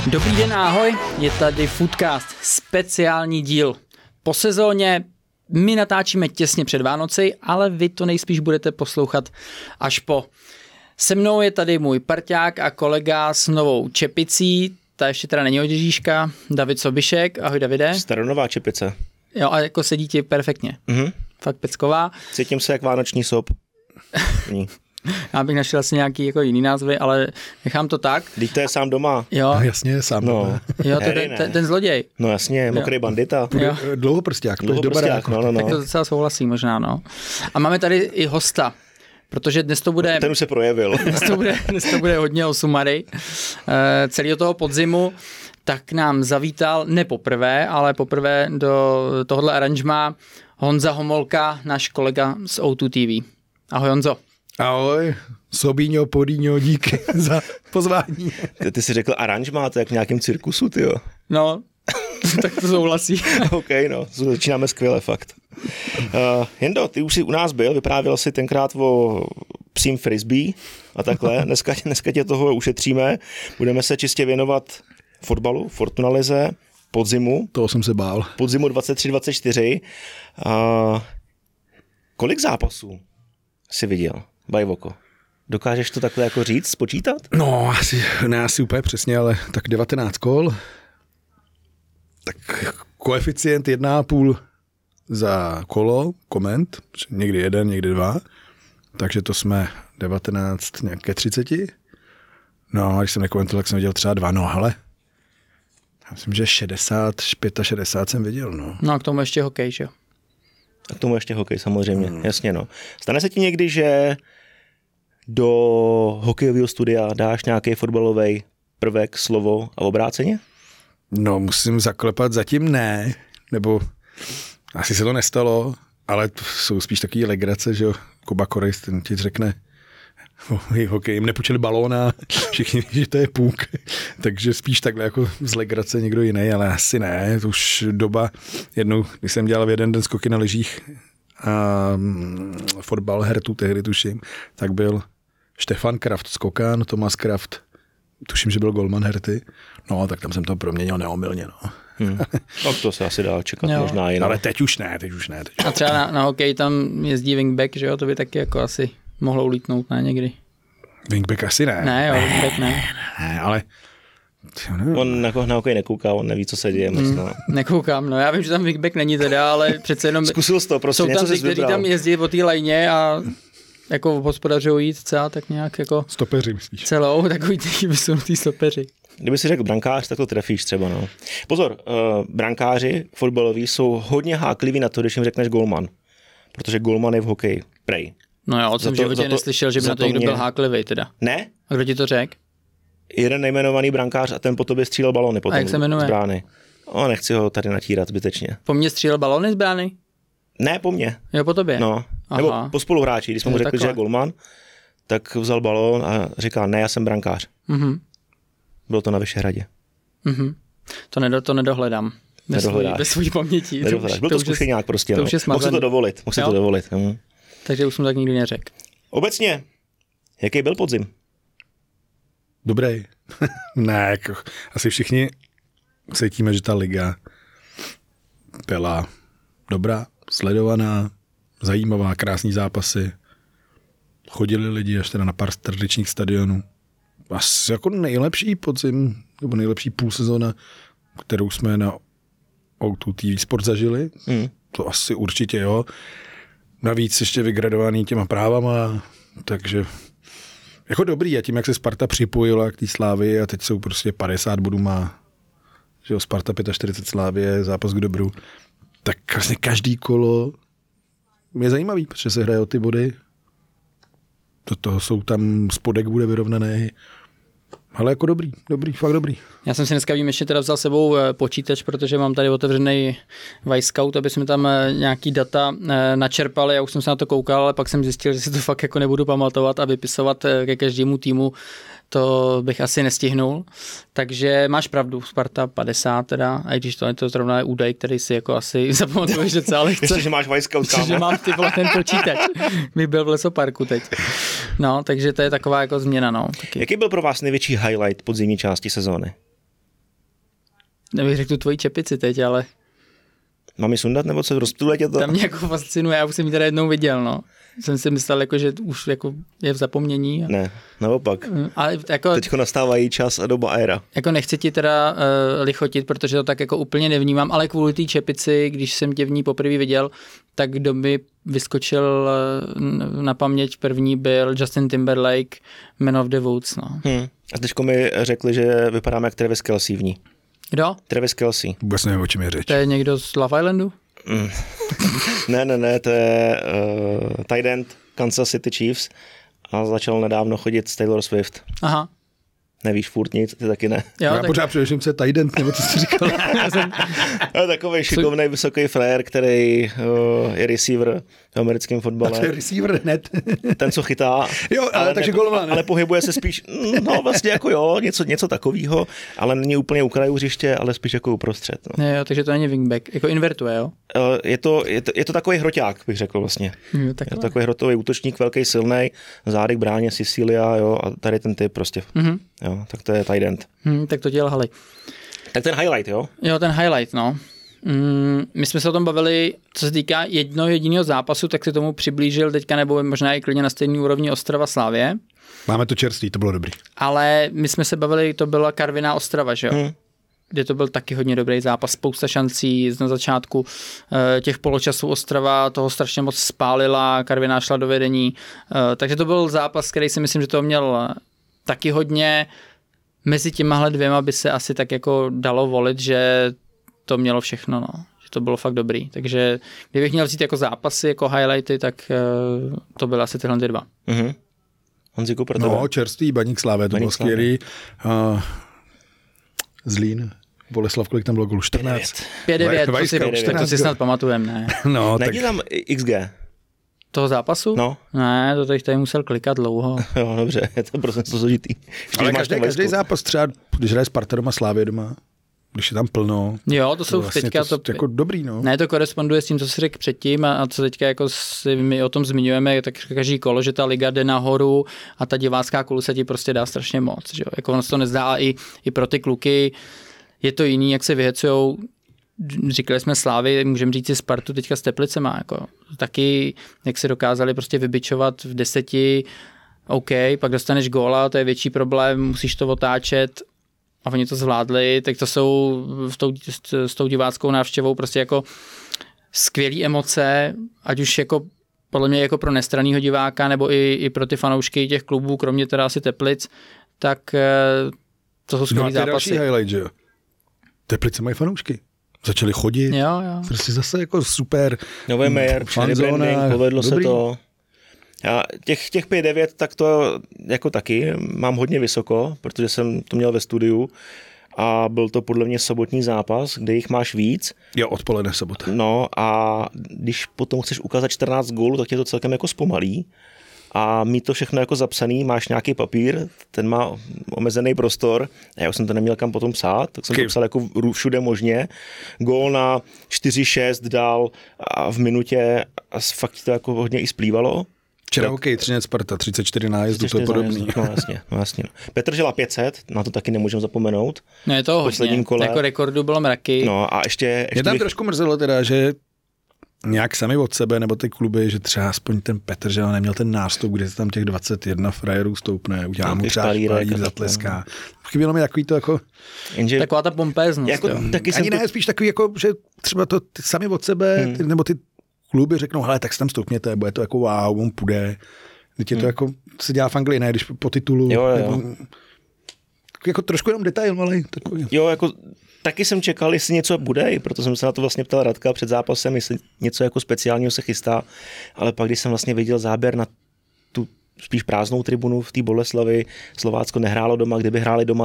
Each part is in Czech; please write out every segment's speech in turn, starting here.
Dobrý den, ahoj, je tady Foodcast, speciální díl. Po sezóně my natáčíme těsně před Vánoci, ale vy to nejspíš budete poslouchat až po. Se mnou je tady můj parťák a kolega s novou čepicí, ta ještě teda není od Ježíška, David Sobišek. Ahoj Davide. Staronová čepice. Jo, a jako sedí ti perfektně. Fakt pecková. Cítím se jak vánoční sop. Já bych našel asi nějaký jako jiný názvy, ale nechám to tak. Vždyť to je sám doma. Jo. No, jasně, sám doma. Jo, ten zloděj. No jasně, mokrý bandita. Dlouhoprsták, do baráku. No. Tak to docela souhlasí možná, no. A máme tady i hosta, protože dnes to bude... Ten už se projevil. Dnes to bude hodně o Sumary. Celého toho podzimu tak nám zavítal ne poprvé, ale poprvé do tohohle aranžma Honza Homolka, náš kolega z O2 TV. Ahoj Honzo. Ahoj, Sobíňo, Podíňo, díky za pozvání. Ty jsi řekl aranžmá, to jak v nějakém cirkusu, tyjo. No, tak to souhlasí. OK, no, začínáme skvěle, fakt. Jendo, ty už jsi u nás byl, vyprávěl jsi tenkrát o psím frisbee a takhle. Dneska tě toho ušetříme. Budeme se čistě věnovat fotbalu, Fortuna lize, podzimu. Toho jsem se bál. Podzimu 23-24. Kolik zápasů jsi viděl, Bajvoko? Dokážeš to takhle jako říct, spočítat? No, asi úplně přesně, ale tak 19 kol. Tak koeficient 1,5 za kolo, koment, někdy 1, někdy 2. Takže to jsme 19 nějaké 30. No, a když jsem nekomentoval, tak jsem viděl třeba 2, no ale já myslím, že 60, 65 jsem viděl, no. No a k tomu ještě hokej, že jo? A k tomu ještě hokej, samozřejmě, jasně, no. Stane se ti někdy, že do hokejového studia dáš nějaký fotbalový prvek, slovo a obráceně? No, musím zaklepat, zatím ne, nebo asi se to nestalo, ale to jsou spíš takový legrace, že jo, Kuba Korejs, ten ti řekne, hokej, jim nepůjčili balóna, všichni ví, že to je puk, takže spíš takhle jako z legrace někdo jiný, ale asi ne, to už doba, jednou, když jsem dělal v jeden den skoky na lyžích a fotbal Hertu tehdy tuším, tak byl Štefan Kraft skokán, Tomas Kraft, tuším, že byl golman Herty, no tak tam jsem to proměnil neomylně, no. Tak to se asi dá čekat, jo. Možná jinak. Ale teď už ne. A třeba na hokej tam jezdí wingback, že jo, to by taky jako asi mohlo ulítnout, ne, někdy. Wingback asi ne. Ne, jo, wingback ne. Ne, ale... On na hokej nekouká, on neví, co se děje moc. No. Nekoukám, no já vím, že tam wingback není teda, ale přece jenom... Zkusil jsi to, prostě jsou něco tam ty, kteří tam jezdí po té lajně a jako hospodařují jít celá tak nějak jako... Stopeři, myslíš? Celou, takový ty vysunutý stopeři. Kdyby si řekl brankář, tak to trefíš třeba, no. Pozor, brankáři fotbaloví jsou hodně hákliví na to, když jim řekneš golman. Protože golman je v hokeji, prej. No jo, jsem v životě neslyšel, že by na to někdo byl háklivý teda. Ne? A kdo ti to řekl? Jeden nejmenovaný brankář a ten po tobě střílel balony potom. A jak se jmenuje? Z brány. Nechci ho tady natírat zbytečně. Po mně střílel balony z brány? Ne, po mně. Jo, po tobě? No. Aha. Nebo po spoluhráči, když jsme mu řekli, že je golman, tak vzal balón a říkal, ne, já jsem brankář. Bylo to na Vyšehradě. To nedohledám. Ve svůj paměti. Byl to zkušeňák prostě. To no. Mohl si to dovolit. Takže už jsem tak nikdy neřekl. Obecně, jaký byl podzim? Dobrý. Ne, jako, asi všichni cítíme, že ta liga byla dobrá, sledovaná, zajímavá, krásný zápasy. Chodili lidi až teda na pár tradičních stadionů. Asi jako nejlepší podzim, nebo nejlepší půlsezóna, kterou jsme na O2 TV Sport zažili. To asi určitě jo. Navíc ještě vygradovaný těma právama, takže jako dobrý. A tím, jak se Sparta připojila k té Slávii a teď jsou prostě 50 bodů má, že jo, Sparta 45 Slávie, zápas k dobru, tak vlastně každý kolo je zajímavý, protože se hraje o ty body. Do toho jsou tam, spodek bude vyrovnaný. Ale jako dobrý, fakt dobrý. Já jsem si dneska ještě teda vzal sebou počítač, protože mám tady otevřený Vyscout, aby jsme tam nějaký data načerpali. Já už jsem se na to koukal, ale pak jsem zjistil, že si to fakt jako nebudu pamatovat a vypisovat ke každému týmu. To bych asi nestihnul. Takže máš pravdu, Sparta 50 teda, a když to je to zrovna údaj, který si jako asi zapamatuješ docela lehce. Ještě, že máš Vyscout, kámo. Že mám ty vole ten počítač. Bych byl v lesoparku teď. No, takže to je taková jako změna, no. Taky. Jaký byl pro vás největší highlight podzimní části sezóny? Nebych řekl tu tvoji čepici teď, ale Mám ji sundat, nebo co, rozptůle tě to? tam mě jako fascinuje, já už jsem ji teda jednou viděl, no. Jsem si myslel, jako, že už jako je v zapomnění. Ne, naopak. Ale jako, Teďko nastávají čas a doba éra. jako nechci ti teda lichotit, protože to tak jako úplně nevnímám, ale kvůli té čepici, když jsem tě v ní poprvé viděl, tak kdo mi vyskočil na paměť první byl Justin Timberlake, Man of the Woods, no. A teďko mi řekli, že vypadáme jak Travis Kelce v ní. Kdo? Travis Kelce. Vůbec nevím, o čem je řeč. To je někdo z Love Islandu? Ne, to je tight end Kansas City Chiefs a začal nedávno chodit s Taylor Swift. Aha. Nevíš furt nic, ty taky ne. Jo, Já tak pořád především se Tident, nebo co jsi říkal. Je takový šikovný vysoký frér, který je receiver v americkém fotbale. To je receiver hned. Ten, co chytá. Jo, ale takže golman. Ale pohybuje se spíš, no vlastně jako jo, něco takového, ale není úplně u kraju hřiště, ale spíš jako uprostřed. No. jo, takže to není wingback, jako invertuje, jo? Je to takový hroťák, bych řekl vlastně. Jo, Je to takový hrotový útočník, velký, silný, zády k bráně, Sicilia, jo, a tady ten typ prostě. Jo, tak to je tight end. Tak to ti lhali. Tak ten highlight, jo? Jo, ten highlight, no. My jsme se o tom bavili, co se týká jednoho jediného zápasu, tak se tomu přiblížil teďka, nebo možná i klidně na stejný úrovni Ostrava Slavie. Máme to čerstvý, to bylo dobrý. Ale my jsme se bavili, to byla Karviná Ostrava, že jo? Kde to byl taky hodně dobrý zápas, spousta šancí na začátku těch poločasů Ostrava toho strašně moc spálila, Karviná šla do vedení, takže to byl zápas, který si myslím, že to měl taky hodně. Mezi těmahle dvěma by se asi tak jako dalo volit, že to mělo všechno, no. Že to bylo fakt dobrý. Takže kdybych měl vzít jako zápasy, jako highlighty, tak to byly asi tyhle dva. Honziku, pro tebe. No, čerstvý Baník Slavie, to bylo skvělý. Zlín, Boleslav, kolik tam bylo gólů? 14. 5-9, to si snad pamatujeme, ne? No, tak Najdi tam XG. Toho zápasu? No. Ne, to teď tady musel klikat dlouho. Jo, dobře, je to prostě složitý. ale každý zápas třeba, když hraje Sparta doma, Slávě doma, když je tam plno. Jo, to jsou vlastně teďka to jako dobrý, no. Ne, to koresponduje s tím, co jsi řekl předtím a co teďka jako si my o tom zmiňujeme, tak každý kolo, že ta liga jde nahoru a ta divácká kulisa ti prostě dá strašně moc, že jo. Jako ono se to nezdá i pro ty kluky, je to jiný, jak se vyhecujou. Říkali jsme Slávy, můžeme říct si Spartu teďka s Teplicema, jako taky, jak se dokázali prostě vybičovat v 10, OK, pak dostaneš góla, to je větší problém, musíš to otáčet a oni to zvládli, tak to jsou s tou diváckou návštěvou prostě jako skvělý emoce, ať už jako podle mě jako pro nestranného diváka, nebo i pro ty fanoušky těch klubů, kromě teda asi Teplic, tak to jsou skvělý zápasy. Další highlight, že jo? Teplice mají fanoušky. Začali chodit. Jo. Prostě zase jako super. Nový mayor, rebranding, povedlo dobrý. Se to. Já těch 5-9, tak to jako taky mám hodně vysoko, protože jsem to měl ve studiu a byl to podle mě sobotní zápas, kde jich máš víc. Jo, odpoledne sobota. No a když potom chceš ukázat 14 gólů, tak tě to celkem jako zpomalí. A mít to všechno jako zapsaný, máš nějaký papír, ten má omezený prostor, já už jsem to neměl kam potom psát, tak jsem to psal jako všude možně. Gól na 4-6 dal a v minutě a fakt to jako hodně i splývalo. Včera hokej, Třinec Sparta, 34 nájezdů, to je podobný. No jasně. Petr Žela 500, na to taky nemůžeme zapomenout. No je to hodně, kole. Jako rekordu bylo mraky. No a ještě mě tam trošku mrzelo teda, že nějak sami od sebe, nebo ty kluby, že třeba aspoň ten Petr Žela neměl ten nástup, kde se tam těch 21 frajerů stoupne, udělá mu třeba špalík, zatleská. Chybělo mi takový to jako... Taková ta pompéznost. Jako, taky ani ne, spíš takový jako, že třeba to sami od sebe, nebo ty kluby řeknou, hele, tak se tam stoupněte, bude to jako wow, on půjde. Teď je to jako, se dělá v Anglii, ne, když po titulu. Jo. Nebo, jako trošku jenom detail, ale takový. Jo, jako taky jsem čekal, jestli něco bude, proto jsem se na to vlastně ptal Radka před zápasem, jestli něco jako speciálního se chystá, ale pak, když jsem vlastně viděl záběr na tu spíš prázdnou tribunu v té Boleslavi, Slovácko nehrálo doma, kdyby hráli doma,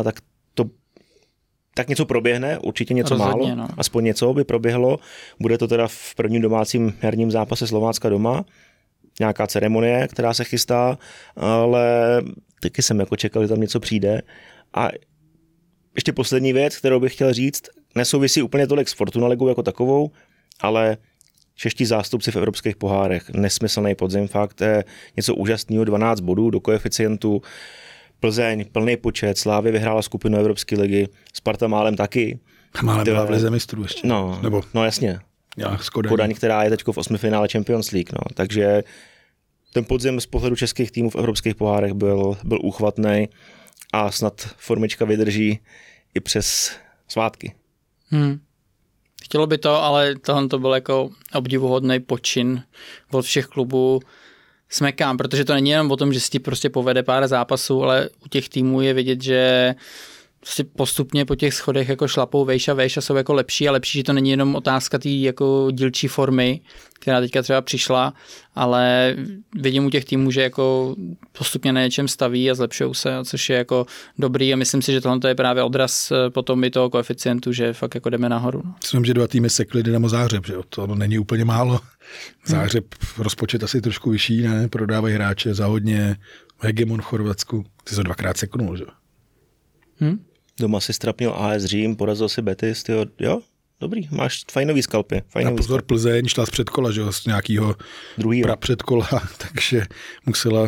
tak něco proběhne, určitě něco rozhodně, málo, no. Aspoň něco by proběhlo. Bude to teda v prvním domácím herním zápase Slovácka doma, nějaká ceremonie, která se chystá, ale taky jsem jako čekal, že tam něco přijde. A ještě poslední věc, kterou bych chtěl říct, nesouvisí úplně tolik s Fortuna ligou jako takovou, ale čeští zástupci v evropských pohárech, nesmyslný podzim, fakt je něco úžasného, 12 bodů do koeficientu, Plzeň, plný počet, Slavie vyhrála skupinu Evropské ligy, Sparta málem taky, Mále byla v lize mistrů ještě. No jasně. Kodaň, která je teď v 8. finále Champions League. No. Takže ten podzim z pohledu českých týmů v evropských pohárech byl úchvatný a snad formička vydrží i přes svátky. Chtělo by to, ale tohle to byl jako obdivuhodný počin od všech klubů. Smekám, protože to není jenom o tom, že si ti prostě povede pár zápasů, ale u těch týmů je vidět, že prostě postupně po těch schodech jako šlapou vejš a jsou jako lepší a lepší, že to není jenom otázka té jako dílčí formy, která teďka třeba přišla, ale vidím u těch týmů, že jako postupně na něčem staví a zlepšou se, což je jako dobrý a myslím si, že tohle je právě odraz potom i toho koeficientu, že fakt jako jdeme nahoru. Myslím, že 2 týmy sekly Dynamo Záhřeb, že to není úplně málo. Záhřeb rozpočet asi trošku vyšší, ne? Prodávají hráče za hodně, hegemon v Chorvatsku, ty se 2krát seknul, že? Doma si strapnil AS Řím, porazil si Betis, tyjo, jo, dobrý, máš fajnový skalpy. A pozor, Plzeň šla z předkola, že jo, z nějakého předkola, takže musela,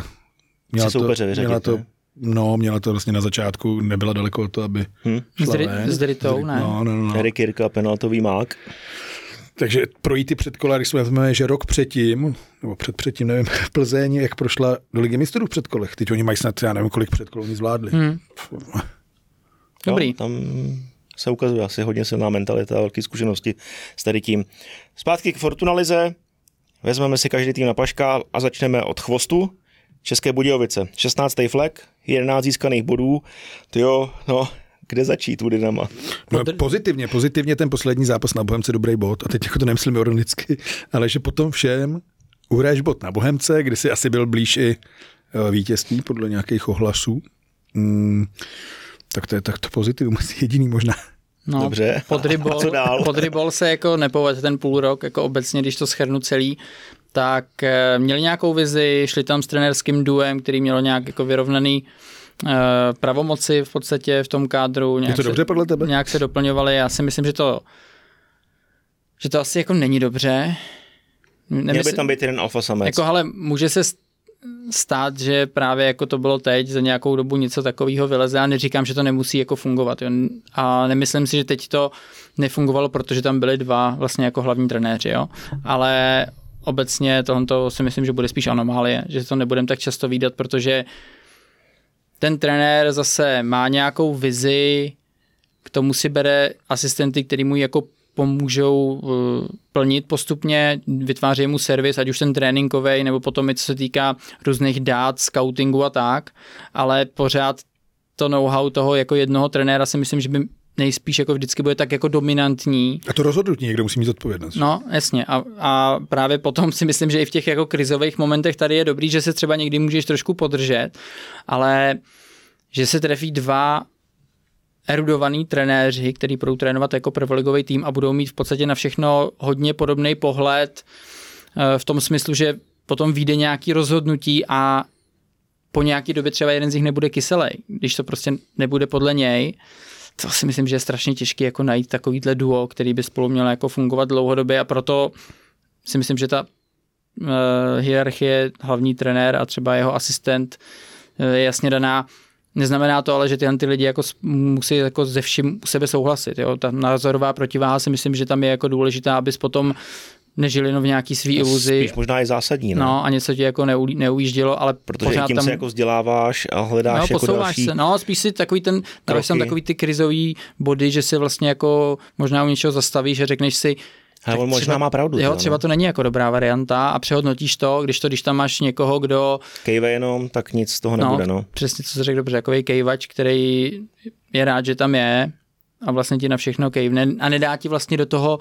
měla to vlastně na začátku, nebyla daleko od toho, aby šla ven. S Dritou, ne? No. Erik Jirka, penaltový mák. Takže projít ty předkola, když jsme vezmeme, že rok předtím, nebo předtím, nevím, Plzeň, jak prošla do Ligy mistrů v předkolech. Teď oni mají snad, já nevím, kolik předkolů oni zvládli. Dobrý. Jo, tam se ukazuje asi hodně silná mentalita a velké zkušenosti s tady tím. Zpátky k Fortuna lize. Vezmeme si každý tým na paškál a začneme od chvostu. České Budějovice. 16. flag, 11 získaných bodů. Tyjo, no, kde začít u Dynama? No, pozitivně ten poslední zápas na Bohemce dobrý bod. A teď jako to nemyslím ironicky, ale že potom všem uhraješ bod na Bohemce, kdy si asi byl blíž i vítězství podle nějakých ohlasů. Tak to je takto pozitivum, jediný možná. No, dobře, a co dál? Pod Rybol se jako nepovedl ten půl rok, jako obecně, když to shrnu celý, tak měli nějakou vizi, šli tam s trenérským duem, který mělo nějak jako vyrovnaný pravomoci v podstatě v tom kádru. Je to dobře podle tebe? Nějak se doplňovali, já si myslím, že to asi jako není dobře. Měl by tam být jeden alfa samec. Jako, ale může se stát, že právě jako to bylo teď, za nějakou dobu něco takového vyleze a neříkám, že to nemusí jako fungovat. Jo. A nemyslím si, že teď to nefungovalo, protože tam byli 2 vlastně jako hlavní trenéři, jo. Ale obecně tohle si myslím, že bude spíš anomálie, že to nebudeme tak často vídat, protože ten trenér zase má nějakou vizi, k tomu si bere asistenty, který mu jako pomůžou plnit postupně, vytváří mu servis, ať už ten tréninkový, nebo potom i co se týká různých dát, scoutingu a tak, ale pořád to know-how toho jako jednoho trenéra si myslím, že by nejspíš jako vždycky bude tak jako dominantní. A to rozhodnutí někdo musí mít odpovědnost. No, jasně. A právě potom si myslím, že i v těch jako krizových momentech tady je dobrý, že se třeba někdy můžeš trošku podržet, ale že se trefí 2 erudovaný trenéři, který budou trénovat jako prvoligový tým a budou mít v podstatě na všechno hodně podobný pohled v tom smyslu, že potom vyjde nějaký rozhodnutí a po nějaký době třeba jeden z nich nebude kyselej, když to prostě nebude podle něj. To si myslím, že je strašně těžké jako najít takovýhle duo, který by spolu měl jako fungovat dlouhodobě a proto si myslím, že ta hierarchie hlavní trenér a třeba jeho asistent je jasně daná. Neznamená to ale, že ty lidi jako musí jako ze vším u sebe souhlasit. Jo? Ta názorová protiváha si myslím, že tam je jako důležitá, abys potom nežili jenom v nějaký svý iluzi. Spíš možná i zásadní. No a něco ti jako neujíždělo, ale protože pořád tím tam se jako vzděláváš a hledáš jako další se. No, spíš si takový ten, dáváš tam takový ty krizový body, že si vlastně jako možná u něčeho zastavíš, že řekneš si, ale on možná má pravdu. Jo, třeba to není jako dobrá varianta a přehodnotíš to, když tam máš někoho, kdo kejve jenom, tak nic z toho nebude. No. Přesně, co jsi řekl dobře, takový kejvač, který je rád, že tam je a vlastně ti na všechno kejvne a nedá ti vlastně do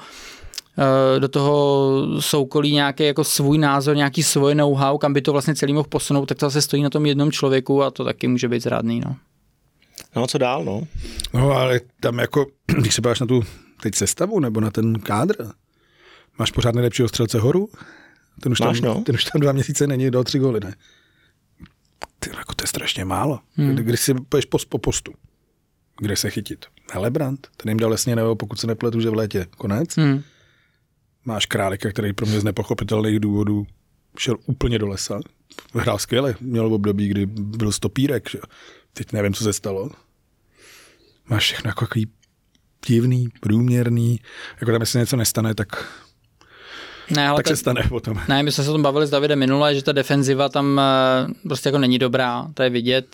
toho soukolí nějaký jako svůj názor, nějaký svoje know-how, kam by to vlastně celý mohl posunout, tak to zase stojí na tom jednom člověku a to taky může být zrádný. No, co dál, no? No, ale tam jako, když se báš na tu teď sestavu nebo na ten kádr, máš pořád nejlepšího střelce Horu? Ten už tam 2 měsíce není, dal 3 góly, ne? Jako to je strašně málo. Když si půjdeš po postu, kde se chytit? Helebrant, ten jim dal lesně, nebo pokud se nepletu, že v létě konec. Máš Králika, který pro mě z nepochopitelných důvodů šel úplně do lesa. Hrál skvěle, měl v období, kdy byl stopírek. Že? Teď nevím, co se stalo. Máš všechno jako takový divný, průměrný, jako tam jestli něco nestane, tak Ne, tak se stane potom. Ne, my jsme se o tom bavili s Davidem minule, že ta defenziva tam prostě jako není dobrá, to je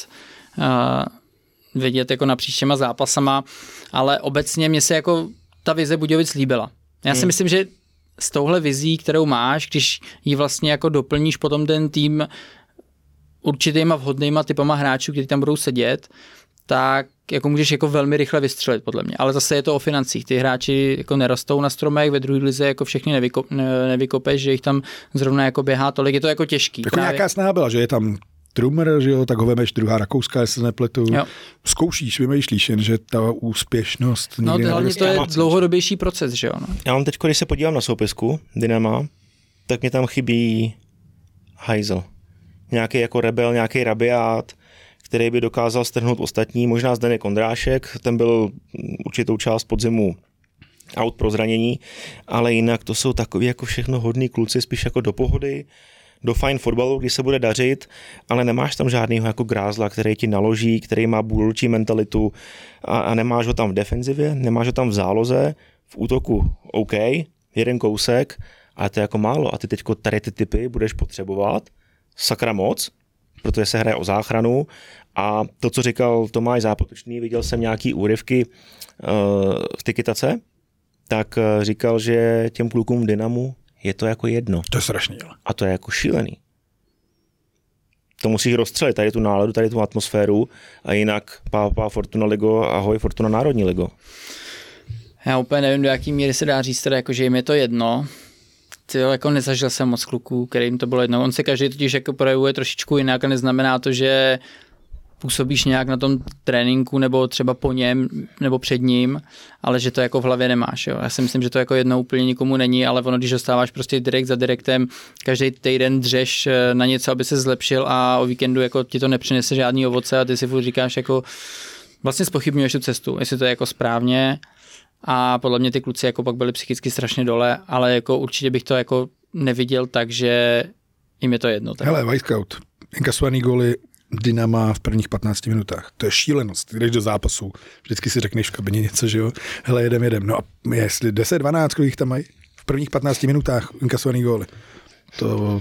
vidět jako napříč těma zápasama, ale obecně mě se jako ta vize Budějovic líbila. Já si myslím, že s touhle vizí, kterou máš, když ji vlastně jako doplníš potom ten tým určitýma vhodnýma typama hráčů, kteří tam budou sedět, tak jako můžeš jako velmi rychle vystřelit, podle mě. Ale zase je to o financích. Ty hráči jako nerostou na stromech, ve druhé lize jako všechny nevykopeš, že jich tam zrovna jako běhá tolik, je to jako těžký. Jako nějaká snaha byla, že je tam Trummer, že jo, tak ho vemeš druhá rakouská, jestli se nepletu. Jo. Zkoušíš, vymýšlíš, jenže ta úspěšnost nikdy hlavně to je dlouhodobější proces, že jo. No. Já mám teď, když se podívám na soupisku Dynama, tak mě tam chybí Heisel. Nějaký jako rebel, nějaký rabiát, který by dokázal strhnout ostatní, možná Zdeněk Ondrášek, ten byl určitou část podzimu out pro zranění, ale jinak to jsou takový jako všechno hodný kluci, spíš jako do pohody, do fajn fotbalu, když se bude dařit, ale nemáš tam žádnýho jako grázla, který ti naloží, který má bulčí mentalitu a nemáš ho tam v defenzivě, nemáš ho tam v záloze, v útoku OK, jeden kousek, ale to je jako málo a ty teďko tady ty typy budeš potřebovat, sakra moc, protože se hraje o záchranu a to, co říkal Tomáš Zápotočný, viděl jsem nějaký úryvky v Tiki-tace, tak říkal, že těm klukům v Dynamu je to jako jedno. To je strašný. A to je jako šílený. To musíš rozstřelit, tady tu náladu, tady tu atmosféru a jinak pá Fortuna Ligo, ahoj Fortuna Národní Ligo. Já úplně nevím, do jaký míry se dá říct, teda, jako, že jim je to jedno. Jako nezažil jsem moc kluků, kterým to bylo jedno. On se každý totiž jako projevuje trošičku jinak a neznamená to, že působíš nějak na tom tréninku nebo třeba po něm nebo před ním, ale že to jako v hlavě nemáš. Jo. Já si myslím, že to jako jedno úplně nikomu není, ale ono, když dostáváš prostě direkt za direktem, každý týden dřeš na něco, aby se zlepšil a o víkendu jako ti to nepřinese žádný ovoce a ty si furt říkáš jako vlastně zpochybňuješ tu cestu, jestli to je jako správně a podle mě ty kluci jako pak byli psychicky strašně dole, ale jako určitě bych to jako neviděl tak, že jim je to jedno. Tak. Hele, Weisskaut, inkasovaný góly Dynama v prvních 15 minutách. To je šílenost. Když do zápasu, vždycky si řekneš v kabině něco, že jo, hele, jedem. No a jestli 10-12, kolik tam mají v prvních 15 minutách inkasovaný góly, to...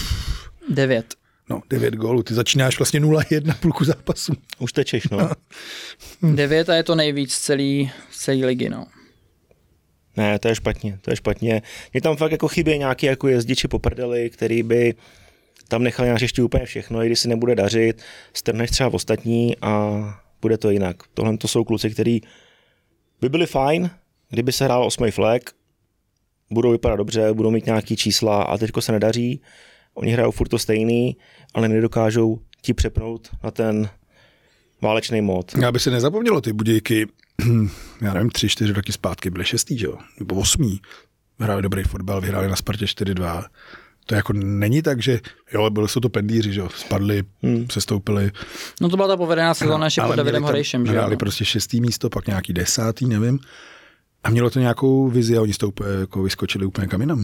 9. No, 9 gólů. Ty začínáš vlastně 0-1 půlku zápasu. Už tečeš, no. 9 a je to nejvíc celý ligy, no. Ne, to je špatně. Mně tam fakt jako chybí nějaký jako jezdiči po prdeli, který by tam nechal na hřišti úplně všechno, i když si nebude dařit, strhneš třeba v ostatní a bude to jinak. Tohle to jsou kluci, kteří by byli fajn, kdyby se hrál 8. flag, budou vypadat dobře, budou mít nějaký čísla a teďko se nedaří. Oni hrajou furt to stejný, ale nedokážou ti přepnout na ten válečný mód. Já by se nezapomnělo, ty Budějky, já nevím, 3-4 roky zpátky byly 6. že jo? Nebo 8. Hráli dobrý fotbal, vyhráli na Spartě 4-2. To jako není tak, že jo, byli jsou to pendíři, že jo, spadli, sestoupili. No to byla ta povedená sezóna ještě pod Davidem Horejšem, že jo. Hráli prostě 6. místo, pak nějaký 10., nevím. A mělo to nějakou vizi a oni jako vyskočili úplně kam jinam.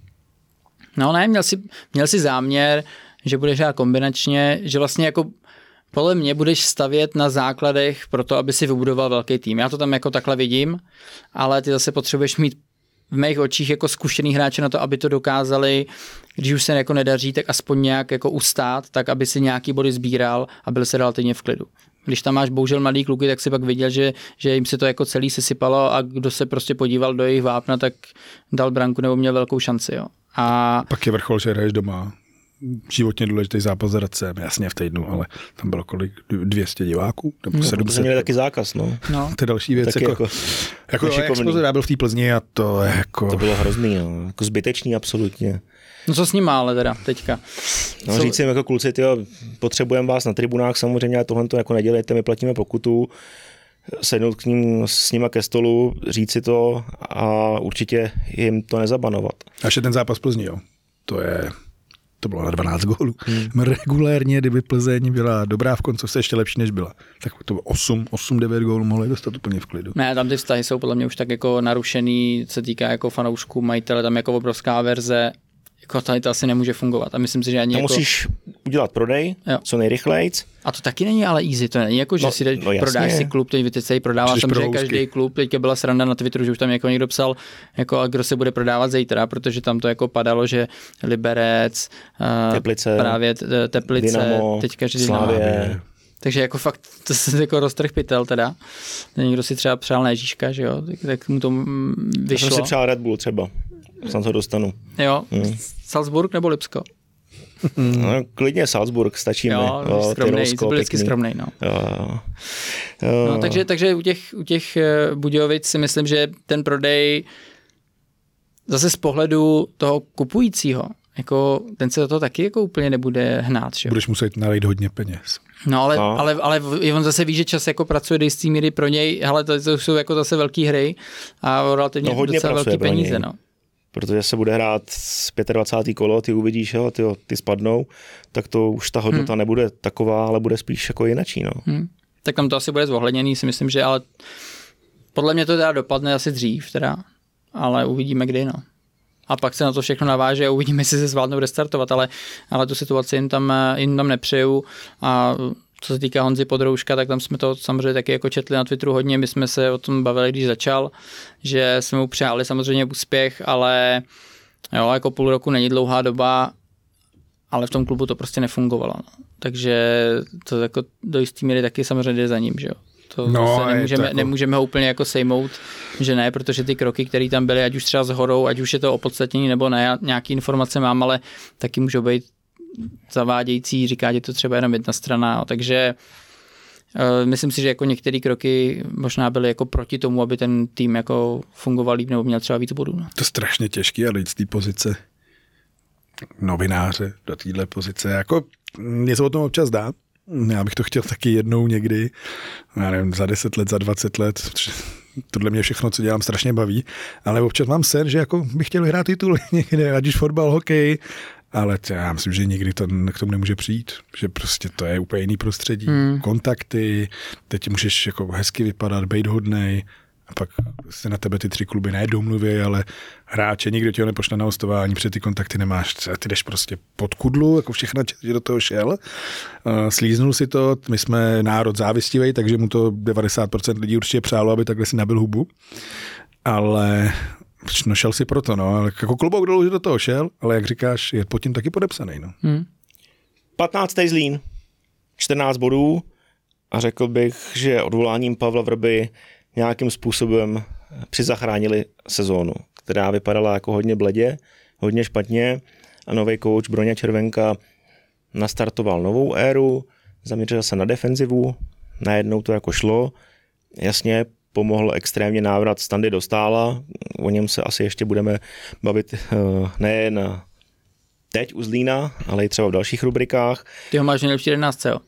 No ne, měl si záměr, že budeš hrát kombinačně, že vlastně jako podle mě budeš stavět na základech pro to, aby si vybudoval velký tým. Já to tam jako takhle vidím, ale ty zase potřebuješ mít v mých očích jako zkušený hráče na to, aby to dokázali, když už se jako nedaří, tak aspoň nějak jako ustát, tak aby si nějaký body sbíral a byl se relativně v klidu. Když tam máš bohužel mladý kluky, tak si pak viděl, že jim se to jako celý sesypalo a kdo se prostě podíval do jejich vápna, tak dal branku nebo měl velkou šanci. Jo. A pak je vrchol, že hraješ doma. Životně důležitý zápas s Hradcem, jasně v týdnu, ale tam bylo kolik? 200 diváků? Nebo 700? Měli taky zákaz, no. To je další věc. Jako jak Expozer byl v té Plzni a to jako... To bylo hrozný, no. Jako zbytečný absolutně. No co s ním má ale teda teďka? No říct jim jako kluci, tyjo, potřebujeme vás na tribunách samozřejmě, ale tohle to jako nedělejte, my platíme pokutu, sednout s nima ke stolu, říct si to a určitě jim to nezabanovat. Až je ten zápas Plzni, jo. To bylo na 12 gólů. Regulérně, kdyby Plzeň byla dobrá v koncovce, ještě lepší než byla. Tak to bylo 8-9 gólů mohli dostat úplně v klidu. Ne, tam ty vztahy jsou podle mě už tak jako narušený, co týká jako fanoušků, majitele, tam jako obrovská verze. jako tady to asi nemůže fungovat. A myslím si, že ani tam jako... musíš udělat prodej, co nejrychlejc. A to taky není ale easy, to není jako, že si prodáš si klub, teď se jí prodává samozřejmě každý klub, teďka byla sranda na Twitteru, že už tam jako někdo psal, jako a kdo se bude prodávat zítra, protože tam to jako padalo, že Liberec, Teplice, právě Teplice, Dynamo, teďka že Slavie. Takže jako fakt, to se jako roztrh pytel teda. Někdo si třeba přál na Ježíška, že jo, tak mu to vyšlo. Já jsem si přál Red Bull třeba, sam to dostanu. Jo, Salzburg nebo Lipsko? No, klidně Salzburg, stačí mi. Jo, skromnej, byl vždycky skromnej, no. Jo. No, takže u těch Budějovic si myslím, že ten prodej zase z pohledu toho kupujícího, jako ten se to taky jako úplně nebude hnát. Že? Budeš muset nalejt hodně peněz. No, ale on zase ví, že čas jako pracuje do jistý míry pro něj, hele, to jsou jako zase velký hry a relativně docela velký peníze, no. Protože se bude hrát 25. kolo, ty uvidíš, jo, ty spadnou, tak to už ta hodnota nebude taková, ale bude spíš jako jinačí, no. Tak tam to asi bude zohledněný, si myslím, že ale podle mě to teda dopadne asi dřív, teda, ale uvidíme kdy, no. A pak se na to všechno naváže a uvidíme, jestli se zvládnou restartovat, ale tu situaci jim tam nepřeju a co se týká Honzy Podrouška, tak tam jsme to samozřejmě taky jako četli na Twitteru hodně, my jsme se o tom bavili, když začal, že jsme mu přáli samozřejmě úspěch, ale jo, jako půl roku není dlouhá doba, ale v tom klubu to prostě nefungovalo. No. Takže to jako do jistý míry taky samozřejmě jde za ním, že jo. To nemůžeme ho úplně jako sejmout, že ne, protože ty kroky, které tam byly, ať už třeba s Horou, ať už je to opodstatnění nebo ne, nějaké informace mám, ale taky můžou být zavádějící, říká, že to třeba jenom jedna strana, takže myslím si, že jako některé kroky možná byly jako proti tomu, aby ten tým jako fungoval líp nebo měl třeba víc bodů. No. To je strašně těžký a z té pozice novináře do téhle pozice, jako mě se o tom občas dá. Já bych to chtěl taky jednou někdy, já nevím, za 10 let, za 20 let, tohle mě všechno, co dělám, strašně baví, ale občas mám sen, že jako bych chtěl hrát titul někde, ať už fotbal, hokej, ale já myslím, že nikdy to k tomu nemůže přijít, že prostě to je úplně jiný prostředí, kontakty, teď můžeš jako hezky vypadat, bejt hodnej, a pak se na tebe ty 3 kluby nedomluví, ale hráče, nikdo tě ho nepošle na hostování, protože ty kontakty nemáš. Ty jdeš prostě pod kudlu, jako všechna, že do toho šel. Slíznul si to, my jsme národ závistivý, takže mu to 90% lidí určitě přálo, aby takhle si nabil hubu. Ale no, šel si proto, no. Ale jako klobouk dolů, že do toho šel, ale jak říkáš, je pod tím taky podepsaný, no. 15. Zlín, 14 bodů a řekl bych, že odvoláním Pavla Vrby nějakým způsobem přizachránili sezónu, která vypadala jako hodně bledě, hodně špatně a nový kouč Broňa Červenka nastartoval novou éru, zaměřil se na defenzivu, najednou to jako šlo, jasně pomohl extrémně návrat Standy Dostála, o něm se asi ještě budeme bavit nejen teď u Zlína, ale i třeba v dalších rubrikách. Ty ho máš nejlepší 11, jo?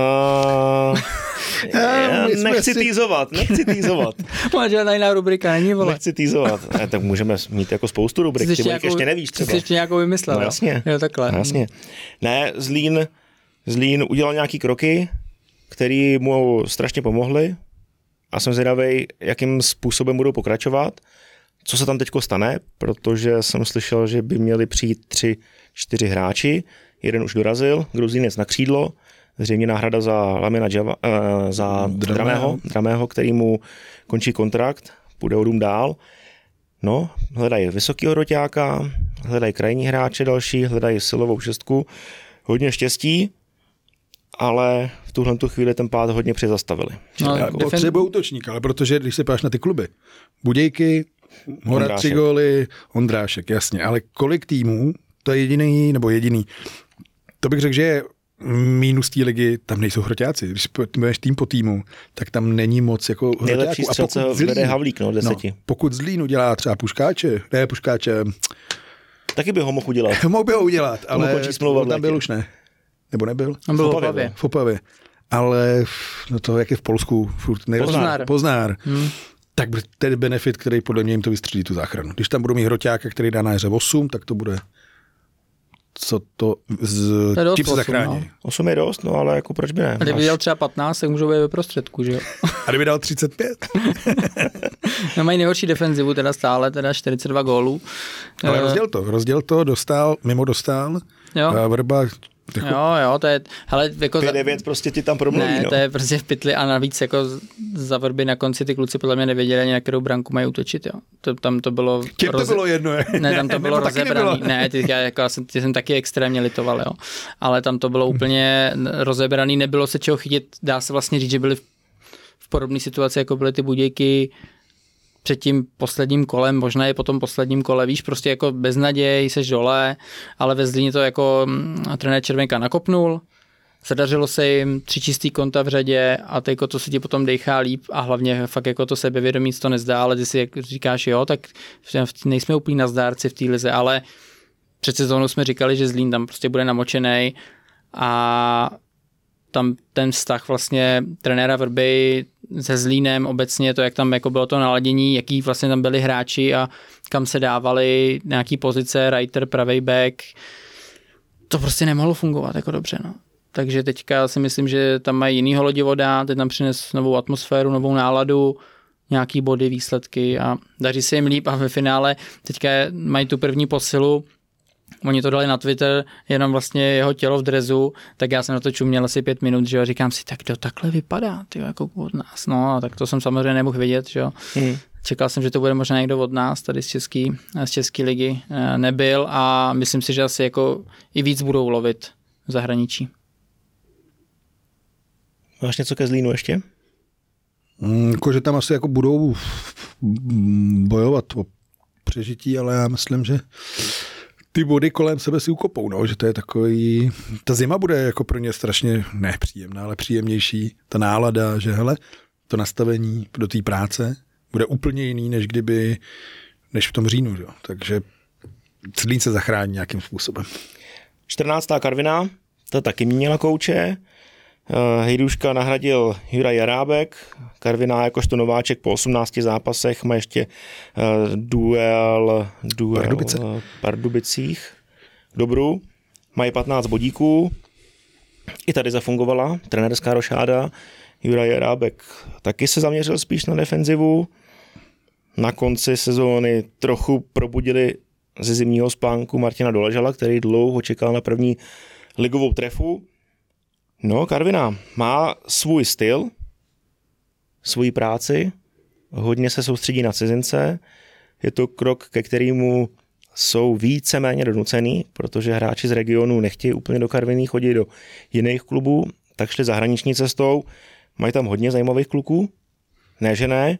Nechci týzovat. Máš žádná jiná rubrika, není, vole. Nechci týzovat. Tak můžeme mít jako spoustu rubrik, ty ještě nevíš třeba. Jsi ještě nějakou vymyslel. No jasně. Jo, takhle. Jasně. Ne, Zlín udělal nějaký kroky, které mu strašně pomohly a jsem zvědavej, jakým způsobem budou pokračovat. Co se tam teďko stane, protože jsem slyšel, že by měli přijít 3-4 hráči. Jeden už dorazil, Gruzínec na křídlo, zřejmě náhrada za Lamina za Dramého, který mu končí kontrakt, půjde o dům dál. No, hledají vysokýho roťáka, hledají krajní hráče další, hledají silovou šestku. Hodně štěstí, ale v tuhle chvíli ten pád hodně přizastavili. Potřebují útočníka, ale protože když se páš na ty kluby, Budějky, Hora 3 góly, Ondrášek, jasně, ale kolik týmů, to je jediný, to bych řekl, že je mínus té ligy, tam nejsou hroťáci. Když budeš tým po týmu, tak tam není moc jako hroťáků. Nejlepší střelce vede Havlík, 10. Pokud Zlín udělá třeba Puškáče, taky by ho mohl udělat. Mohl by ho udělat, ale tam byl už ne. Nebo nebyl? On byl v Opavě. Ale no to, jak je v Polsku, Poznár. Tak ten benefit, který podle mě jim to vystřídí tu záchranu. Když tam budou mít hroťáka, který dá na jaře 8, tak to bude tím se zachrání. No. 8 je dost, no ale jako proč by ne? A kdyby dělal třeba 15, tak můžou být ve prostředku, že jo? A kdyby dal 35? No, mají nejhorší defenzivu, teda stále, 42 gólů. Ale rozděl to, dostal, mimo dostal. Jo. Vrba... Jo, to je, hele, jako... 5-9 prostě ti tam promluví, ne, no. to je prostě v pytli a navíc jako za Vrby na konci ty kluci podle mě nevěděli ani na kterou branku mají útočit, jo. Tam to bylo... To bylo jedno, je? Ne, tam to bylo rozebraný. Ne, já jsem taky extrémně litoval, jo. Ale tam to bylo úplně rozebraný, nebylo se čeho chytit, dá se vlastně říct, že byli v podobné situaci, jako byly ty Budějky před tím posledním kolem, možná je po tom posledním kole, víš, prostě jako beznaděj, seš dole, ale ve Zlíně to jako trenér Červenka nakopnul, zadařilo se jim 3 čistý konta v řadě a teďko to se ti potom dejchá líp a hlavně fakt jako to sebevědomí to nezdá, ale ty si jak říkáš, jo, tak nejsme úplně nazdárci v té lize, ale před sezónou jsme říkali, že Zlín tam prostě bude namočenej a tam ten vztah vlastně trenéra Vrby se Zlínem obecně, to jak tam jako bylo to naladění, jaký vlastně tam byli hráči a kam se dávali nějaký pozice, Reiter, pravej back, to prostě nemohlo fungovat jako dobře, no. Takže teďka si myslím, že tam mají jinýho lodivoda, teď tam přines novou atmosféru, novou náladu, nějaký body, výsledky a daří se jim líp a ve finále teďka mají tu první posilu. Oni to dali na Twitter, jenom vlastně jeho tělo v drezu, tak já jsem na to čuměl asi 5 minut, že jo, říkám si, tak kdo takhle vypadá, tyjo, jako od nás, no, a tak to jsem samozřejmě nemohl vědět, že jo. Čekal jsem, že to bude možná někdo od nás, tady z české ligy, nebyl a myslím si, že asi jako i víc budou lovit v zahraničí. Máš něco ke Zlínu ještě? Že tam asi jako budou bojovat o přežití, ale já myslím, že ty body kolem sebe si ukopou, no, že to je takový, ta zima bude jako pro ně strašně nepříjemná, ale příjemnější, ta nálada, že hele, to nastavení do té práce bude úplně jiný, než v tom říjnu, jo. Takže Zlín se zachrání nějakým způsobem. 14. Karviná, ta taky měnila kouče, Hejduška nahradil Juraj Jarábek, Karviná jakožto nováček po 18 zápasech má ještě duel Pardubicích Dobru, mají 15 bodíků, i tady zafungovala trenérská rošáda, Juraj Jarábek taky se zaměřil spíš na defenzivu, na konci sezóny trochu probudili ze zimního spánku Martina Doležala, který dlouho čekal na první ligovou trefu. No, Karviná má svůj styl, svoji práci, hodně se soustředí na cizince, je to krok, ke kterému jsou víceméně donucený, protože hráči z regionu nechtějí úplně do Karviní chodit do jiných klubů, tak šli zahraniční cestou, mají tam hodně zajímavých kluků, ne že ne.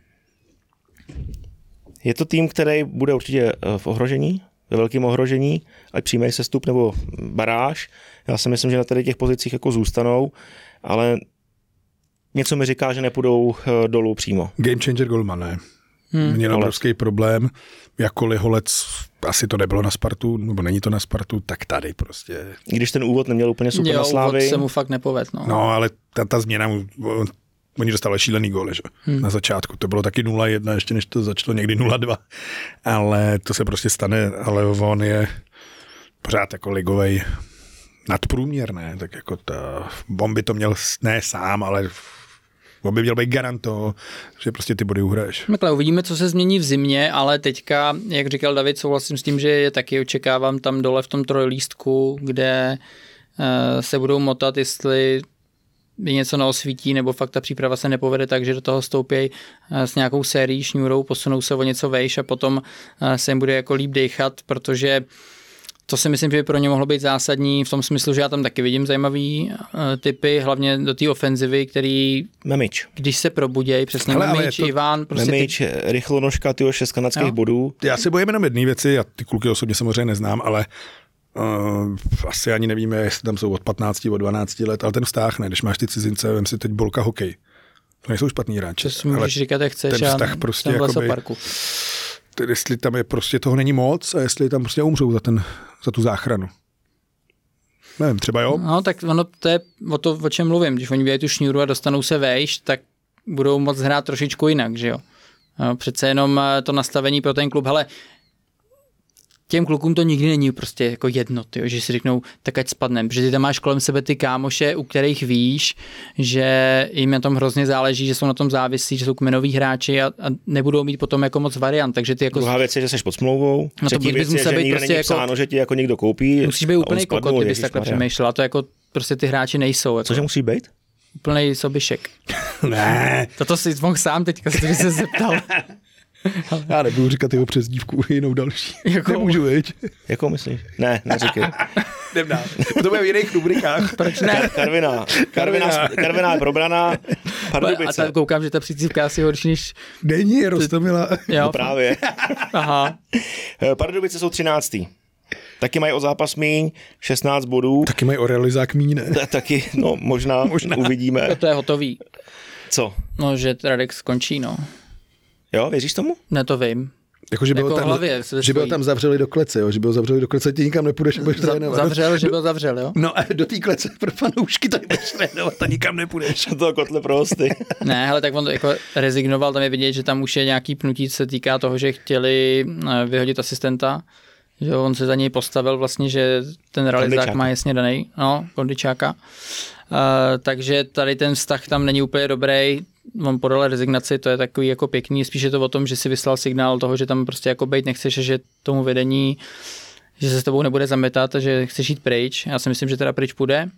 Je to tým, který bude určitě v ohrožení, ve velkém ohrožení, ať přijmej sestup nebo baráž. Já si myslím, že na tady těch pozicích jako zůstanou, ale něco mi říká, že nepůjdou dolů přímo. Game changer golman, ne? Měl obrovský problém, jakkoliv Holec, asi to nebylo na Spartu, nebo není to na Spartu, tak tady prostě. Když ten úvod neměl úplně super na Slávy. Úvod se mu fakt nepovedl. No, ale ta změna, oni dostali šílený góly, že? Na začátku. To bylo taky 0-1, ještě než to začalo někdy 0-2. Ale to se prostě stane, ale on je pořád jako ligovej nadprůměrné, tak jako on by to měl ne sám, ale on by měl být garant toho, že prostě ty body uhraješ. Takhle uvidíme, co se změní v zimě, ale teďka, jak říkal David, souhlasím s tím, že je taky očekávám tam dole v tom trojlístku, kde se budou motat, jestli je něco neosvítí, nebo fakt ta příprava se nepovede tak, že do toho stoupí s nějakou sérií šňůrou, posunou se o něco vejš a potom se jim bude jako líp dechat, protože to si myslím, že by pro ně mohlo být zásadní v tom smyslu, že já tam taky vidím zajímavý typy, hlavně do té ofenzivy, který, Memič. Když se probudějí, přesně Memič, Ivan. Prostě Memič, rychlonožka, 6 kanadských bodů. Já si bojím jenom jedné věci, já ty kluky osobně samozřejmě neznám, ale asi ani nevíme, jestli tam jsou od 15, od 12 let, ale ten vztah, ne, když máš ty cizince, vem si teď Bolka hokej. To nejsou špatný hráči. To můžeš říkat, jak chceš. Ten vztah prostě jakoby, jestli tam je prostě toho není moc a jestli tam prostě umřou za tu záchranu. Nevím, třeba jo? No, tak ono to je o čem mluvím. Když oni vydají tu šňůru a dostanou se vejš, tak budou moc hrát trošičku jinak, že jo? No, přece jenom to nastavení pro ten klub. Hele, těm klukům to nikdy není prostě jako jedno, tyjo, že si řeknou, tak ať spadnem, protože ty tam máš kolem sebe ty kámoše, u kterých víš, že jim na tom hrozně záleží, že jsou na tom závislí, že jsou kmenoví hráči a nebudou mít potom jako moc variant, takže ty jako... Druhá věc je, že jsi pod smlouvou, třetí věc je, že nikdy prostě není psáno, že ti jako někdo koupí. Musíš být úplnej kokot, kdybys takhle přemýšlel, a to jako prostě ty hráči nejsou. Jako... Cože musí být? Úplnej sobišek. Ne. Toto si mohl sám teďka, jsi se zeptal. Já nebudu říkat jeho přezdívku, jinou další. Jako... Nemůžu, viď? Jako myslíš? Ne, neříkej. Nemám. To bude v jiných rubrikách. Proč ne? Karviná je probraná. Pardubice. A tam koukám, že ta přezdívka asi horší než... Není, Roztomila. Jo, no právě. Aha. Pardubice jsou 13. Taky mají o zápas míň, 16 bodů. Taky mají o realizák míň, ne? Taky, no možná. Uvidíme. To je hotový. Co? No, že Radek skončí, no. Jo, věříš tomu? Ne, to vím. Jako, že byl jako tam, hlavě, že byl tam zavřeli do klece, jo? Že byl zavřeli do klece, ty nikam nepůjdeš a budeš trénovat. Zavřel, že byl zavřel, jo? No a do té klece pro fanoušky tady budeš trénovat a nikam nepůjdeš. Do toho kotle pro hosty. Ne, ale tak on jako rezignoval, tam je vidět, že tam už je nějaký pnutí, co se týká toho, že chtěli vyhodit asistenta, že on se za něj postavil vlastně, že ten realizák má jasně daný, no, Kondičáka. Takže tady ten vztah tam není úplně dobrý. On podal rezignaci, to je takový jako pěkný, spíš je to o tom, že si vyslal signál toho, že tam prostě jako bejt nechceš, že tomu vedení, že se s tebou nebude zametat a že chceš jít pryč. Já si myslím, že teda pryč půjde.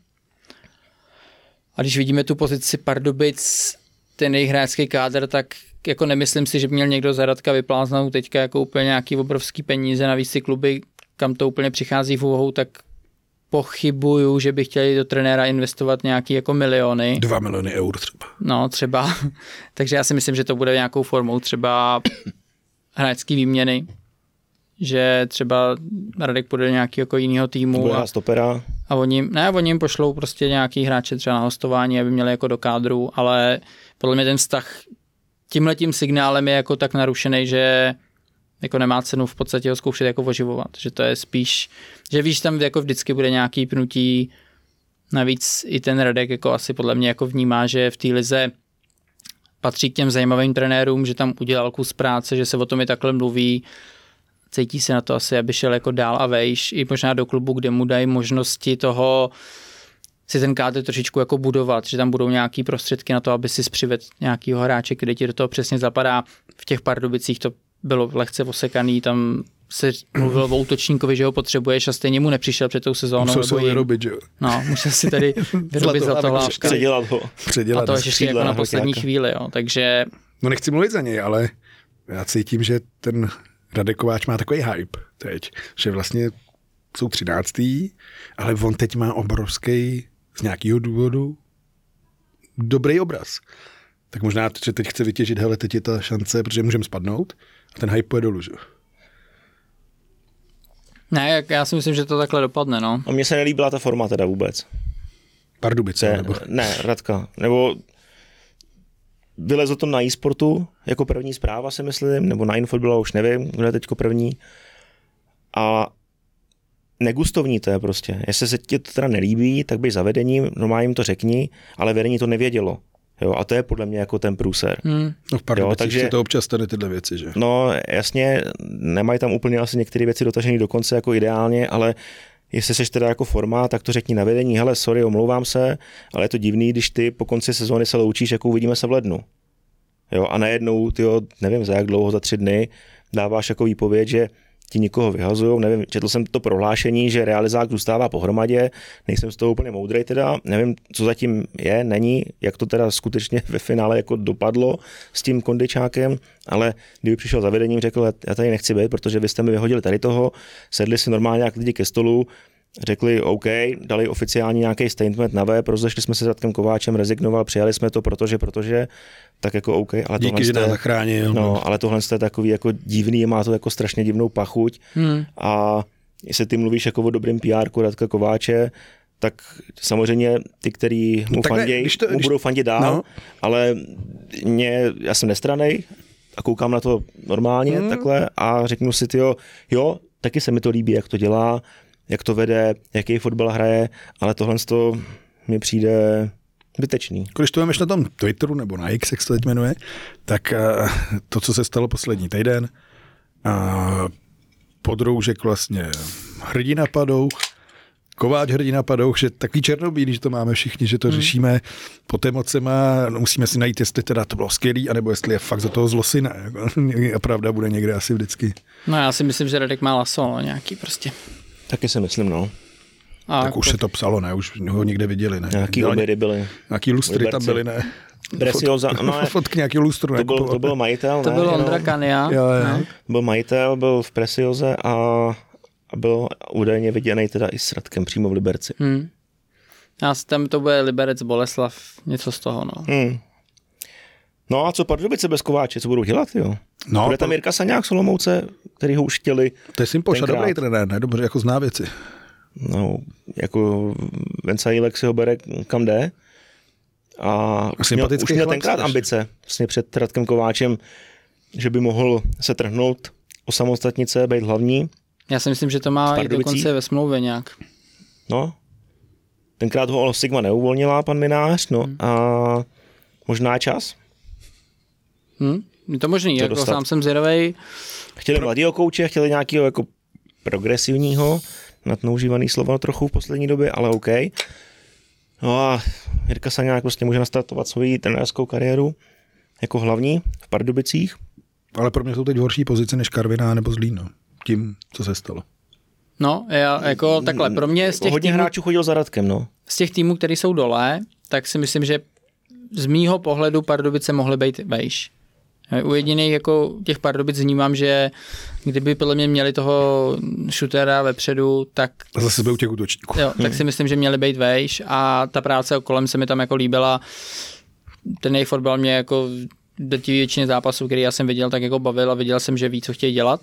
A když vidíme tu pozici Pardubic, ten jejich hráčský kádr, tak jako nemyslím si, že by měl někdo za Radka vypláznout teďka jako úplně nějaký obrovský peníze, navíc ty kluby, kam to úplně přichází v úvahu, tak pochybuju, že by chtěli do trenéra investovat nějaký jako miliony. 2 miliony eur třeba. No, třeba. Takže já si myslím, že to bude nějakou formou třeba hráčský výměny, že třeba Radek půjde do nějakého jako jiného týmu a oni jim pošlou prostě nějaký hráče třeba na hostování, aby měli jako do kádru, ale podle mě ten vztah tímhletím signálem je jako tak narušený, že jako nemá cenu v podstatě ho zkoušet jako oživovat, že to je spíš, že víš, tam jako vždycky bude nějaký pnutí, navíc i ten Radek jako asi podle mě jako vnímá, že v té lize patří k těm zajímavým trenérům, že tam udělal kus práce, že se o tom i takhle mluví, cítí se na to asi, aby šel jako dál a vejš, i možná do klubu, kde mu dají možnosti toho si ten kádr trošičku jako budovat, že tam budou nějaký prostředky na to, aby si přivedl nějakýho hráče, který ti do toho přesně zapadá. V těch Pardubicích to bylo lehce osekaný, tam se mluvilo o útočníkovi, že ho potřebuješ a stejně mu nepřišel před tou sezónou. Musel si ho vyrobit, že jo? No, musel si tady vyrobit Zlatohlávka. Předělat ho. A to ještě jako na poslední chvíli, jo. Takže... No nechci mluvit za něj, ale já cítím, že ten Radek Kováč má takový hype teď, že vlastně jsou 13. ale on teď má obrovský z nějakého důvodu dobrý obraz. Tak možná, že teď chce vytěžit, hele, teď je ta šance, protože můžeme spadnout a ten hype půjde dolů, že? Ne, já si myslím, že to takhle dopadne, no. A mně se nelíbila ta forma teda vůbec. Pardubice, nebo? Ne, Radka. Nebo vylezlo to na e-sportu jako první zpráva, si myslím, nebo na Infotbalu, už nevím, kdo je teďko první. A negustovní to je prostě. Jestli se ti to teda nelíbí, tak běž za vedením, normálně jim to řekni, ale vedení to nevědělo. Jo, a to je podle mě jako ten průser. No v Pardubicích se to občas stane tyhle věci, že? No jasně, nemají tam úplně asi některé věci dotažené do konce jako ideálně, ale jestli seš teda jako forma, tak to řekni na vedení, hele, sorry, omlouvám se, ale je to divný, když ty po konci sezóny se loučíš, jako uvidíme se v lednu. Jo, a najednou, tyjo, nevím za jak dlouho, za 3 dny, dáváš jako výpověď, že ti nikoho vyhazujou, nevím, četl jsem to prohlášení, že realizák zůstává pohromadě, nejsem z toho úplně moudrej teda, nevím, co zatím je, není, jak to teda skutečně ve finále jako dopadlo s tím Kondičákem, ale kdyby přišel za vedením, řekl, já tady nechci být, protože vy jste mi vyhodili tady toho, sedli si normálně jak lidi ke stolu, řekli OK, dali oficiální nějaký statement na web, rozešli jsme se s Radkem Kováčem, rezignoval, přijali jsme to, protože tak jako OK, ale díky, že nás zachránil. No, ale tohle je takový jako divný, má to jako strašně divnou pachuť a jestli ty mluvíš jako o dobrým PR-ku Radka Kováče, tak samozřejmě ty, který mu fanděj, mu budou fandit dál, ale já jsem nestrannej a koukám na to normálně takhle a řeknu si, jo, taky se mi to líbí, jak to dělá, jak to vede, jaký fotbal hraje, ale tohle mi přijde zbytečný. Když to máš na tom Twitteru nebo na X, jak se to teď jmenuje, tak to, co se stalo poslední týden, Podroužek vlastně hrdina Padouch, Kováč hrdina Padouch, že takový černobílý, že to máme všichni, že to řešíme pod emocema, musíme si najít, jestli teda to bylo skvělý, anebo jestli je fakt za toho zlosina. A pravda bude někde asi vždycky. No já si myslím, že Radek má laso, no, nějaký prostě. Taky si myslím, no. A tak jako už se to psalo, ne? Už ho někde viděli, ne? Nějaký obědy byly. Nějaký lustry tam byly, ne? Preciosa, fotky nějaký lustru. To byl majitel, to ne? byl Ondra Kania. Jo. Byl majitel, byl v Precioze a byl údajně viděný teda i s Radkem přímo v Liberci. Tam to bude Liberec Boleslav, něco z toho, no. No a co Pardubice bez Kováče, co budou dělat, jo? No, bude tam Jirka Saňák z Olomouce, který ho už chtěli. To je Simpoš, dobrý trenér, ne? Dobře, jako zná věci. No, jako Venca Jílek si ho bere kam jde. A už měl tenkrát ambice vlastně před Radkem Kováčem, že by mohl se trhnout, osamostatnit se, být hlavní. Já si myslím, že to má i dokonce ve smlouvě nějak. No, tenkrát ho Sigma neuvolnila, pan Minář, no a možná je čas. Je to možný, to jako dostat. Sám jsem zvědavej. Chtěli mladýho kouče, chtěli nějakého jako progresivního, nadnoužívaný slovo trochu v poslední době, ale OK. No a Jirka Saňák prostě může nastartovat svoji trenérskou kariéru jako hlavní v Pardubicích. Ale pro mě jsou teď horší pozice než Karviná nebo Zlín, tím, co se stalo. No, jako takhle, pro mě z těch hodně hráčů chodil za Radkem, no. Z těch týmů, který jsou dole, tak si myslím, že z mýho pohledu Pardubice mohly být vejš. U jediných jako těch Pardubic vnímám, že kdyby podle mě měli toho šutera vepředu, tak... A zase byl těch útočníků. Jo, tak si myslím, že měli být vejš a ta práce kolem se mi tam jako líbila. Ten jejich fotbal mě jako většině zápasů, který já jsem viděl, tak jako bavil a viděl jsem, že ví, co chtějí dělat.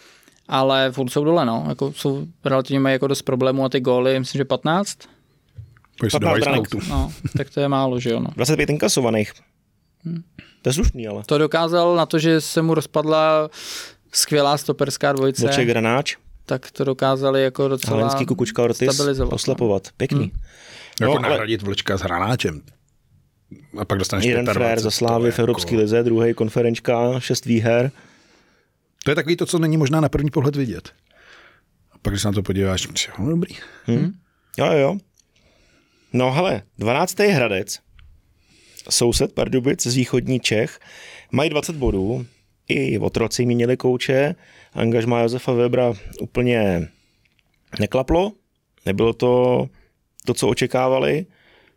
Ale furt jsou dole, no. Jako jsou relativně mají jako dost problémů a ty góly, myslím, že 15. 15 branek. No, tak to je málo, že jo, no. 25 inkasovaných. To je slušný, ale. To dokázal na to, že se mu rozpadla skvělá stoperská dvojice. Vlček Granáč. Tak to dokázali jako docela Halenský, Kukučka, Ortiz poslepovat. Pěkný. Jako nahradit Vlčka s Hranáčem. A pak dostaneš jeden frér za Slávy v Evropské lize, druhý konferenčka, 6 výher. To je takový to, co není možná na první pohled vidět. A pak, když se na to podíváš, no dobrý. Jo. No hele, 12. Hradec, soused Pardubic z východní Čech, mají 20 bodů, i otroci měnili kouče, angažmá Josefa Webera úplně neklaplo, nebylo to, co očekávali.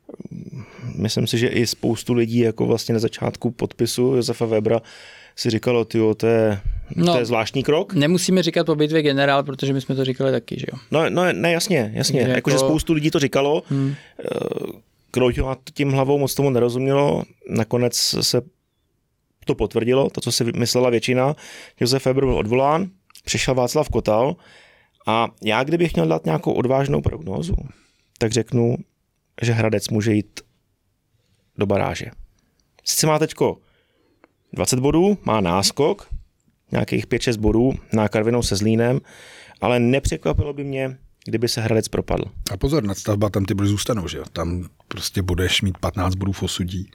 Myslím si, že i spoustu lidí jako vlastně na začátku podpisu Josefa Webera si říkalo, tyjo, to je zvláštní krok. Nemusíme říkat po bitvě generál, protože my jsme to říkali taky, že jo? No, ne, jasně. Jakože spoustu lidí to říkalo, kroutilo tím hlavou, moc tomu nerozumělo, nakonec se to potvrdilo, to, co si myslela většina. Josef Weber byl odvolán, přišel Václav Kotal a já, kdybych měl dát nějakou odvážnou prognózu, tak řeknu, že Hradec může jít do baráže. Sice má teďko 20 bodů, má náskok, nějakých 5-6 bodů na Karvinou se Zlínem, ale nepřekvapilo by mě, kdyby se Hradec propadl. A pozor, nadstavba, tam ty body zůstanou, že jo? Tam prostě budeš mít 15 bodů v osudí.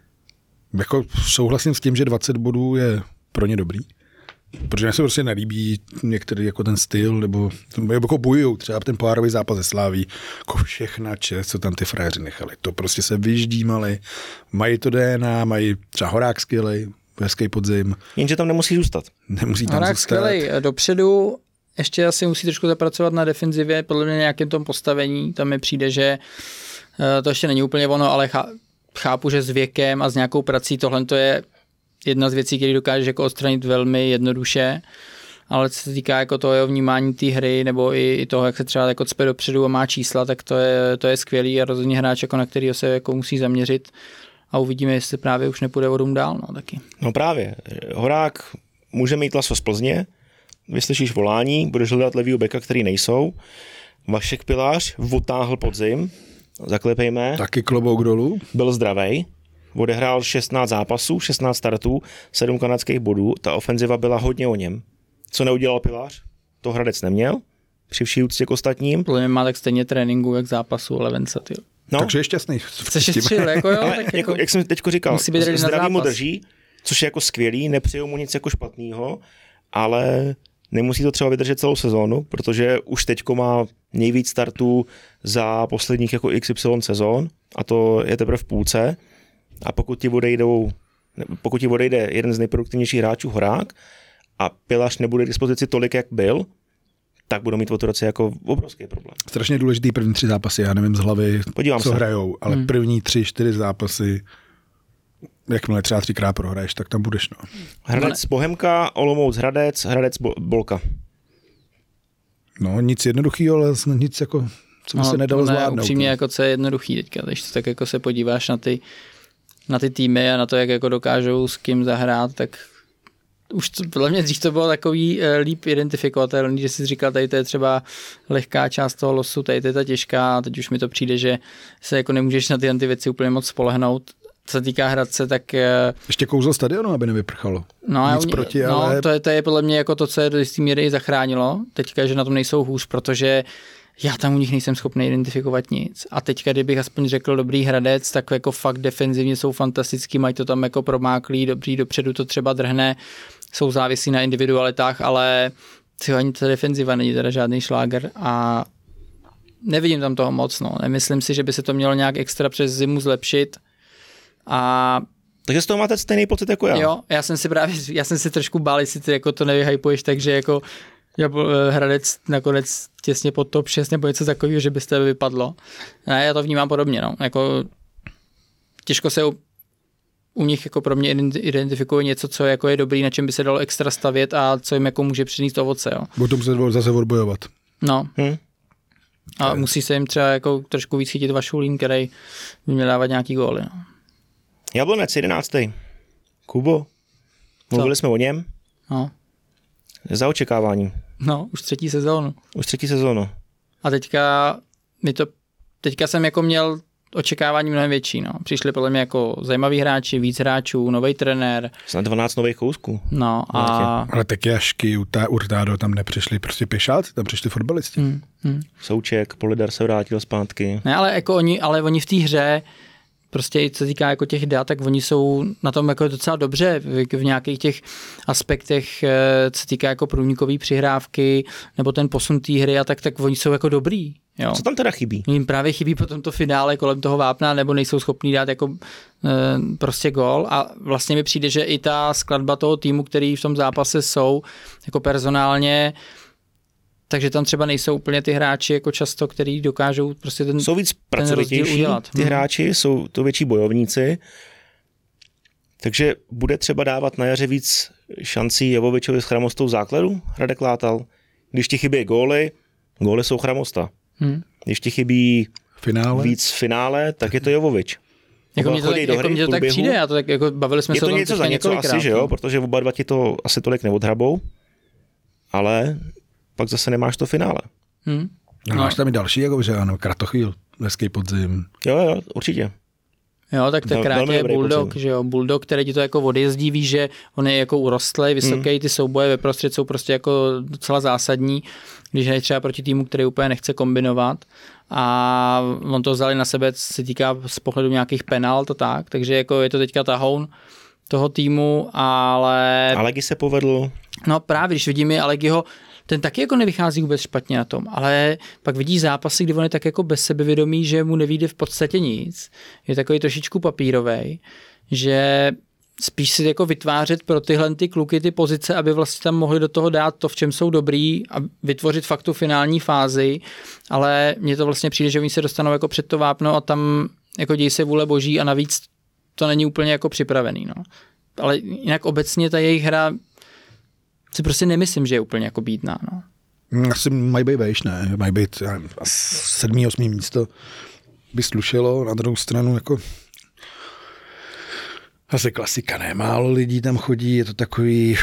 Jako souhlasím s tím, že 20 bodů je pro ně dobrý, protože mě se prostě nelíbí některý jako ten styl, nebo jako bojujou třeba ten pohárový zápas ze Sláví, jako všechna čest, co tam ty frajeři nechali. To prostě se vyždímali, mají to DNA, mají třeba Horák skvělej, hezký podzim. Jenže tam nemusí zůstat. Nemusí tam Horák zůstat. skvělej dopředu, ještě asi musí trošku zapracovat na defenzivě, podle mě nějakém tom postavení, tam mi přijde, že to ještě není úplně ono, ale chápu, že s věkem a s nějakou prací tohle to je jedna z věcí, které dokážeš jako odstranit velmi jednoduše, ale co se týká jako toho jeho vnímání té hry nebo i toho, jak se třeba jako cpe dopředu a má čísla, tak to je skvělý a rozhodně hráč, jako na kterýho se jako musí zaměřit a uvidíme, jestli právě už nepůjde o dům dál. No, taky. No právě. Horák může mít laso z Plzně, vyslyšíš volání, budeš hledat levýho beka, který nejsou. Vašek Pilář otáhl podzim, zaklepejme. Taky klobouk dolů. Byl zdravej, odehrál 16 zápasů, 16 startů, 7 kanadských bodů, ta ofenziva byla hodně o něm. Co neudělal Pilář? To Hradec neměl, při vší úctě k ostatním. Podle mě má tak stejně tréninku, jak zápasu, ale Venca, ty. No. Takže je šťastný. Chce šetřit, jako jo? Tak jako, jak jsem teďko říkal, zdraví mu drží, což je jako skvělý, nepřeju mu nic jako špatného, ale nemusí to třeba vydržet celou sezónu, protože už teďko má nejvíc startů za posledních jako XY sezón a to je teprve v půlce. A pokud ti odejde jeden z nejproduktivnějších hráčů Horák a Pilař nebude k dispozici tolik, jak byl, tak budou mít o to roce jako obrovský problém. Strašně důležitý první 3 zápasy, já nevím z hlavy, co hrajou, ale první 3-4 zápasy, jakmile třeba 3krát prohraješ, tak tam budeš. No. Hradec Bohemka, Olomouc Hradec, Hradec Bolka. No nic jednoduchýho, ale nic jako, co by se nedalo zvládnout. Upřímně jako co je jednoduchý teďka, když tak jako se podíváš na ty týmy a na to, jak jako dokážou s kým zahrát, tak už podle mě dřív to bylo takový líp identifikovatelný, že jsi říkal, tady to je třeba lehká část toho losu, tady to je ta těžká a teď už mi to přijde, že se jako nemůžeš na ty věci úplně moc spolehnout. Co se týká Hradce, tak... Ještě kouzlo stadionu, aby nevyprchalo. Nic proti, ale... to je podle mě jako to, co je do jistý míry zachránilo. Teďka, že na tom nejsou hůř, protože já tam u nich nejsem schopný identifikovat nic. A teďka, kdybych aspoň řekl dobrý Hradec, tak jako fakt defenzivně jsou fantastický, mají to tam jako promáklý, dobrý, dopředu to třeba drhne, jsou závislí na individualitách, ale ani ta defenziva není teda žádný šláger a nevidím tam toho moc. No. Nemyslím si, že by se to mělo nějak extra přes zimu zlepšit. Takže z toho máte stejný pocit jako já. Jo, já jsem si trošku bál, jestli ty jako to nevyhypuješ, takže jako Hradec nakonec těsně pod top 6 nebo něco takového, že by z tebe vypadlo. Ne, já to vnímám podobně, no. Jako těžko se u nich jako pro mě identifikuje něco, co jako je dobrý, na čem by se dalo extra stavět a co jim jako může přinést ovoce, jo. Potom se zase odbojovat. No. A musí se jim třeba jako trošku víc chytit Vašulín, který by měl dávat nějaký góly, no. Jablonec 11. Kubo, mluvili jsme o něm. No. Za očekáváním. No, už třetí sezónu. A teďka jsem jako měl očekávání mnohem větší, no. Přišli podle mě jako zajímaví hráči, víc hráčů, nový trenér. Snad 12 nových kousků. No a... Ale taky Jašky, Urtádo tam nepřišli prostě pěšáci, tam přišli fotbalisti. Souček, Polidar se vrátil zpátky. Ne, ale oni v té hře prostě co se týká jako těch dat, tak oni jsou na tom jako docela dobře v nějakých těch aspektech, co se týká jako průnikové přihrávky nebo ten posun té hry a tak oni jsou jako dobrý. Jo. Co tam teda chybí? Jim právě chybí potom to finále kolem toho vápna nebo nejsou schopní dát jako prostě gól a vlastně mi přijde, že i ta skladba toho týmu, který v tom zápase jsou jako personálně, takže tam třeba nejsou úplně ty hráči jako často, který dokážou prostě jsou víc pracovitější, ty hráči jsou to větší bojovníci, takže bude třeba dávat na jaře víc šancí Jovovičovi s Chramostou základu, Radek Látal. Když ti chybí góly jsou Chramosta. Když ti chybí víc finále, tak je to Jovovič. Jako mě to tak přijde, já to tak jako bavili jsme se o tom něco za něco asi, že jo, protože oba dva ti to asi tolik neodhrabou, ale pak zase nemáš to finále. No, máš tam i další, jako že ano, Kratochvíl, hezký podzim. Jo, určitě. Jo, tak tenkrát je Bulldog, že jo, Bulldog, který ti to jako odjezdí, ví, že on je jako urostlej, vysoký, ty souboje ve prostřed jsou prostě jako docela zásadní, když je třeba proti týmu, který úplně nechce kombinovat a on to vzali na sebe, co se týká z pohledu nějakých penalt a tak, takže jako je to teďka tahoun toho týmu, ale... Alegi se povedl. No právě, když vidíme Alegiho, ten taky jako nevychází vůbec špatně na tom, ale pak vidí zápasy, kdy on je tak jako bez sebevědomí, že mu nevyjde v podstatě nic. Je takový trošičku papírovej, že spíš si jako vytvářet pro tyhle ty kluky ty pozice, aby vlastně tam mohli do toho dát to, v čem jsou dobrý a vytvořit fakt tu finální fázi, ale mně to vlastně přijde, že oni se dostanou jako před to vápno a tam jako dějí se vůle boží a navíc to není úplně jako připravený. No. Ale jinak obecně ta jejich hra si prostě nemyslím, že je úplně jako bídná. No. Asi mají být vejš, ne? Mají být 7. 8. místo by slušelo, na druhou stranu jako asi klasika, ne? Málo lidí tam chodí, je to takový,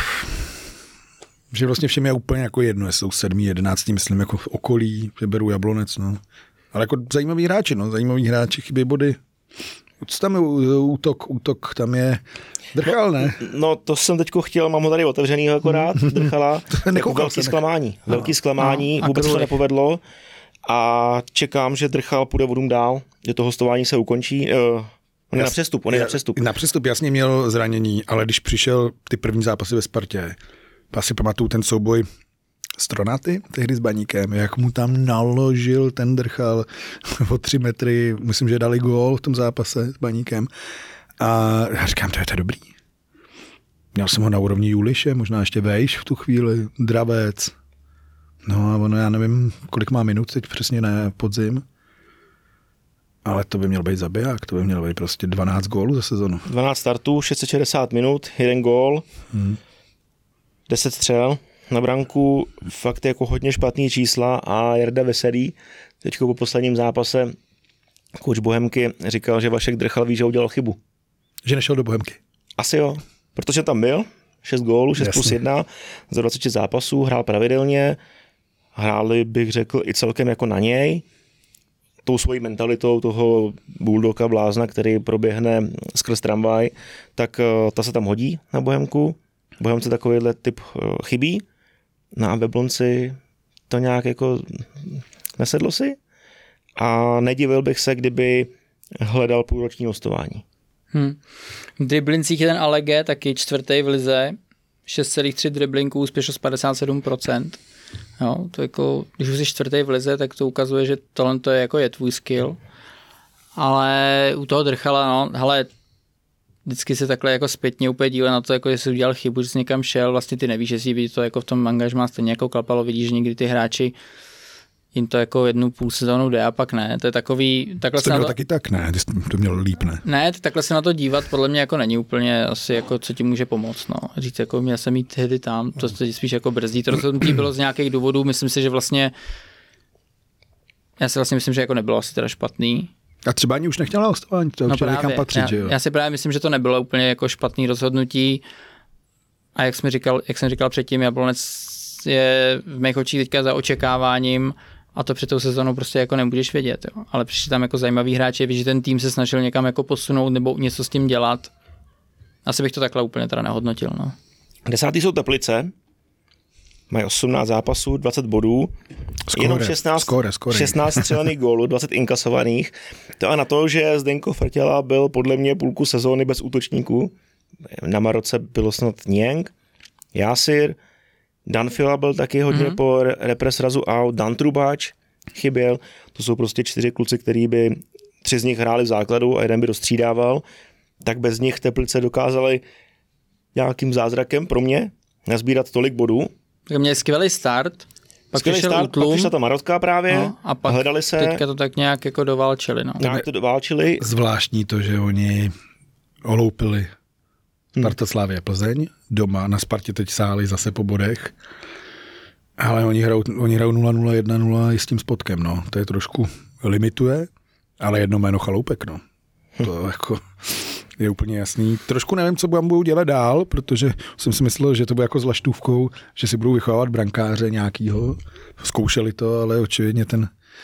že vlastně všem je úplně jako jedno, jestli jsou 7. 11. myslím jako v okolí, že berou Jablonec, no. Ale jako zajímavý hráči, chybí body. Co tam je útok, tam je Drchal, ne? No to jsem teďko chtěl, mám ho tady otevřenýho akorát, Drchala, jako velký zklamání, vůbec to nepovedlo a čekám, že Drchal půjde vodům dál, že to hostování se ukončí. On je na přestup. Na přestup jasně měl zranění, ale když přišel ty první zápasy ve Spartě, asi pamatuju ten souboj Stronaty tehdy s Baníkem, jak mu tam naložil ten Drchal o 3 metry, myslím, že dali gól v tom zápase s Baníkem. A já říkám, to je dobrý. Měl jsem ho na úrovni Juliše, možná ještě vejš v tu chvíli, Dravec. No a ono, já nevím, kolik má minut teď přesně na podzim. Ale to by měl být zabiják, to by měl být prostě 12 gólů za sezonu. 12 startů, 660 minut, 1 gól, 10 střel na branku, fakt jako hodně špatný čísla a Jarda Veselý, teďko po posledním zápase kouč Bohemky říkal, že Vašek Drchal ví, že udělal chybu. Že nešel do Bohemky. Asi jo, protože tam byl, 6 gólů, 6+1 za 26 zápasů, hrál pravidelně, hráli bych řekl i celkem jako na něj, tou svojí mentalitou toho bulldoga blázna, který proběhne skrz tramvaj, tak ta se tam hodí na Bohemku. Bohemce takovýhle typ chybí. No a v Jablonci to nějak jako nesedlo si. A nedivil bych se, kdyby hledal půlroční hostování. V driblincích je ten Alege, taky 4. v lize, 6,3 driblinků, úspěšnost 57%. Jo, to jako, když už jsi 4. v lize, tak to ukazuje, že tohle je jako je tvůj skill. Ale u toho Drchala, no, hele, vždycky se takhle jako zpětně úplně díle na to, jako jestli udělal chybu, že jsi někam šel, vlastně ty nevíš, jestli vidíš to jako v tom angažmá stejně jako klapalo, vidíš, že někdy ty hráči jim to jako 1,5 sezónu jde a pak ne. To je takový... Takhle to bylo taky tak, ne? To mělo líp, ne? Ne, takhle se na to dívat podle mě jako není úplně asi jako, co ti může pomoct. No. Říct, jako měl jsem jít tehdy tam, to se spíš jako brzdí. To rozhodnutí bylo z nějakých důvodů, myslím si, že vlastně já si vlastně myslím, že jako nebylo asi teda špatný. A třeba ani už nechtěla hostování, to už někam patřit, že jo? Já si právě myslím, že to nebylo úplně jako špatný rozhodnutí. A jak jsem říkal předtím, Jablonec je v mých očích teďka za očekáváním a to před tou sezónou prostě jako nebudeš vědět. Jo. Ale přišli tam jako zajímavý hráči, víš, že ten tým se snažil někam jako posunout nebo něco s tím dělat. Asi bych to takhle úplně teda nehodnotil. No. 10. jsou Teplice, mají 18 zápasů, 20 bodů, jenom 16 střelených gólů, 20 inkasovaných. To a na to, že Zdenko Frtěla byl podle mě půlku sezóny bez útočníků. Na Maroce bylo snad Niang, Jásir, Danfila byl taky hodně po represrazu out, Dan Trubač chyběl. To jsou prostě 4 kluci, který by 3 z nich hráli v základu a jeden by dostřídával. Tak bez nich Teplice dokázali nějakým zázrakem pro mě nazbírat tolik bodů. Tak měli skvělý start, pak přišel útlum. Pak přišla ta Marotka právě, no, a pak hledali se. Teďka to tak nějak jako doválčili. No. Nějak to doválčili. Zvláštní to, že oni oloupili Sparta Slavia Plzeň, doma na Spartě teď sáli zase po bodech, ale oni hrajou 0-0, 1-0 i s tím Spodkem, no. To je trošku limituje, ale jedno jméno Chaloupek, no. To jako je úplně jasný. Trošku nevím, co budou dělat dál, protože jsem si myslel, že to bude jako s Laštůvkou, že si budou vychovávat brankáře nějakýho. Zkoušeli to, ale očividně ten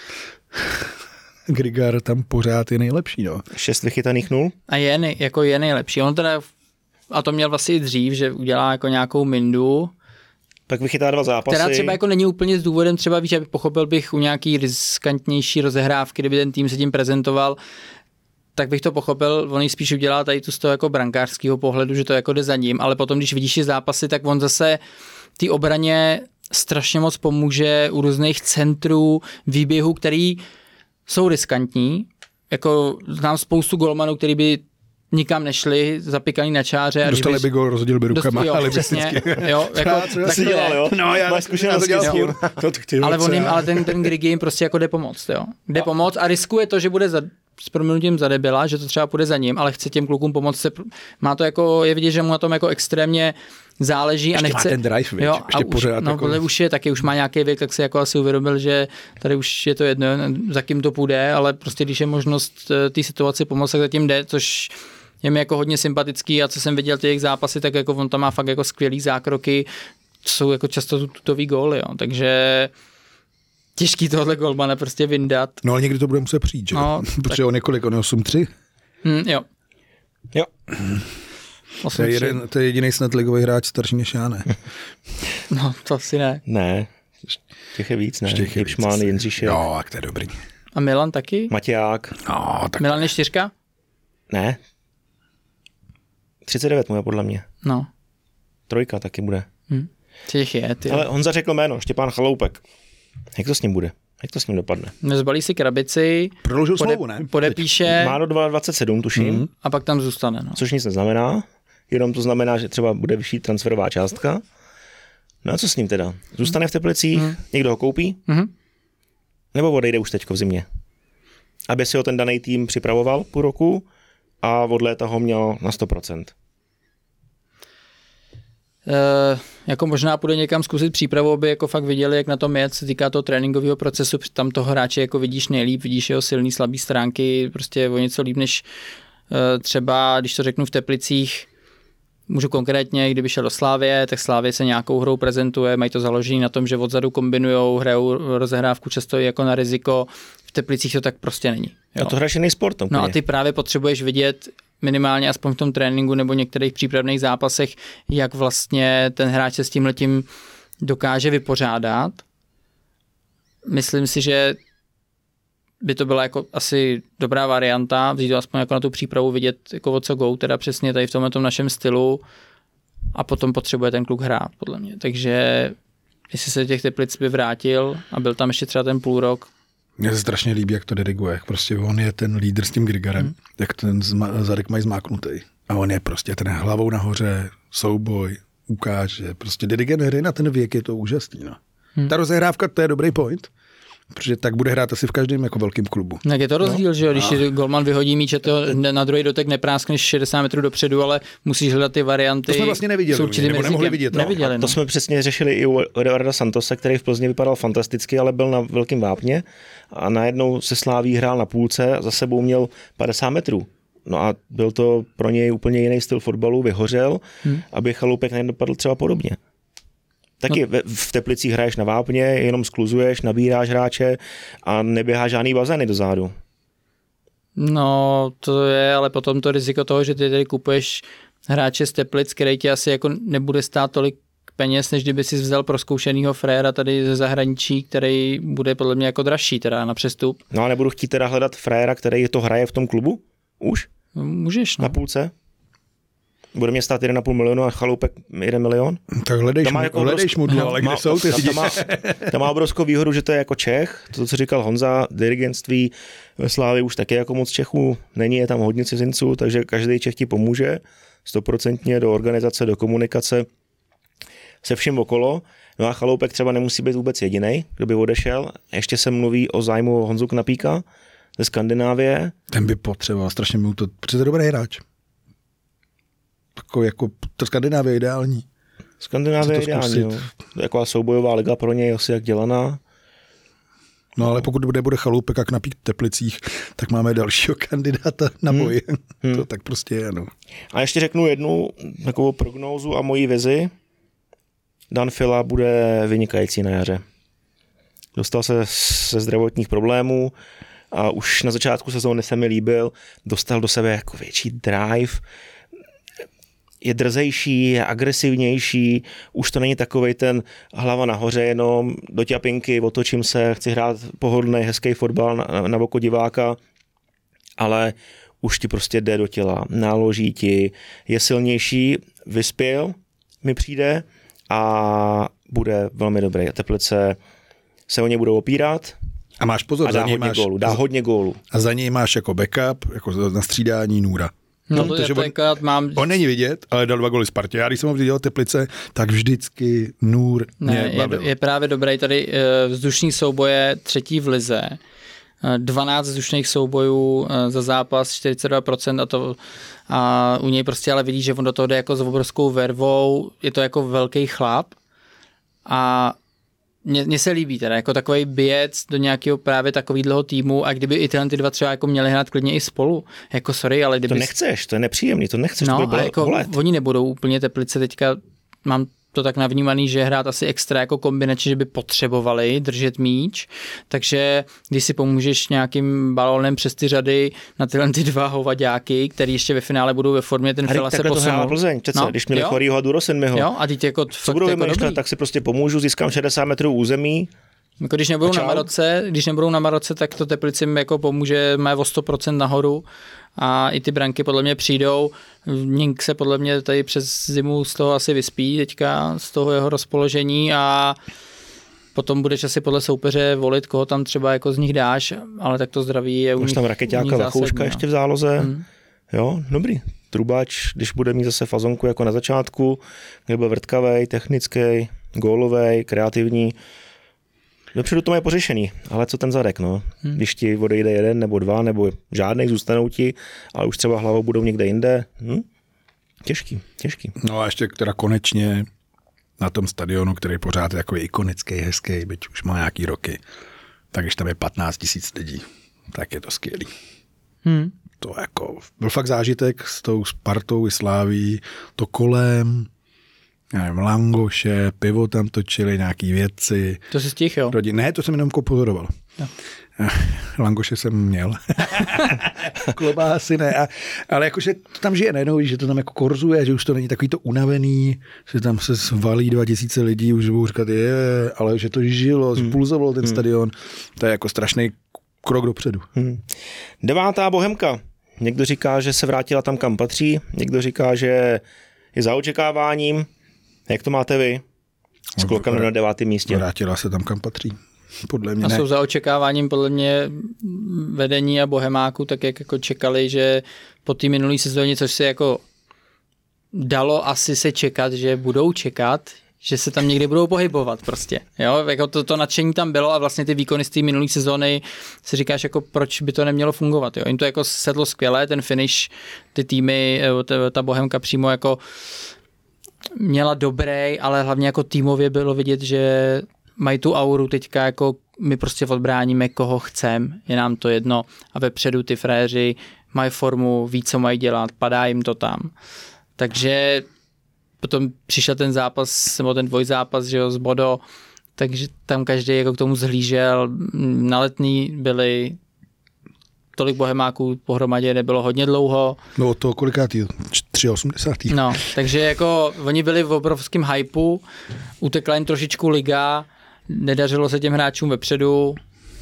Grigar tam pořád je nejlepší, no. 6 vychytaných 0. A je nejlepší. On teda, a to měl vlastně i dřív, že udělá jako nějakou mindu. Pak vychytá 2 zápasy. Která třeba jako není úplně s důvodem, třeba víš, aby pochopil bych u nějaký riskantnější rozehrávky, kdyby ten tým se tím prezentoval, tak bych to pochopil, on ji spíš udělá tady tu z toho jako brankářského pohledu, že to jako jde za ním, ale potom, když vidíš zápasy, tak on zase ty obraně strašně moc pomůže u různých centrů, výběhů, který jsou riskantní. Jako znám spoustu golmanů, který by nikam nešli, zapikaný na čáře. A dostali by gól, rozhodil by rukama. Jo, přesně. Jo, jako, co jsi dělal, jo? No, já zkušenost s tím. Ale ten Grigi jim prostě jako jde pomoct, jo. Jde pomoct a riskuje to, že bude s prominutím za debila, že to třeba půjde za ním, ale chce těm klukům pomoct. Má to jako, je vidět, že mu na tom jako extrémně záleží ještě a nechce. Má ten drive, jo, ještě pořád. No, jako už je taky, už má nějaký věk, tak si jako asi uvědomil, že tady už je to jedno, za kým to půjde, ale prostě když je možnost té situaci pomoct, tak zatím jde, což je mi jako hodně sympatický a co jsem viděl ty jejich zápasy, tak jako on tam má fakt jako skvělý zákroky, jsou jako často tutový góly, jo, takže těžký tohle golmana prostě vyndat. No ale někdy to bude muset přijít, že? No, protože on je kolik, on je 8-3? Jo. To je jediný snad ligový hráč starší než já, ne? No, to asi ne. Ne, těch je víc, ne? Hipšman, Jindřišek. Jo, tak to je dobrý. A Milan taky? Matěják. No, tak... Milan je 4? Ne. 39 mu je podle mě. No. 3 taky bude. Těch je, ty. Ale Honza řekl jméno, Štěpán Chaloupek. Jak to s ním bude? Jak to s ním dopadne? Zbalí si krabici, Prodloužil smlouvu, ne? podepíše Má do 27, tuším, a pak tam zůstane. No. což nic neznamená. Jenom to znamená, že třeba bude vyšší transferová částka. No a co s ním teda? Zůstane v Teplicích, někdo ho koupí? Nebo odejde už teďko v zimě? Aby si ho ten daný tým připravoval půl roku a od léta ho měl na 100%. Jako možná půjde někam zkusit přípravu, aby jako fakt viděli, jak na tom je, co se týká toho tréninkového procesu, tam toho hráče jako vidíš nejlíp, vidíš jeho silný, slabý stránky, prostě o něco líp, než třeba, když to řeknu v Teplicích, můžu konkrétně, kdyby šel do Slávie, tak Slávie se nějakou hrou prezentuje, mají to založené na tom, že odzadu kombinujou, hrajou rozehrávku často jako na riziko, v Teplicích to tak prostě není. Jo. A to hraješ jiný sport. No a ty právě potřebuješ vidět minimálně aspoň v tom tréninku nebo některých přípravných zápasech, jak vlastně ten hráč se s tímhletím dokáže vypořádat. Myslím si, že by to byla jako asi dobrá varianta, vzít to aspoň jako na tu přípravu, vidět jako o co go, teda přesně tady v tomhle našem stylu a potom potřebuje ten kluk hrát, podle mě. Takže jestli se do těch Teplic by vrátil a byl tam ještě třeba ten půl rok. Mně se strašně líbí, jak to diriguje, jak prostě on je ten lídr s tím Grigarem, jak ten zadek mají zmáknutý. A on je prostě ten hlavou nahoře, souboj, ukáže. Prostě dirigent hry na ten věk je to úžasný. No. Ta rozehrávka, to je dobrý point, protože tak bude hrát asi v každém jako velkém klubu. Tak je to rozdíl, že jo, když ti golman vyhodí míč a to na druhý dotek nepráskneš 60 metrů dopředu, ale musíš hledat ty varianty. To jsme vlastně neviděli, nebo nemohli vidět. No. Neviděli, no. To jsme přesně řešili i u Eduarda Santose, který v Plzni vypadal fantasticky, ale byl na velkém vápně a najednou se Sláví hrál na půlce a za sebou měl 50 metrů. No a byl to pro něj úplně jiný styl fotbalu, vyhořel, aby Chaloupek nedopadl třeba podobně. Taky v Teplicích hraješ na vápně, jenom skluzuješ, nabíráš hráče a neběhá žádný bazény dozadu. No, to je, ale potom to riziko toho, že ty tady kupuješ hráče z Teplic, který ti asi jako nebude stát tolik peněz, než kdyby si vzal prozkoušenýho fréra tady ze zahraničí, který bude podle mě jako dražší teda na přestup. No a nebudu chtít teda hledat fréra, který to hraje v tom klubu? Už? Můžeš, no. Na půlce? Bude mě stát 1,5 milionu a Chaloupek 1 milion? Tak hledej šmudlu, ale kde jsou ty lidi? Tam má obrovskou výhodu, že to je jako Čech, to, co říkal Honza, dirigentství ve Slávii už taky jako moc Čechů, není, je tam hodně cizinců, takže každý Čech ti pomůže 100% do organizace, do komunikace, se vším okolo. No a Chaloupek třeba nemusí být vůbec jedinej, kdo by odešel. Ještě se mluví o zájmu Honzu Knapíka ze Skandinávie. Ten by potřeboval, strašně mu to, protože to je dobrý hráč. Jako to Skandinávie je ideální. Skandinávie je ideální. Taková soubojová liga pro něj asi jak dělaná. No ale pokud bude Chaloupek a Knapík v Teplicích, tak máme dalšího kandidáta na boj. To tak prostě je, no. A ještě řeknu jednu takovou prognózu a moji vizi. Dan Fila bude vynikající na jaře. Dostal se ze zdravotních problémů a už na začátku sezóny se mi líbil. Dostal do sebe jako větší drive. Je drzejší, je agresivnější, už to není takovej ten hlava nahoře, jenom do ťapinky, otočím se, chci hrát pohodlný, hezký fotbal na oko diváka, ale už ti prostě jde do těla, náloží ti, je silnější, vyspěl, mi přijde a bude velmi dobrý. Teplice se o ně budou opírat. A máš pozor, a dá hodně gólů. A za něj máš jako backup, jako na střídání Nůra. No, to mám... On není vidět, ale dal 2 góly Spartě. Já když jsem ho viděl Teplice, tak vždycky Nůr mě bavil. Je právě dobrý tady vzdušní souboje 3. v lize. 12 vzdušných soubojů za zápas, 42% a u něj prostě ale vidíš, že on do toho jde jako s obrovskou vervou, je to jako velký chlap a mně se líbí teda, jako takový bijec do nějakého právě takovýhleho týmu a kdyby i tyhle ty dva třeba jako měli hrát klidně i spolu, jako sorry, ale kdyby... To nechceš, to je nepříjemný, to nechceš, no, to by bylo jako bolet. Oni nebudou úplně Teplice, teďka mám to tak navnímaný, že hrát asi extra jako kombinačně, že by potřebovali držet míč, takže když si pomůžeš nějakým balónem přes ty řady na tyhle ty dva hovaďáky, který ještě ve finále budou ve formě, ten Fila se posunul. Plzeň, přece, když měli chorýho a Durosinmiho. Jo, a teď jako co budou vymýšlet, tak si prostě pomůžu, získám 60 metrů území Jako když nebudou na Maroce, tak to Teplicím jako pomůže, má o 100% nahoru a i ty branky podle mě přijdou. Nink se podle mě tady přes zimu z toho asi vyspí teďka, z toho jeho rozpoložení a potom budeš asi podle soupeře volit, koho tam třeba jako z nich dáš, ale tak to zdraví je u nich. Máš tam Rakeťáka, Vachouška ještě v záloze. Jo, dobrý. Trubač, když bude mít zase fazonku jako na začátku, kde byl vrtkavej, technický, gólovej, kreativní. Dopředu to mají pořešený, ale co ten zadek, no? Když ti odejde 1 nebo 2, nebo žádnej, zůstanou ti, ale už třeba hlavou budou někde jinde. Těžký. No a ještě teda konečně na tom stadionu, který pořád je takový ikonický, hezký, byť už má nějaký roky, tak když tam je 15 000 lidí, tak je to skvělý. To jako byl fakt zážitek s tou Spartou i Sláví, to kolem, nevím, langoše, pivo tam točili, nějaký věci. To jsi stihl, jo? Ne, to jsem jenom pozoroval. No. Langoše jsem měl. Klobásy ne. Ale jakože to tam žije najednou, že to tam jako korzuje, že už to není takový to unavený, že tam se svalí 2000 lidí, už budou říkat, ale že to žilo, zpulzovalo ten stadion. To je jako strašný krok dopředu. 9. Bohemka. Někdo říká, že se vrátila tam, kam patří, někdo říká, že je za očekáváním. Jak to máte vy? S klokami na 9. místě. Vrátila se tam, kam patří. Podle mě a ne. jsou za očekáváním podle mě vedení a Bohemáku, tak jak jako čekali, že po té minulý sezóně, což se jako dalo asi se čekat, že budou čekat, že se tam někdy budou pohybovat prostě. Jo? Jako to nadšení tam bylo a vlastně ty výkony z té minulý sezóny si říkáš, jako proč by to nemělo fungovat. Jo? Jim to jako sedlo skvěle, ten finish, ty týmy, ta Bohemka přímo jako měla dobrý, ale hlavně jako týmově bylo vidět, že mají tu auru teďka, jako my prostě odbráníme, koho chcem, je nám to jedno a vepředu ty frajeři mají formu, ví, co mají dělat, padá jim to tam. Takže potom přišel ten zápas, nebo ten dvojzápas, že jo, s Bodo, takže tam každý jako k tomu zhlížel, na Letný byli tolik Bohemáků pohromadě nebylo hodně dlouho. No to kolikátý? 83. No, takže jako oni byli v obrovském hypeu, utekla jim trošičku liga, nedařilo se těm hráčům vepředu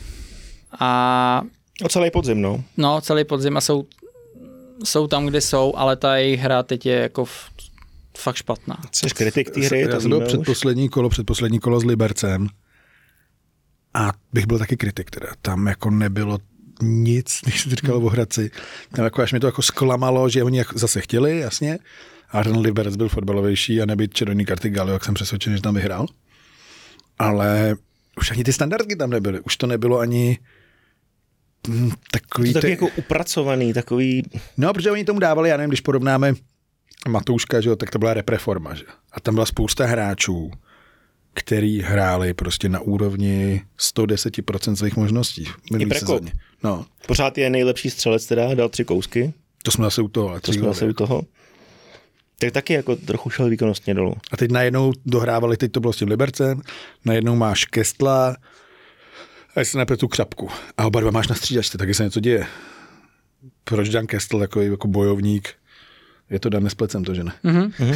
a celý podzim, no. No, celý podzim a jsou tam, kde jsou, ale ta jejich hra teď je jako fakt špatná. Jsi kritik té hry, já jsem byl předposlední kolo s Libercem a bych byl taky kritik teda. Tam jako nebylo nic, když jsi říkal o Hradci. Tam jako až mě to jako zklamalo, že oni zase chtěli, jasně, a ten Liberec byl fotbalovější a nebýt červený karty Galio, jak jsem přesvědčený, že tam vyhrál. Ale už ani ty standardky tam nebyly. Už to nebylo ani takový... To taky jako upracovaný, takový... No, protože oni tomu dávali, já nevím, když porovnáme Matouška, že jo, tak to byla repreforma, že? A tam byla spousta hráčů, který hráli prostě na úrovni 110% svých možností. I Prekop. No. Pořád je nejlepší střelec teda, dal 3 kousky. To jsme zase u toho. U toho. Tak taky jako trochu šel výkonnostně dolů. A teď najednou dohrávali, teď to bylo s tím Libercem, najednou máš Kestla a jestli nepletu Křapku. A oba dva máš na střídačce, taky se něco děje. Proč Dan Kestl takový jako bojovník? Je to Dan s plecem, to že ne? Mm-hmm.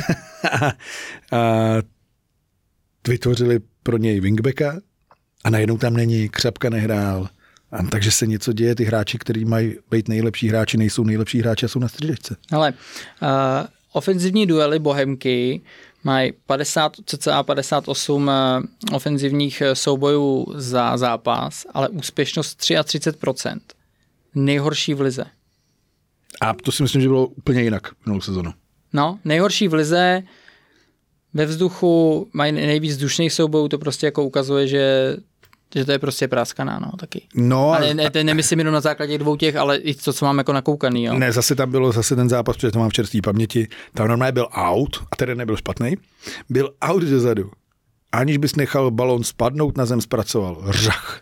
a vytvořili pro něj wingbacka a najednou tam není, Křapka nehrál. A takže se něco děje, ty hráči, kteří mají být nejlepší hráči, nejsou nejlepší hráči a jsou na střídačce. Ale ofenzivní duely Bohemky mají cca 58 ofenzivních soubojů za zápas, ale úspěšnost 33%. Nejhorší v lize. A to si myslím, že bylo úplně jinak minulou sezonu. No, nejhorší v lize, ve vzduchu mají nejvíc vzdušných soubojů, to prostě jako ukazuje, že to je prostě práskaná, no, taky. No, ale nemyslím jenom na základě 2 těch, ale i to, co mám jako nakoukaný, jo. Ne, zase tam bylo ten zápas, protože to mám v čerstvé paměti, tam normálně byl out, a tedy nebyl špatný, byl out dozadu. Aniž bys nechal balón spadnout, na zem zpracoval. Řach.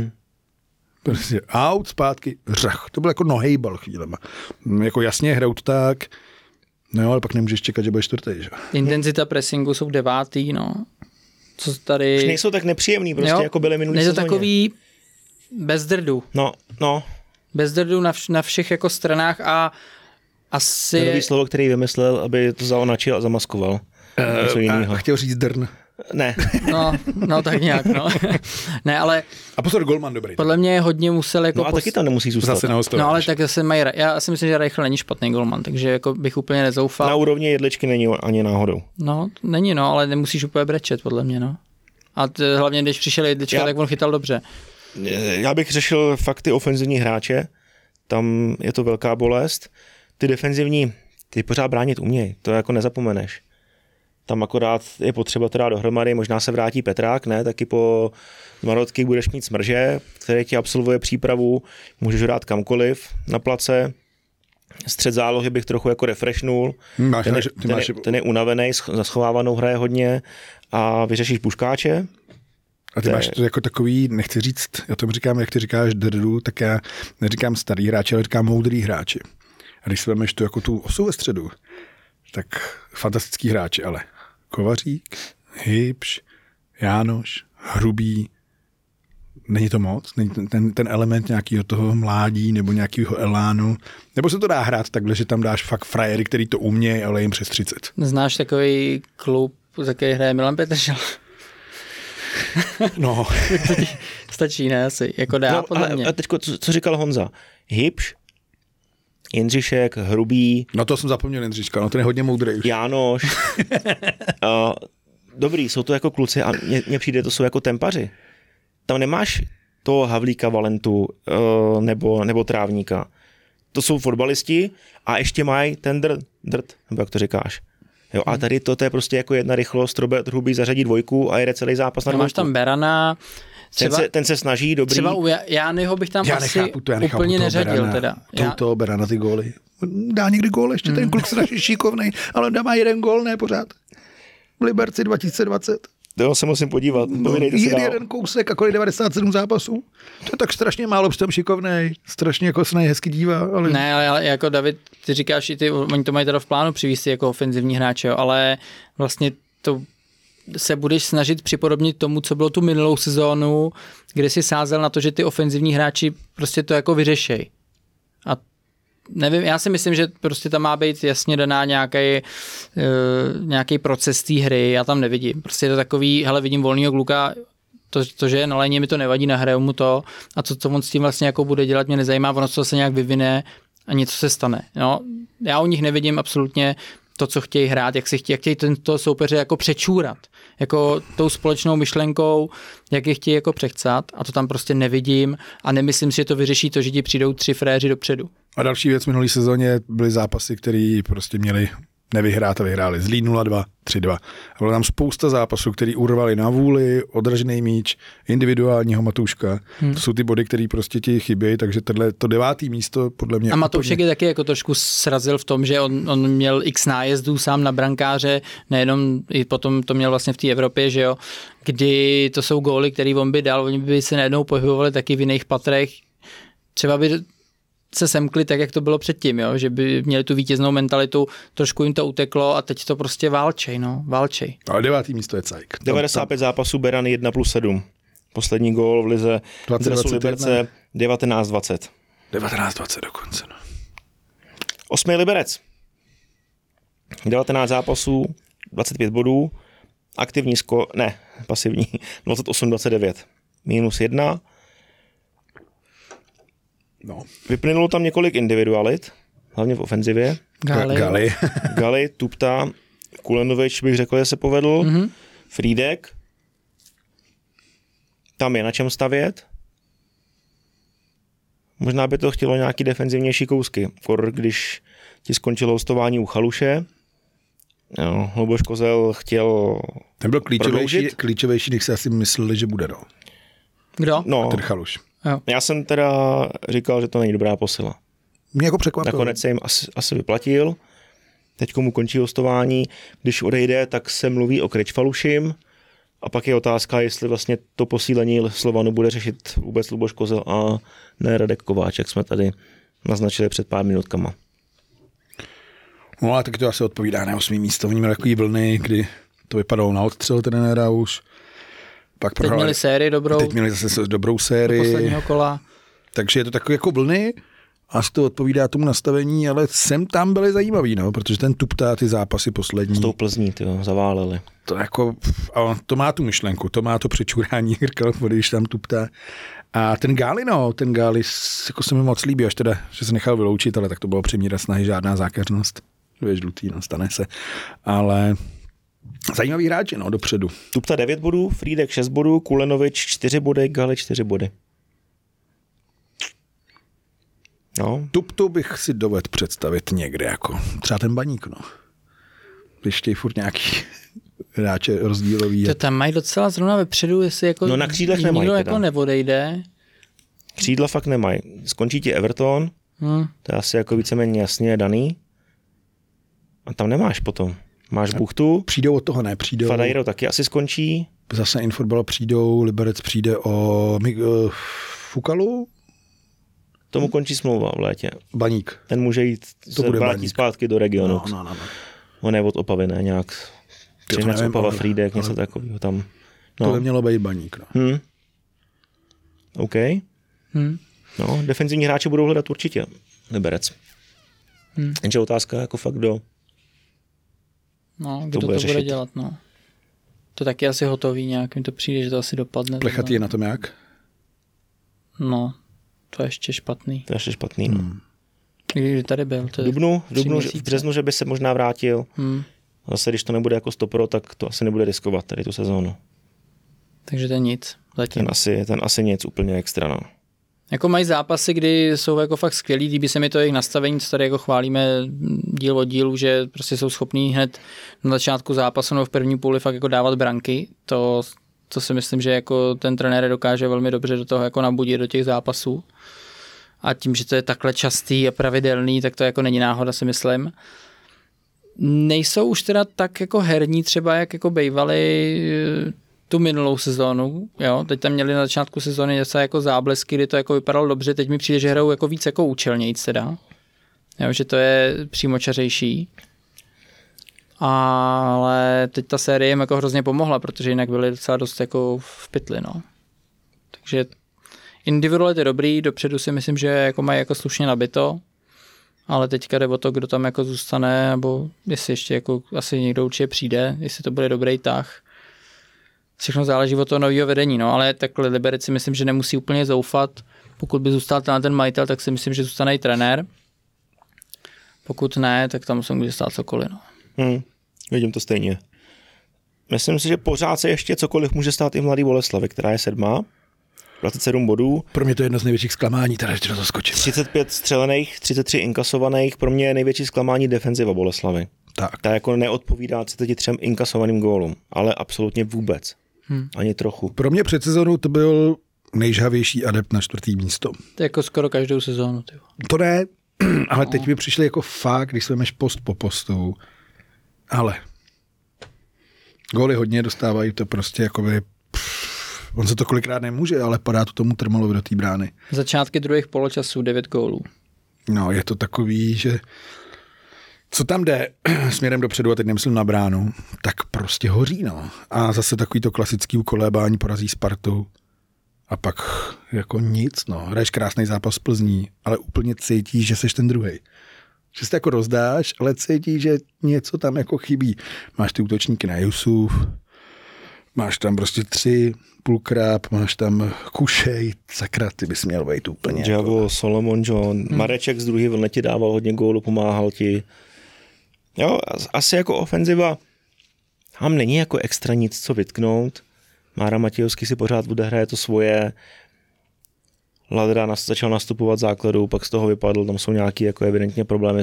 Prostě out, zpátky, řach. To byl jako nohejbal chvílema. Jako jasně, hrajou to tak, no ale pak nemůžeš čekat, že bude 4. Že? Intenzita pressingu jsou 9, no. Co tady... Už nejsou tak nepříjemný, prostě jo, jako byly minulý sezóně. Je to takový bez drdu. No. Bez drdu na všech jako stranách a asi... Nový slovo, který vymyslel, aby to zaonačil a zamaskoval. A chtěl říct drn. Ne. No tak nějak, no. Ne, ale... A pozor, golman dobrý. Podle mě hodně musel jako... No a taky tam nemusí zůstat. Zase nehostováš. No ale tak zase mají... Já si myslím, že Reichl není špatný golman, takže jako bych úplně nezoufal. Na úrovni Jedličky není ani náhodou. No, není, no, ale nemusíš úplně brečet, podle mě, no. A hlavně, když přišel Jedlička, tak on chytal dobře. Já bych řešil fakt ty ofenzivní hráče, tam je to velká bolest. Ty defenzivní, ty pořád bránit umějí, to jako nezapomeneš. Tam akorát je potřeba to dát dohromady, možná se vrátí Petrák, ne, taky po Marotky budeš mít Smrže, který ti absolvuje přípravu, můžeš ho dát kamkoliv na place. Střed zálohy bych trochu jako refreshnul, ten je unavený, zaschovávanou hraje hodně a vyřešíš Puškáče. A ty máš to jako takový, nechci říct, já tomu říkám, jak ty říkáš drdu, tak já neříkám starý hráči, ale říkám moudrý hráči. A když si vezmeš tu jako tu osu ve středu, tak fantastický hráči, ale Kovařík, Hybš, Jánoš, Hrubý, není to moc? Není ten element nějakého toho mládí nebo nějakého elánu? Nebo se to dá hrát takhle, že tam dáš fakt frajery, který to umějí, ale jim přes 30? Znáš takový klub, za který hraje Milan Petržel? No. To ti stačí, ne? Asi, jako dá, podle mě. A teďko, co říkal Honza? Hybš, Jindřišek, Hrubý. No to jsem zapomněl Jindřiška, no ten je hodně moudrý už. Jánoš. Dobrý, jsou to jako kluci a mně přijde, to jsou jako tempaři. Tam nemáš toho Havlíka, Valentu nebo Trávníka. To jsou fotbalisti a ještě mají ten drt, nebo jak to říkáš. Jo, a tady to je prostě jako jedna rychlost, Robert Hrubý zařadí dvojku a jede celý zápas na dvojku. Máš tam Berana. Ten se snaží, dobrý. Třeba u Jányho bych tam asi úplně neřadil. Teda. Touto Berana ty góly. Dá někdy gól, ještě ten kluk strašně šikovnej, ale dá má jeden gól, ne pořád. V Liberci 2020. Jo, se musím podívat. Jeden kousek a kolik 97 zápasů. To je tak strašně málo, protože tam šikovnej, strašně jako se hezky dívá. Ale... Ne, ale jako David, ty říkáš, oni to mají teda v plánu přivést jako ofenzivní hráče, ale vlastně to se budeš snažit připodobnit tomu, co bylo tu minulou sezónu, kde si sázel na to, že ty ofenzivní hráči prostě to jako vyřešej. A nevím, já si myslím, že prostě tam má být jasně daná nějaký proces té hry, já tam nevidím. Prostě je to takový, hele, vidím volnýho kluka, to, že je na léně, mi to nevadí, nahraju mu to a co on s tím vlastně jako bude dělat, mě nezajímá, ono se nějak vyvine a něco se stane. No, já u nich nevidím absolutně to, co chtějí hrát, jak chtějí tento soupeře jako přečůrat, jako tou společnou myšlenkou, jak je chtějí jako přechcat a to tam prostě nevidím a nemyslím si, že to vyřeší to, že ti přijdou 3 fréři dopředu. A další věc v minulý sezóně byly zápasy, které prostě měli nevyhrát a vyhráli. Zlý 0-2, 3-2. A bylo tam spousta zápasů, který urvali na vůli, odražený míč, individuálního Matouška. To jsou ty body, které prostě ti chybějí, takže to 9. místo podle mě... A Matoušek je taky jako trošku srazil v tom, že on měl x nájezdů sám na brankáře, nejenom i potom to měl vlastně v té Evropě, že jo, kdy to jsou góly, který on by dal, oni by se najednou pohybovali taky v jiných patrech. Třeba by se semkli tak, jak to bylo předtím, jo? Že by měli tu vítěznou mentalitu, trošku jim to uteklo a teď to prostě válčej. Ale 9. místo je cajk. 95 zápasů, Beran 1+7. Poslední gól v lize Dresu Liberce 19-20. 19-20 dokonce, no. 8. Liberec. 19 zápasů, 25 bodů, aktivní pasivní, 28-29. -1. No. Vyplynulo tam několik individualit, hlavně v ofenzivě. Gali, Tupta, Kulenovič bych řekl, že se povedl. Frídek. Tam je na čem stavět. Možná by to chtělo nějaký defenzivnější kousky. Když ti skončilo hostování u Chaluše. No, Luboš Kozel chtěl ten byl klíčovější, než se asi mysleli, že bude. No. Kdo? No, ten Chaluš. Jo. Já jsem teda říkal, že to není dobrá posila. Mě jako překvapilo. Nakonec se jim asi vyplatil. Teď mu končí hostování. Když odejde, tak se mluví o Krečfalušim. A pak je otázka, jestli vlastně to posílení Slovanu bude řešit vůbec Luboš Kozel a ne Radek Kováč, jak jsme tady naznačili před pár minutkama. No a tak to asi odpovídá na 8. místo. Oni měli takový vlny, kdy to vypadalo na odstřel trenéra už. Pak teď měli sérii dobrou. Teď měli zase dobrou sérii. Do posledního kola. Takže je to takový jako vlny Asi to odpovídá tomu nastavení, ale sem tam byly zajímavý, no, protože ten Tupta, ty zápasy poslední. S tou Plzní, zaváleli. To jako, to má tu myšlenku, to má to přečurání, když tam Tupta. A ten Gáli jako se mi moc líbí, až teda, že se nechal vyloučit, ale tak to bylo při snahy, žádná zákeřnost. 2 žlutý, no, stane se. Ale zajímavý hráči, no, dopředu. Tupta 9 bodů, Frýdek 6 bodů, Kulenovič 4 body, Gali 4 body. No. Tuptu bych si dovedl představit někde, jako třeba ten Baník, no. Když chtějí furt nějaký hráče rozdílový. To tam mají docela zrovna vepředu, jestli jako no na křídlech nemají nikdo teda. Jako neodejde. Křídla fakt nemají. Skončí ti Everton, to je asi jako víceméně jasně daný. A tam nemáš potom. Máš Buchtu. Přijdou od toho, ne? Přijdou. Fadairo taky asi skončí. Zase Infotbal přijdou, Liberec přijde o Fukalu. Tomu končí smlouva v létě. Baník. Ten může jít, to se vrátí zpátky do regionu. No. On je od Opavy, ne? Nějak Třinec, Opava, Frýdek, něco takového tam. No. To by mělo být Baník, no. OK. No, defenzivní hráči budou hledat určitě Liberec. Jenže otázka jako fakt No, kdo to bude dělat, no. To taky asi hotový nějak, mi to přijde, že to asi dopadne. Plechatý je na tom jak? No, to je ještě špatný. No. Když tady byl. To v dubnu, v březnu, že by se možná vrátil. Zase, když to nebude jako stopro, tak to asi nebude riskovat tady tu sezónu. Takže to je nic. Zatím. Ten asi nic úplně extra, no. Jako mají zápasy, kdy jsou jako fakt skvělí, líbí se mi to jejich nastavení, co tady jako chválíme díl od dílu, že prostě jsou schopní hned na začátku zápasu nebo v první půli fakt jako dávat branky. To si myslím, že jako ten trenér dokáže velmi dobře do toho jako nabudit do těch zápasů. A tím, že to je takhle častý a pravidelný, tak to jako není náhoda, si myslím. Nejsou už teda tak jako herní třeba, jak jako bejvali tu minulou sezónu, jo, teď tam měli na začátku sezóny něco jako záblesky, kdy to jako vypadalo dobře, teď mi přijde, že hrajou jako víc jako účelnějc teda, jo, že to je přímočařejší, ale teď ta série jim jako hrozně pomohla, protože jinak byli docela dost jako v pytli, no. Takže individuality je dobrý, dopředu si myslím, že jako mají jako slušně nabito, ale teďka jde o to, kdo tam jako zůstane, nebo jestli ještě jako asi někdo určitě přijde, jestli to bude dobrý tah. Všechno záleží od toho nového vedení, no, ale takhle Liberec si myslím, že nemusí úplně zoufat. Pokud by zůstal ten majitel, tak si myslím, že zůstane i trenér. Pokud ne, tak tam se může stát cokoliv, no. Vidím to stejně. Myslím si, že pořád se ještě cokoliv může stát i Mladý Boleslavi, která je 7. 27 bodů. Pro mě to je jedno z největších zklamání, teda ještě to skočím. 35 střelených, 33 inkasovaných, pro mě je největší zklamání defenziva Boleslavy. Tak. Ta jako neodpovídá 33 inkasovaným gólům, ale absolutně vůbec. Ani trochu. Pro mě před sezónou to byl nejžhavější adept na 4. místo. To je jako skoro každou sezónu. Tyjo. To ne, ale teď by přišli jako fakt, když jsme post po postu. Ale góly hodně dostávají, to prostě jakoby on se to kolikrát nemůže, ale padá to tomu Trmalovi do té brány. Začátky druhých poločasů 9 gólů. No, je to takový, že co tam jde směrem dopředu, a teď nemyslím na bránu, tak prostě hoří, no. A zase takový to klasický ukolébání porazí Spartu a pak jako nic, no. Hraješ krásný zápas z Plzní, ale úplně cítíš, že seš ten druhej. Že si to jako rozdáš, ale cítíš, že něco tam jako chybí. Máš ty útočníky na Jusuf, máš tam prostě 3, Pulkráp, máš tam Kušej, sakra, ty bys měl být úplně. Javo, jako Solomon John, Mareček z druhé vlny ti dával hodně gólů, pomáhal ti. Jo, asi jako ofenziva tam není jako extra nic, co vytknout. Mára Matějovský si pořád odehraje to svoje. Ladra začal nastupovat základu, pak z toho vypadl, tam jsou nějaké jako evidentně problémy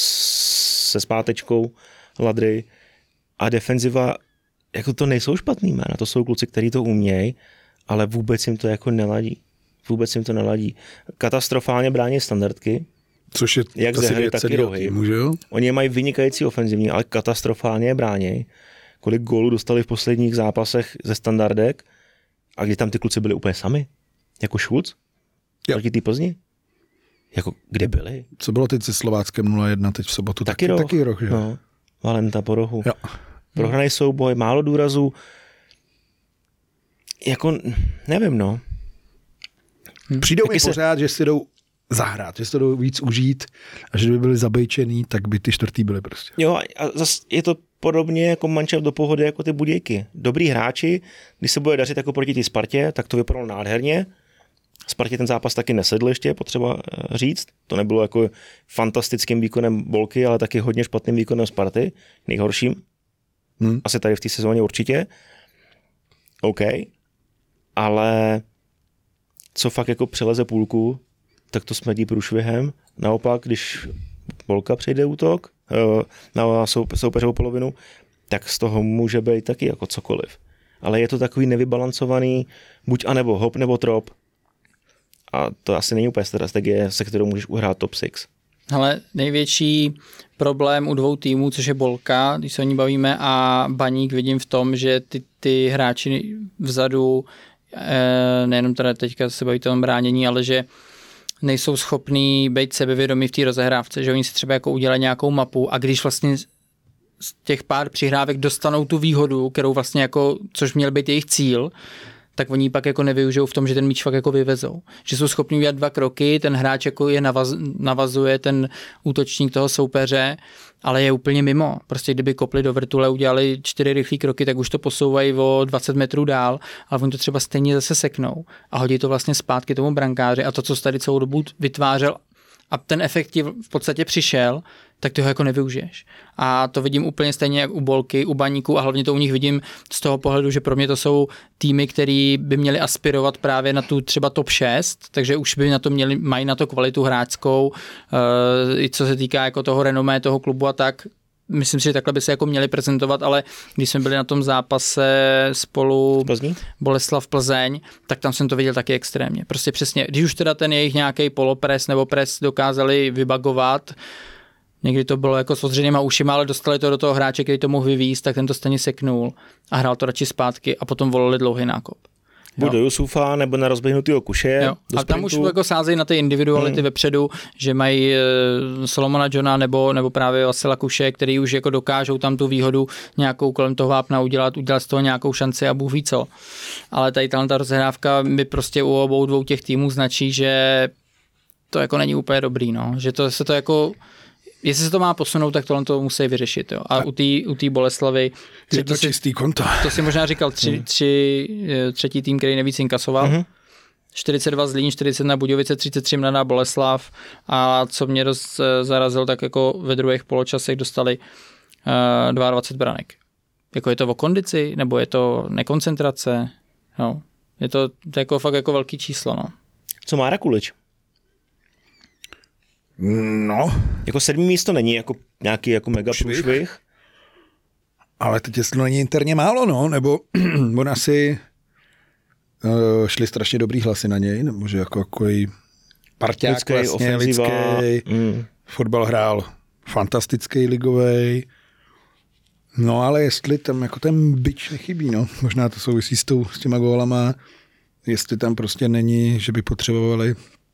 se zpátečkou Ladry. A defenziva, jako to nejsou špatný jména, to jsou kluci, kteří to umějí, ale vůbec jim to jako neladí. Vůbec jim to neladí. Katastrofálně brání standardky. Což je jak ze hry, tak i rohy. Oni mají vynikající ofenzivní, ale katastrofálně je bráněj. Kolik gólů dostali v posledních zápasech ze standardek a kdy tam ty kluci byli úplně sami. Jako Šulc? Proti té Plzni? Jako kde byli? Co bylo teď se Slováckem 0-1 teď v sobotu? Taky roh, že? No, Valenta po rohu. Jo. Prohraný souboj, málo důrazů. Jako, nevím, no. Přijdou mi pořád, že si jdou zahrát, že se to jdou víc užít a že by byli zabejčený, tak by ty čtvrtý byly prostě. Jo, a zase je to podobně jako mančev do pohody, jako ty Budějky. Dobrý hráči, když se bude dařit jako proti té Spartě, tak to vypadalo nádherně. Spartě ten zápas taky nesedl ještě, potřeba říct. To nebylo jako fantastickým výkonem Bolky, ale taky hodně špatným výkonem Sparty, nejhorším. Asi tady v té sezóně určitě. OK. Ale co fakt jako přeleze půlku, tak to smrdí průšvihem. Naopak, když Bolka přejde útok na soupeřovou polovinu, tak z toho může být taky jako cokoliv. Ale je to takový nevybalancovaný, buď a nebo hop nebo trop. A to asi není úplně strategie, se kterou můžeš uhrát top 6. Ale největší problém u dvou týmů, což je Bolka, když se o ní bavíme, a Baník, vidím v tom, že ty hráči vzadu, nejenom teda teďka se baví o tom bránění, ale že nejsou schopní být sebevědomí v té rozehrávce, že oni si třeba jako udělají nějakou mapu a když vlastně z těch pár přihrávek dostanou tu výhodu, kterou vlastně jako, což měl být jejich cíl, tak oni pak jako nevyužijou v tom, že ten míč fakt jako vyvezou. Že jsou schopni udělat 2 kroky, ten hráč jako je navazuje, ten útočník toho soupeře, ale je úplně mimo. Prostě kdyby kopli do vrtule, udělali 4 rychlé kroky, tak už to posouvají o 20 metrů dál, ale oni to třeba stejně zase seknou a hodí to vlastně zpátky tomu brankáři a to, co jsi tady celou dobu vytvářel a ten efekt ti v podstatě přišel, tak ty ho jako nevyužiješ. A to vidím úplně stejně jak u Bolky, u Baníku a hlavně to u nich vidím z toho pohledu, že pro mě to jsou týmy, který by měli aspirovat právě na tu třeba top 6, takže už by na to mají na to kvalitu hráčskou, i co se týká jako toho renomé toho klubu a tak. Myslím si, že takhle by se jako měli prezentovat, ale když jsme byli na tom zápase spolu Boleslav Plzeň, tak tam jsem to viděl taky extrémně. Prostě přesně, když už teda ten jejich nějaký polopres nebo pres dokázali vybagovat, někdy to bylo jako s odřenýma ušima, ale dostali to do toho hráče, který to mohl vyvízt, tak ten to stejně seknul a hrál to radši zpátky a potom volili dlouhý nákop. Buď do Jusufa, nebo na rozběhnutýho Kuše. A tam už jako sázejí na ty individuality vepředu, že mají Solomona Johna nebo právě Vasila Kuše, který už jako dokážou tam tu výhodu nějakou kolem toho vápna udělat z toho nějakou šanci a Bůh ví co. Ale tady ta rozhrávka mi prostě u obou dvou těch týmů značí, že to jako není úplně dobrý, no. Že to se to jako jestli se to má posunout, tak tohle to musí vyřešit. Jo. A u té Boleslavy je to čistý konto. To si možná říkal třetí tým, který nejvíc inkasoval. 42 Zlín, 41 Budějovice, 33 Mladá Boleslav a co mě dost zarazil, tak jako ve druhých poločasech dostali 22 branek. Jako je to o kondici, nebo je to nekoncentrace? No. Je to jako fakt jako velký číslo. No. Co má Rakulič? No. Jako 7. místo není jako nějaký jako mega průšvih. Ale teď jestli to není interně málo, no, nebo on asi šli strašně dobrý hlasy na něj, nebo že jako parťák lidský, vlastně, lidský, fotbal hrál fantastický ligovej, no ale jestli tam jako ten bič nechybí, no, možná to souvisí s těma gólama, jestli tam prostě není, že by potřebovali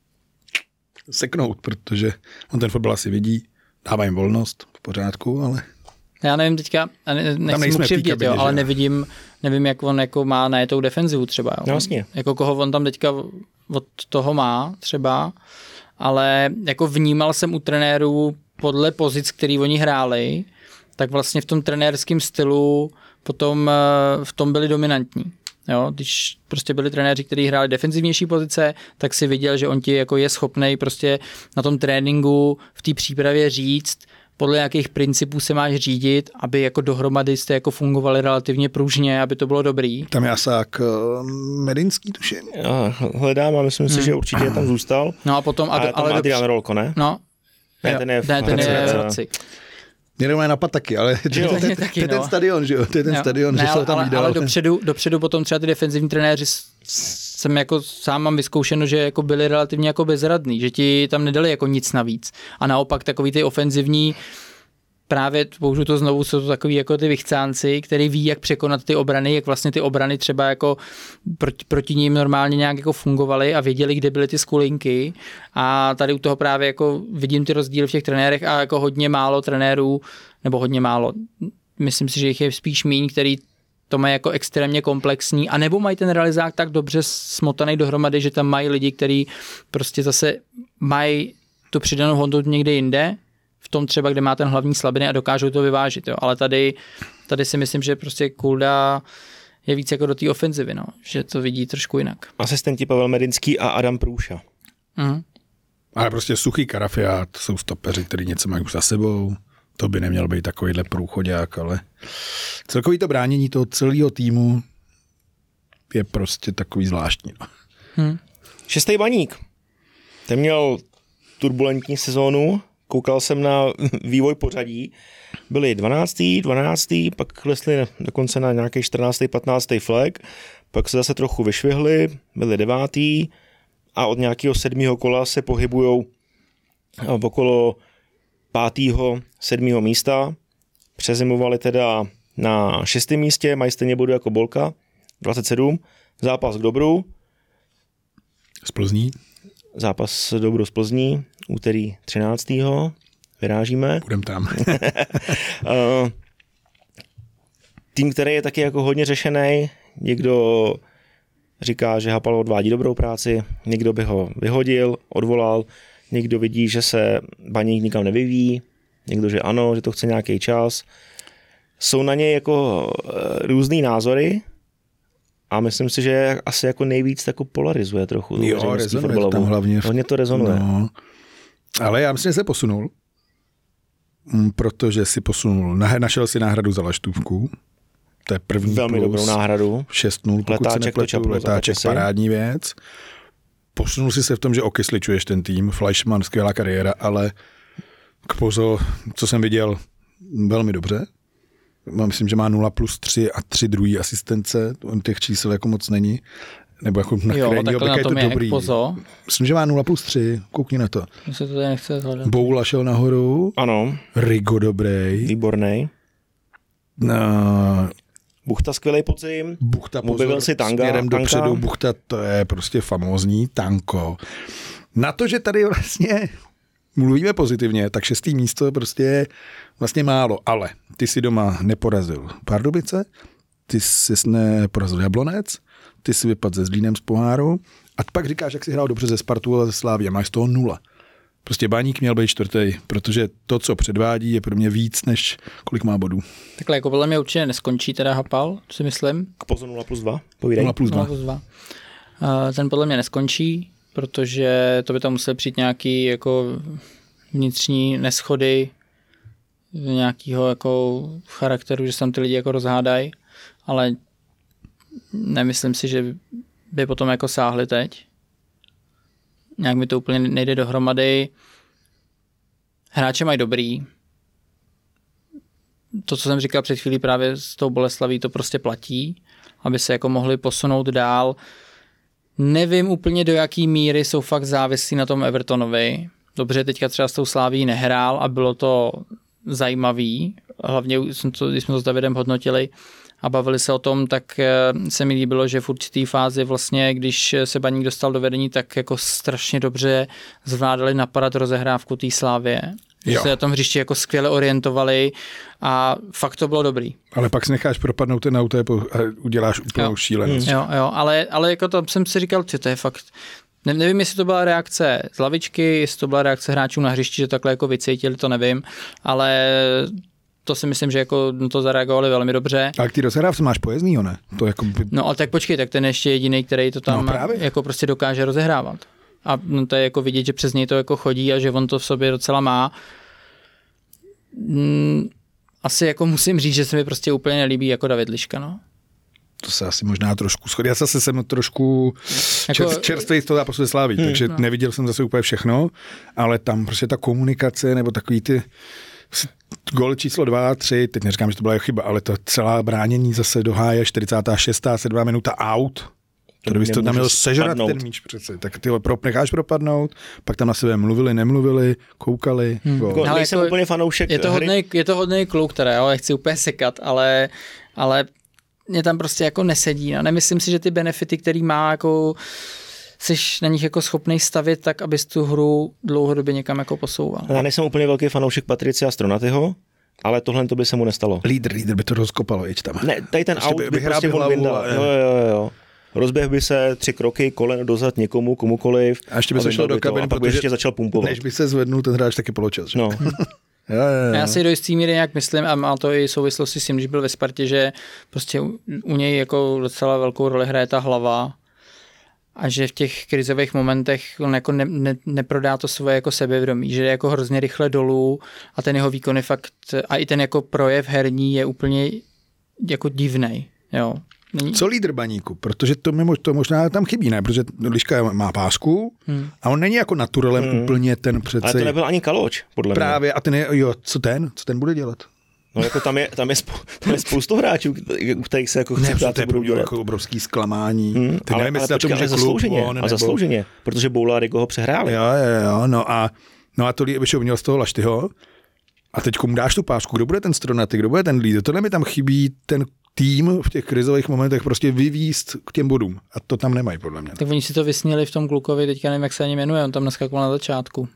seknout, protože on ten fotbal asi vidí, dává jim volnost, v pořádku, ale... Já nevím teďka, nechci mu přivdět, ale nevím, jak on jako má najetou defenzivu třeba. Jo. Vlastně. Jako koho on tam teďka od toho má třeba, ale jako vnímal jsem u trenérů podle pozic, který oni hráli, tak vlastně v tom trenérském stylu potom v tom byli dominantní. Jo, když prostě byli trenéři, kteří hráli defenzivnější pozice, tak si viděl, že on ti jako je schopnej prostě na tom tréninku v té přípravě říct, podle jakých principů se máš řídit, aby jako dohromady jste jako fungovali relativně pružně, aby to bylo dobrý. Tam Jasák Medinský tuším. Já hledám a myslím si, že určitě tam zůstal. No a potom... Ale Adrian Rolko, ne? No. Ne, ten je v Hradci. Mě má napad taky, ale to je ten stadion, že jo? To je ten stadion, že se tam vydal. Ale dopředu potom třeba ty defenzivní trenéři jsem jako sám mám vyzkoušeno, že jako byli relativně jako bezradný, že ti tam nedali jako nic navíc. A naopak takový ty ofenzivní právě použiju to znovu, jsou to takový jako ty vychcánci, který ví, jak překonat ty obrany, jak vlastně ty obrany třeba jako proti ním normálně nějak jako fungovaly a věděli, kde byly ty skulinky. A tady u toho právě jako vidím ty rozdíly v těch trenérech a jako hodně málo trenérů, nebo hodně málo, myslím si, že jich je spíš míň, který to mají jako extrémně komplexní, a nebo mají ten realizák tak dobře smotaný dohromady, že tam mají lidi, kteří prostě zase mají tu přidanou hodnotu někde jinde, v tom třeba, kde má ten hlavní slabiny a dokážou to vyvážit. Jo. Ale tady si myslím, že prostě Kulda je víc jako do té ofenzivy, no. Že to vidí trošku jinak. Asistenti Pavel Medinský a Adam Průša. Ale prostě Suchý, Karafiát jsou stopeři, který něco mají už za sebou. To by neměl být takovýhle průchodák, ale celkový to bránění toho celého týmu je prostě takový zvláštní. No. 6. Baník. Ten měl turbulentní sezónu, koukal jsem na vývoj pořadí. Byli 12., pak klesli dokonce na nějaký 14., 15. flag, pak se zase trochu vyšvihli, byli 9. a od nějakého 7. kola se pohybujou okolo 5., 7. místa. Přezimovali teda na 6. místě, mají stejně bodu jako Bolka, 27. Zápas k dobru. Z Plzní. Zápas dobro z Plzní, úterý 13. Vyrážíme. Budem tam. Tým, který je taky jako hodně řešený, někdo říká, že Hapal odvádí dobrou práci, někdo by ho vyhodil, odvolal, někdo vidí, že se Baník nikam nevyvíjí, někdo, že ano, že to chce nějaký čas. Jsou na něj jako různý názory a myslím si, že asi jako nejvíc jako polarizuje trochu. Jo, rezonuje to tam hlavně. Hodně to rezonuje. No. Ale já myslím, že se posunul, protože si posunul, našel si náhradu za Laštůvku. To je první velmi plus, dobrou náhradu. 6-0, pokud se nepletu, Letáček parádní věc. Posunul si se v tom, že okysličuješ ten tým, Fleischmann, skvělá kariéra, ale k Pozo, co jsem viděl, velmi dobře. Myslím, že má 0+3 a 3 druhý asistence, těch čísel jako moc není. Nebo jako na krajního beka je to dobrý. Pozo. Myslím, že má 0+3, koukni na to. Se to tady nechce zhledat. Boula šel nahoru. Ano. Rigo dobrý. Výborný. Buchta skvělý podzim. Buchta objevil si Tanga. Směrem dopředu. Buchta to je prostě famózní tanko. Na to, že tady vlastně mluvíme pozitivně, tak 6. místo je prostě vlastně málo. Ale ty si doma neporazil Pardubice, ty jsi neporazil Jablonec, ty si vypadl se Zlínem z poháru a pak říkáš, jak si hrál dobře ze Spartu a ze Slávy a máš z toho 0. Prostě Baník měl být 4., protože to, co předvádí, je pro mě víc, než kolik má bodů. Takhle jako podle mě určitě neskončí teda Hapal, si myslím. K Pozu 0+2, povídej. 0+2. Ten podle mě neskončí, protože to by tam musel přijít nějaký jako vnitřní neschody, nějakého jako charakteru, že se tam ty lidi jako rozhádají, ale nemyslím si, že by potom jako sáhli teď. Nějak mi to úplně nejde dohromady. Hráče mají dobrý. To, co jsem říkal před chvílí právě s tou Boleslaví, to prostě platí, aby se jako mohli posunout dál. Nevím úplně, do jaký míry jsou fakt závislí na tom Evertonovi. Dobře, teďka třeba s tou Sláví nehrál a bylo to zajímavý. Hlavně, když jsme to s Davidem hodnotili a bavili se o tom, tak se mi líbilo, že v určitý fázi vlastně, když se Baník dostal do vedení, tak jako strašně dobře zvládali napadat rozehrávku té Slávie. Že se na tom hřišti jako skvěle orientovali a fakt to bylo dobrý. Ale pak si necháš propadnout ten auto a uděláš úplnou šílenost. Jo, ale jako to jsem si říkal, že to je fakt. Nevím, jestli to byla reakce z lavičky, jestli to byla reakce hráčů na hřišti, že takhle jako vycítili, to nevím, ale to si myslím, že jako to zareagovali velmi dobře. Ale ty rozehrávce máš pojezdnýho, ne? To jako by... No ale tak počkej, tak ten je ještě jediný, který to tam jako prostě dokáže rozehrávat. A to je jako vidět, že přes něj to jako chodí a že on to v sobě docela má. Asi jako musím říct, že se mi prostě úplně nelíbí jako David Liška, no. To se asi možná trošku shodí. Já zase jsem trošku čerstvý z toho zápasu ze Slávy, takže neviděl jsem zase úplně všechno, ale tam prostě ta komunikace nebo takový ty gól číslo 2, 3, teď neříkám, že to byla chyba, ale to celá bránění zase do háje, 46. 7 minuta out. To kdybys to tam měl sežrat ten míč přece, tak ty ho necháš propadnout, pak tam na sebe mluvili, nemluvili, koukali. Ale jsem úplně fanoušek je to hodnej kluk, teda, jo, já chci úplně sekat, ale mě tam prostě jako nesedí. No. Nemyslím si, že ty benefity, který má, jako jsi na nich jako schopnej stavět tak, abys tu hru dlouhodobě někam jako posouval. Já nejsem úplně velký fanoušek Patricia Stronatyho, ale tohle to by se mu nestalo. Lídr by to rozkopalo, jeď tam. Ne, tady ten prostě out by prostě on vyndal. Jo. Rozběh by se 3 kroky, koleno dozad někomu, komukoliv. A ještě by se šel do kabiny, a pak by ještě začal pumpovat. Než by se zvednul ten hráč, taky poločas. No. Jo. Já si do jistý míry nějak myslím, a má to i souvislosti s tím, když byl ve Spartě, že prostě u něj jako docela velkou roli hraje ta hlava a že v těch krizových momentech on jako neprodá to svoje jako sebevědomí, že je jako hrozně rychle dolů a ten jeho výkon je fakt, a i ten jako projev herní je úplně jako divnej, jo. Co lídr Baníku? Protože to možná tam chybí, ne? Protože Liška má pásku a on není jako naturalem úplně ten přece. Ale to nebyl ani Kaloč, podle mě. Právě, a ten je, jo, co ten bude dělat? No jako tam je spoustu hráčů, u kterých se jako chce ptát, co budou dělat. Jako obrovský zklamání. Ale zaslouženě, protože Boula a Rigo ho přehráli. Jo, no a to vyšel měl z toho Laštyho a teď komu dáš tu pásku, kdo bude ten Stronatý, kdo bude ten lídr? Tohle mi tam chybí ten tým v těch krizových momentech prostě vyvízt k těm bodům. A to tam nemají, podle mě. Tak oni si to vysnili v tom Klukovi, teďka nevím, jak se ani jmenuje, on tam naskakoval na začátku.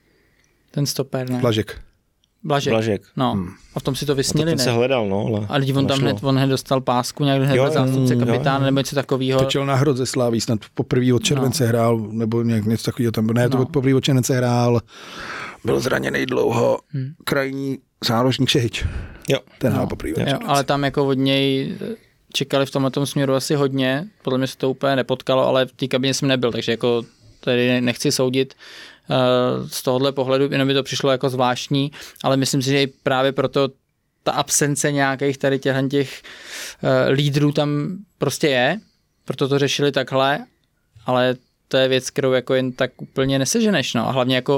Ten stoper, ne? Blažek. No. A v tom si to vysnili, ten ne? se hledal, no, ale... A lidi on tam hned dostal pásku, nějak hned zástupce kapitána, nebo něco takového. Točil na Hrod ze Sláví, snad poprvé od července hrál, nebo něco takového tam, ne, to poprvé od července hrál, byl zraněný dlouho, krajní záložník Šehič. Jo. Ten hrál poprvé od července. Ale tam jako od něj čekali v tomhle směru asi hodně, podle mě se to úplně nepotkalo, ale v té kabině jsem nebyl, takže jako tady nechci soudit z tohohle pohledu, jenom by to přišlo jako zvláštní, ale myslím si, že i právě proto ta absence nějakých tady těch lídrů tam prostě je, proto to řešili takhle, ale to je věc, kterou jako jen tak úplně neseženeš, no a hlavně jako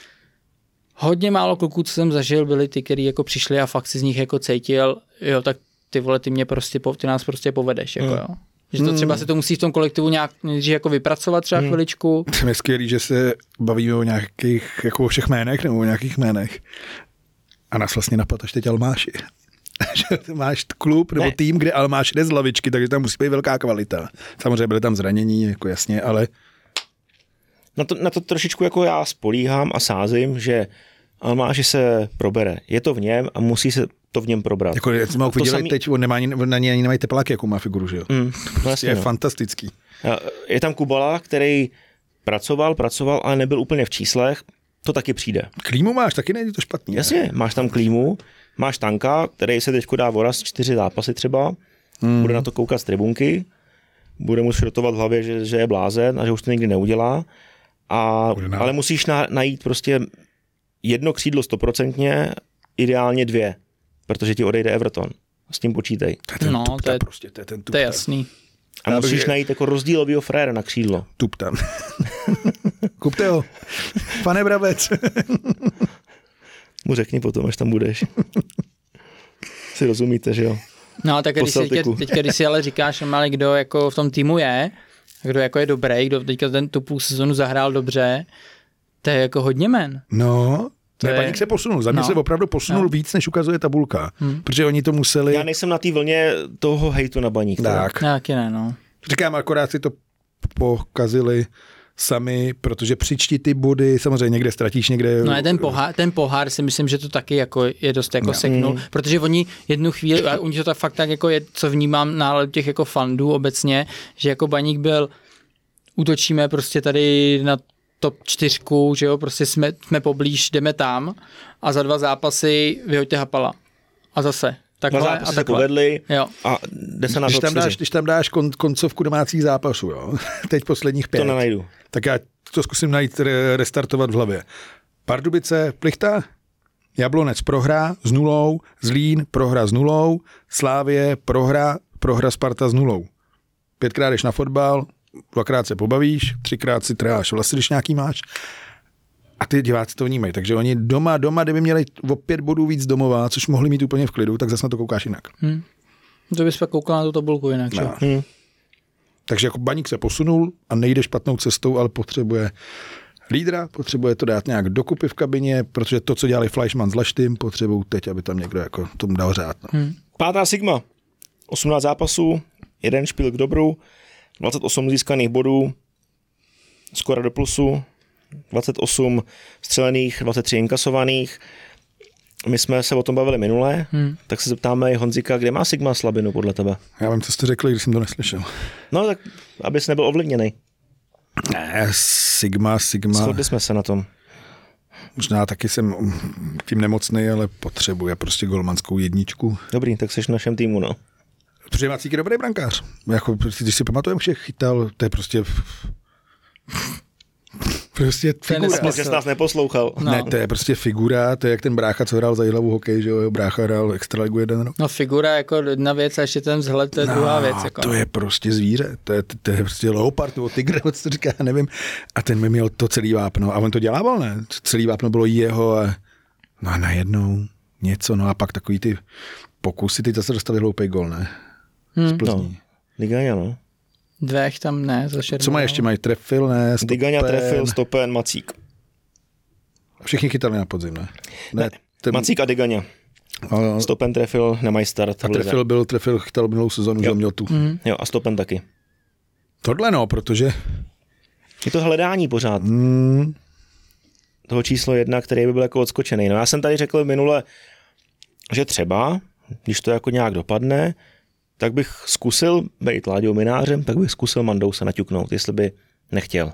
hodně málo kluků, co jsem zažil, byli ty, kteří jako přišli a fakt si z nich jako cítil, jo, tak ty vole, ty nás prostě povedeš, jako jo. Že to třeba se to musí v tom kolektivu nějak jako vypracovat třeba chviličku. Je skvělý, že se bavíme o nějakých, jako o všech jménech nebo o nějakých jménech. A nás vlastně napadl až teď Almáši. Že máš klub nebo tým, kde Almáš jde z lavičky, takže tam musí být velká kvalita. Samozřejmě byly tam zranění, jako jasně, ale... Na to trošičku jako já spolíhám a sázím, že Almáši se probere. Je to v něm a musí se to v něm probrat. Jako jsme ho viděli teď, on na něj ani nemají tepláky, jakou má figuru, že jo? Vlastně je fantastický. Je tam Kubala, který pracoval, ale nebyl úplně v číslech, to taky přijde. Klímu máš, taky není to špatný. Jasně, máš tam Klímu, máš Tanka, který se teď dá voraz 4 zápasy třeba, bude na to koukat z tribunky, bude mu šrotovat v hlavě, že je blázen a že už to nikdy neudělá, ale musíš najít prostě jedno křídlo 100%, ideálně 2, protože ti odejde Everton. S tím počítej. To je jasný. A musíš najít jako rozdílovýho fréra na křídlo. Tup tam. Kupte ho. Pane Brabec. Mu řekni potom, až tam budeš. Si rozumíte, že jo? No, tak teďka, když si ale říkáš, ale kdo jako v tom týmu je, kdo jako je dobrý, kdo teďka tu půl sezonu zahrál dobře, to je jako hodně men. No, Baník se posunul. Za mě se opravdu posunul víc, než ukazuje tabulka. Protože oni to museli... Já nejsem na té vlně toho hejtu na Baník. Tak. Taky ne, no. Říkám, akorát si to pokazili sami, protože přičti ty body, samozřejmě někde ztratíš, někde... No a ten pohár si myslím, že to taky jako je dost jako seknul, protože oni jednu chvíli, a oni to tak jako je, co vnímám náladu těch jako fandů obecně, že jako Baník byl, útočíme prostě tady na top 4, že jo, prostě jsme poblíž, jdeme tam a za 2 zápasy vyhoďte Hapala. A zase. Takhle a se povedli a jde se na to když tam dáš koncovku domácích zápasů, jo, teď posledních 5. To nenajdu. Tak já to zkusím najít, restartovat v hlavě. Pardubice, Plichta, Jablonec prohra s 0, Zlín prohra s 0, Slávie prohra Sparta s 0. 5krát jdeš na fotbal, 2krát se pobavíš, 3krát si tráš vlastně, když nějaký máš. A ty diváci to vnímají, takže oni doma, kdyby měli o 5 bodů víc domova, což mohli mít úplně v klidu, tak zase na to koukáš jinak. To bys pak koukal na tu tabulku jinak, no. Takže jako Baník se posunul a nejde špatnou cestou, ale potřebuje lídra, potřebuje to dát nějak dokupy v kabině, protože to, co dělali Fleischmann s Laštym, potřebují teď, aby tam někdo jako tomu dal řád. No. 5. sigma, 18 zápasů, 1 špíl k dobru, 28 získaných bodů, skora do plusu, 28 střelených, 23 inkasovaných. my jsme se o tom bavili minule, tak se zeptáme i Honzika, kde má Sigma slabinu podle tebe? Já vím, co jste řekli, když jsem to neslyšel. No tak, abys nebyl ovlivněný. Ne, Sigma. Shodli jsme se na tom. Možná taky jsem tím nemocnej, ale potřebuje prostě golmanskou jedničku. Dobrý, tak jsi v našem týmu, no. Protože Macík je dobrý brankář. Jako, když si pamatujeme, že chytal, to je prostě figura. Že jsi nás neposlouchal. No. Ne, to je prostě figura, to je jak ten brácha, co hrál za Jihlavu hokej, že jo, jeho brácha hrál extraligu jeden rok. No figura jako jedna věc a ještě ten vzhled, to je druhá věc. Jako. To je prostě zvíře, to je prostě leopard nebo tygr, co to říká, nevím. A ten mi měl to celý vápno a on to dělával, ne? Celý vápno bylo jeho a no a najednou něco, no a pak takový ty pokusy, teď zase dostali hloupej gol, ne? Z Plzní. No, Digaňa, no. Dvech tam ne. Co mají ještě? Mají Trefil, ne? Digaňa, Trefil, Stopen, Macík. Všichni chytali na podzim, ne? Ne. Macík a Digaňa. Stopen, Trefil, nemají start. A Trefil chytal minulou sezonu, že měl tu. Jo, a Stopen taky. Tohle no, protože... Je to hledání pořád. Toho číslo 1, který by byl jako odskočený. No já jsem tady řekl minule, že třeba, když to jako nějak dopadne, tak bych zkusil být Láďou Minářem, tak bych zkusil Mandousa naťuknout, jestli by nechtěl.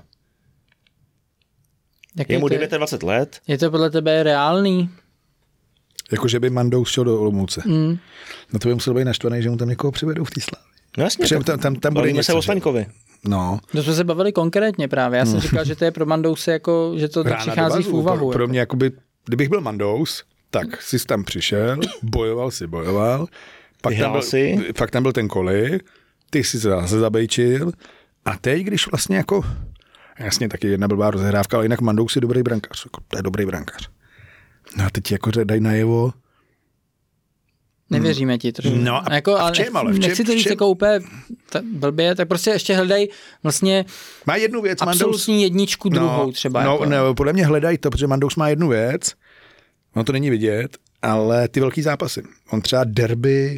Je mu 29 let. Je to podle tebe reálný? Jakože by Mandous šel do Olomouce. No to by musel být naštvaný, že mu tam někoho přivedou v té Slávě. No jasně, tam bude něco, se o Staňkovi. No. To jsme se bavili konkrétně právě. Já jsem říkal, že to je pro Mandouse jako, že to přichází v úvahu. Pro mě jakoby, kdybych byl Mandous, tak jsi tam přišel, bojoval, pak tam byl ten Koli, ty jsi se zase zabejčil a teď, když vlastně jako, jasně taky jedna blbá rozehrávka, ale jinak Mandous je dobrý brankář, jako, to je dobrý brankář. No a teď jako dají najevo. Nevěříme ti trošku. No a jako, v čem? Nechci to říct jako úplně blbě, tak prostě ještě hledají vlastně má jednu věc, absolutní Mandous, jedničku druhou třeba. No, podle mě hledají to, protože Mandous má jednu věc, no to není vidět, ale ty velký zápasy. On třeba derby,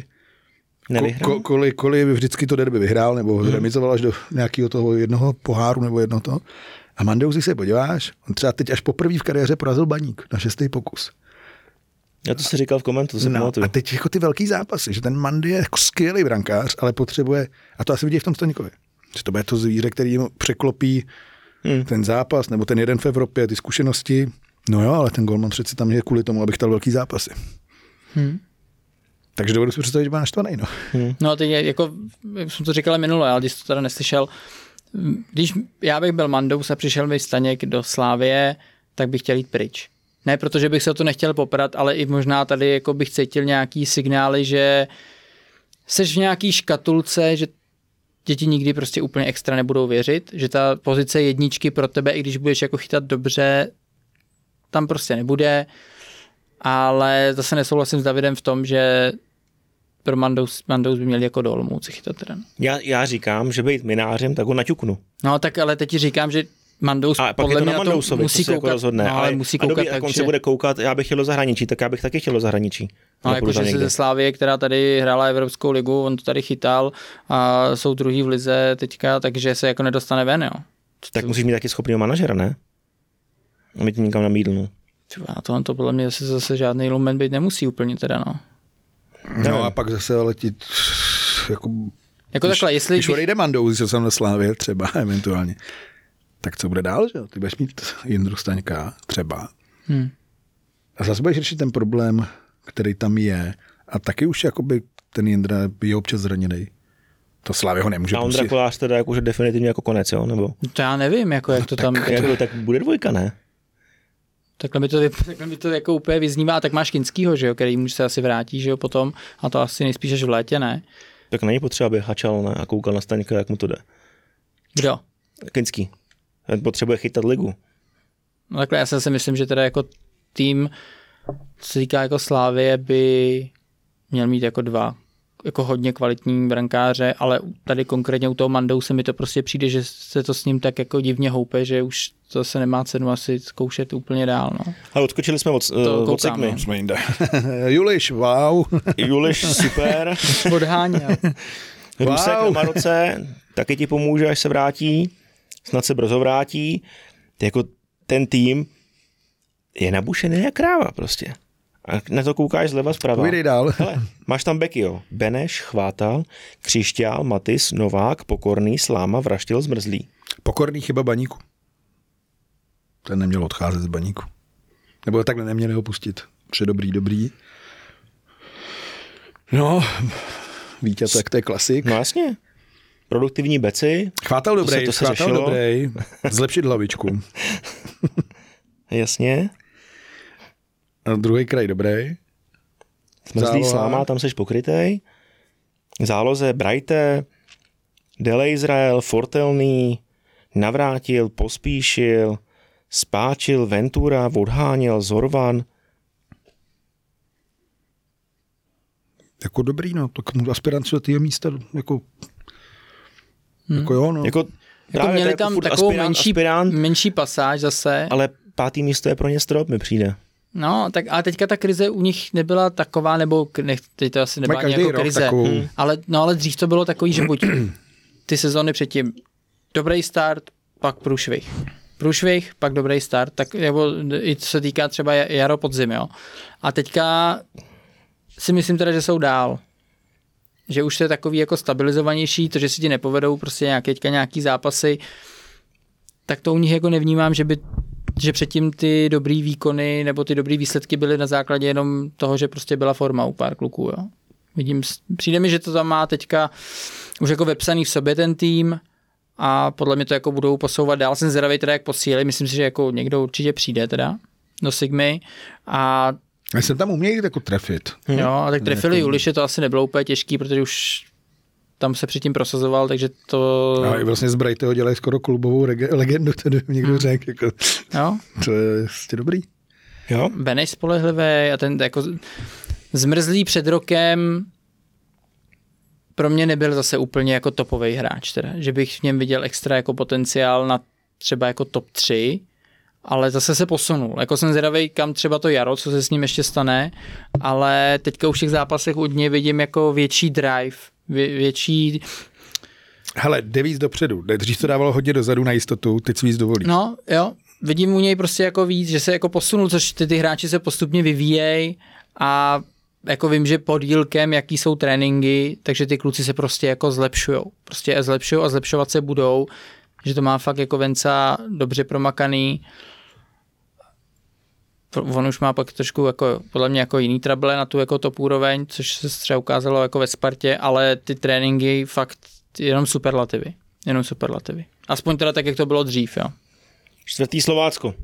Koli vždycky to derby vyhrál, nebo remizoval až do nějakého toho jednoho poháru, nebo jednoho toho. A Mandous, když se podíváš, on třeba teď až poprvé v kariéře porazil Baník na 6. pokus. Já to si říkal v komentu, a teď jako ty velký zápasy, že ten Mandy je jako skvělý brankář, ale potřebuje, a to asi vidí v tom Staňkovi, že to bude to zvíře, který mu překlopí ten zápas, nebo ten jeden v Evropě, ty zkušenosti. No jo, ale ten golman přeci tam je kvůli tomu, abych dal velký zápasy. Takže dovedu si představit, že má naštvaný, no. No a teď jako, jsem to říkal minule, ale když jsi to teda neslyšel, když já bych byl Mandous a přišel mi Staněk do Slávie, tak bych chtěl jít pryč. Ne, protože bych se o to nechtěl poprat, ale i možná tady jako bych cítil nějaký signály, že seš v nějaký škatulce, že děti nikdy prostě úplně extra nebudou věřit, že ta pozice jedničky pro tebe, i když budeš jako chytat dobře, tam prostě nebude, ale zase nesouhlasím s Davidem v tom, že pro Mandous by měli jako do Olomouce chytat teda. Já říkám, že být Minářem, tak ho naťuknu. No tak ale teď ti říkám, že Mandous podle mě na to musí koukat, jako rozhodne. No, ale musí koukat dobrý, tak, on se bude koukat, já bych chtěl do zahraničí, tak já bych taky chtěl do zahraničí. No, jakože se ze Slávie, která tady hrála Evropskou ligu, on to tady chytal a jsou druhý v lize teďka, takže se jako nedostane ven, jo. Tak musíš mít taky schopného manažera, ne? A mi tě nikam namídl. To podle mě zase žádný lumen být nemusí úplně teda, no. No a pak zase letit jako takhle, jestli... Když odejde Mandous, že jsem na Slávě třeba eventuálně, tak co bude dál, že jo? Ty budeš mít Jindru Staňka třeba. A zase budeš řešit ten problém, který tam je. A taky už jakoby ten Jindra je občas zraněný. To Slávě ho nemůže pustit. A Ondra Kolář teda jakože definitivně jako konec, jo? Nebo? To já nevím, jako jak to tam... Tak bude dvojka, ne? Takhle mi to jako úplně vyznívá. A tak máš Kinskýho, že jo, který už se asi vrátí, že jo, potom. A to asi nejspíš až v létě, ne? Tak není potřeba, aby hačal, ne? A koukal na Staňka, jak mu to jde. Kdo? Kinský. Potřebuje chytat ligu. No takhle, já si myslím, že teda jako tým, co se týká jako Slávie, by měl mít jako dva jako hodně kvalitní brankáře, ale tady konkrétně u toho Mandouse mi to prostě přijde, že se to s ním tak jako divně houpe, že už to se nemá cenu asi zkoušet úplně dál. No. Ale odskočili jsme od Sigmy. No. Jsme jinde. Juliš, wow. Juliš, super. Odháněl. Rusek na Maroce taky ti pomůže, až se vrátí. Snad se brzo vrátí. Jako ten tým je nabušený jak kráva prostě. A na to koukáš zleva zprava. Povídej dál. Hele, máš tam beky, jo. Beneš, Chvátal, Křišťál, Matis, Novák, Pokorný, Sláma, Vraštil, Zmrzlý. Pokorný chyba Baníku. Ten neměl odcházet z Baníku. Nebo takhle neměli ho pustit. Dobrý. No, vítěz, to je klasik. No jasně. Produktivní beci. Chvátal dobrý, To se řešilo. dobrý. Zlepšit hlavičku. Jasně. A druhý kraj dobrý. Zmrzlý, Sláma, tam seš pokrytej. V záloze Brajte, Dele Izrael, Fortelný, Navrátil, Pospíšil, Spáčil, Ventura, Odháněl, Zorvan. Jako dobrý, no. Tak aspiranci do tého místa, jako jo, no. Jako měli tam takovou menší pasáž zase. Ale 5. místo je pro ně strop, mi přijde. No, tak ale teďka ta krize u nich nebyla taková, nebo teď to asi nebyla nějakou krize. Ale dřív to bylo takový, že buď ty sezóny předtím dobrý start, pak průšvih, pak dobrý start, tak nebo i co se týká třeba jaro, podzim, jo. A teďka si myslím teda, že jsou dál. Že už to je takový jako stabilizovanější, to, že si ti nepovedou prostě nějaký zápasy, tak to u nich jako nevnímám, že předtím ty dobrý výkony nebo ty dobrý výsledky byly na základě jenom toho, že prostě byla forma u pár kluků, jo. Přijde mi, že to tam má teďka už jako vepsaný v sobě ten tým a podle mě to jako budou posouvat dál. Jsem zvědavý teda, jak posílí, myslím si, že jako někdo určitě přijde teda do Sigmy a já jsem tam uměl jako trefit. Jo, a tak trefili Juliše, to asi nebylo úplně těžký, protože už tam se předtím prosazoval, takže to... A i vlastně z Brightyho dělají skoro klubovou legendu, to někdo řekl. Jako, jo. To je vlastně dobrý. Jo. Beneš spolehlivý a ten jako Zmrzlý před rokem pro mě nebyl zase úplně jako topový hráč, teda, že bych v něm viděl extra jako potenciál na třeba jako top 3, ale zase se posunul. Jako jsem zvědavej, kam třeba to jaro, co se s ním ještě stane, ale teďka už v těch zápasech od něj vidím jako větší drive, větší... Hele, jde víc dopředu. Dřív to dávalo hodně dozadu na jistotu, teď si víc dovolí. No, jo, vidím u něj prostě jako víc, že se jako posunul, což ty hráči se postupně vyvíjejí a jako vím, že pod dílkem, jaký jsou tréninky, takže ty kluci se prostě jako zlepšujou. Prostě zlepšujou a zlepšovat se budou, že to má fakt jako Venca dobře promakaný. On už má pak trošku jako, podle mě jako jiný trable na tu jako top úroveň, což se třeba ukázalo jako ve Spartě, ale ty tréninky fakt jenom superlativy. Aspoň teda tak, jak to bylo dřív, jo. 4. Slovácko.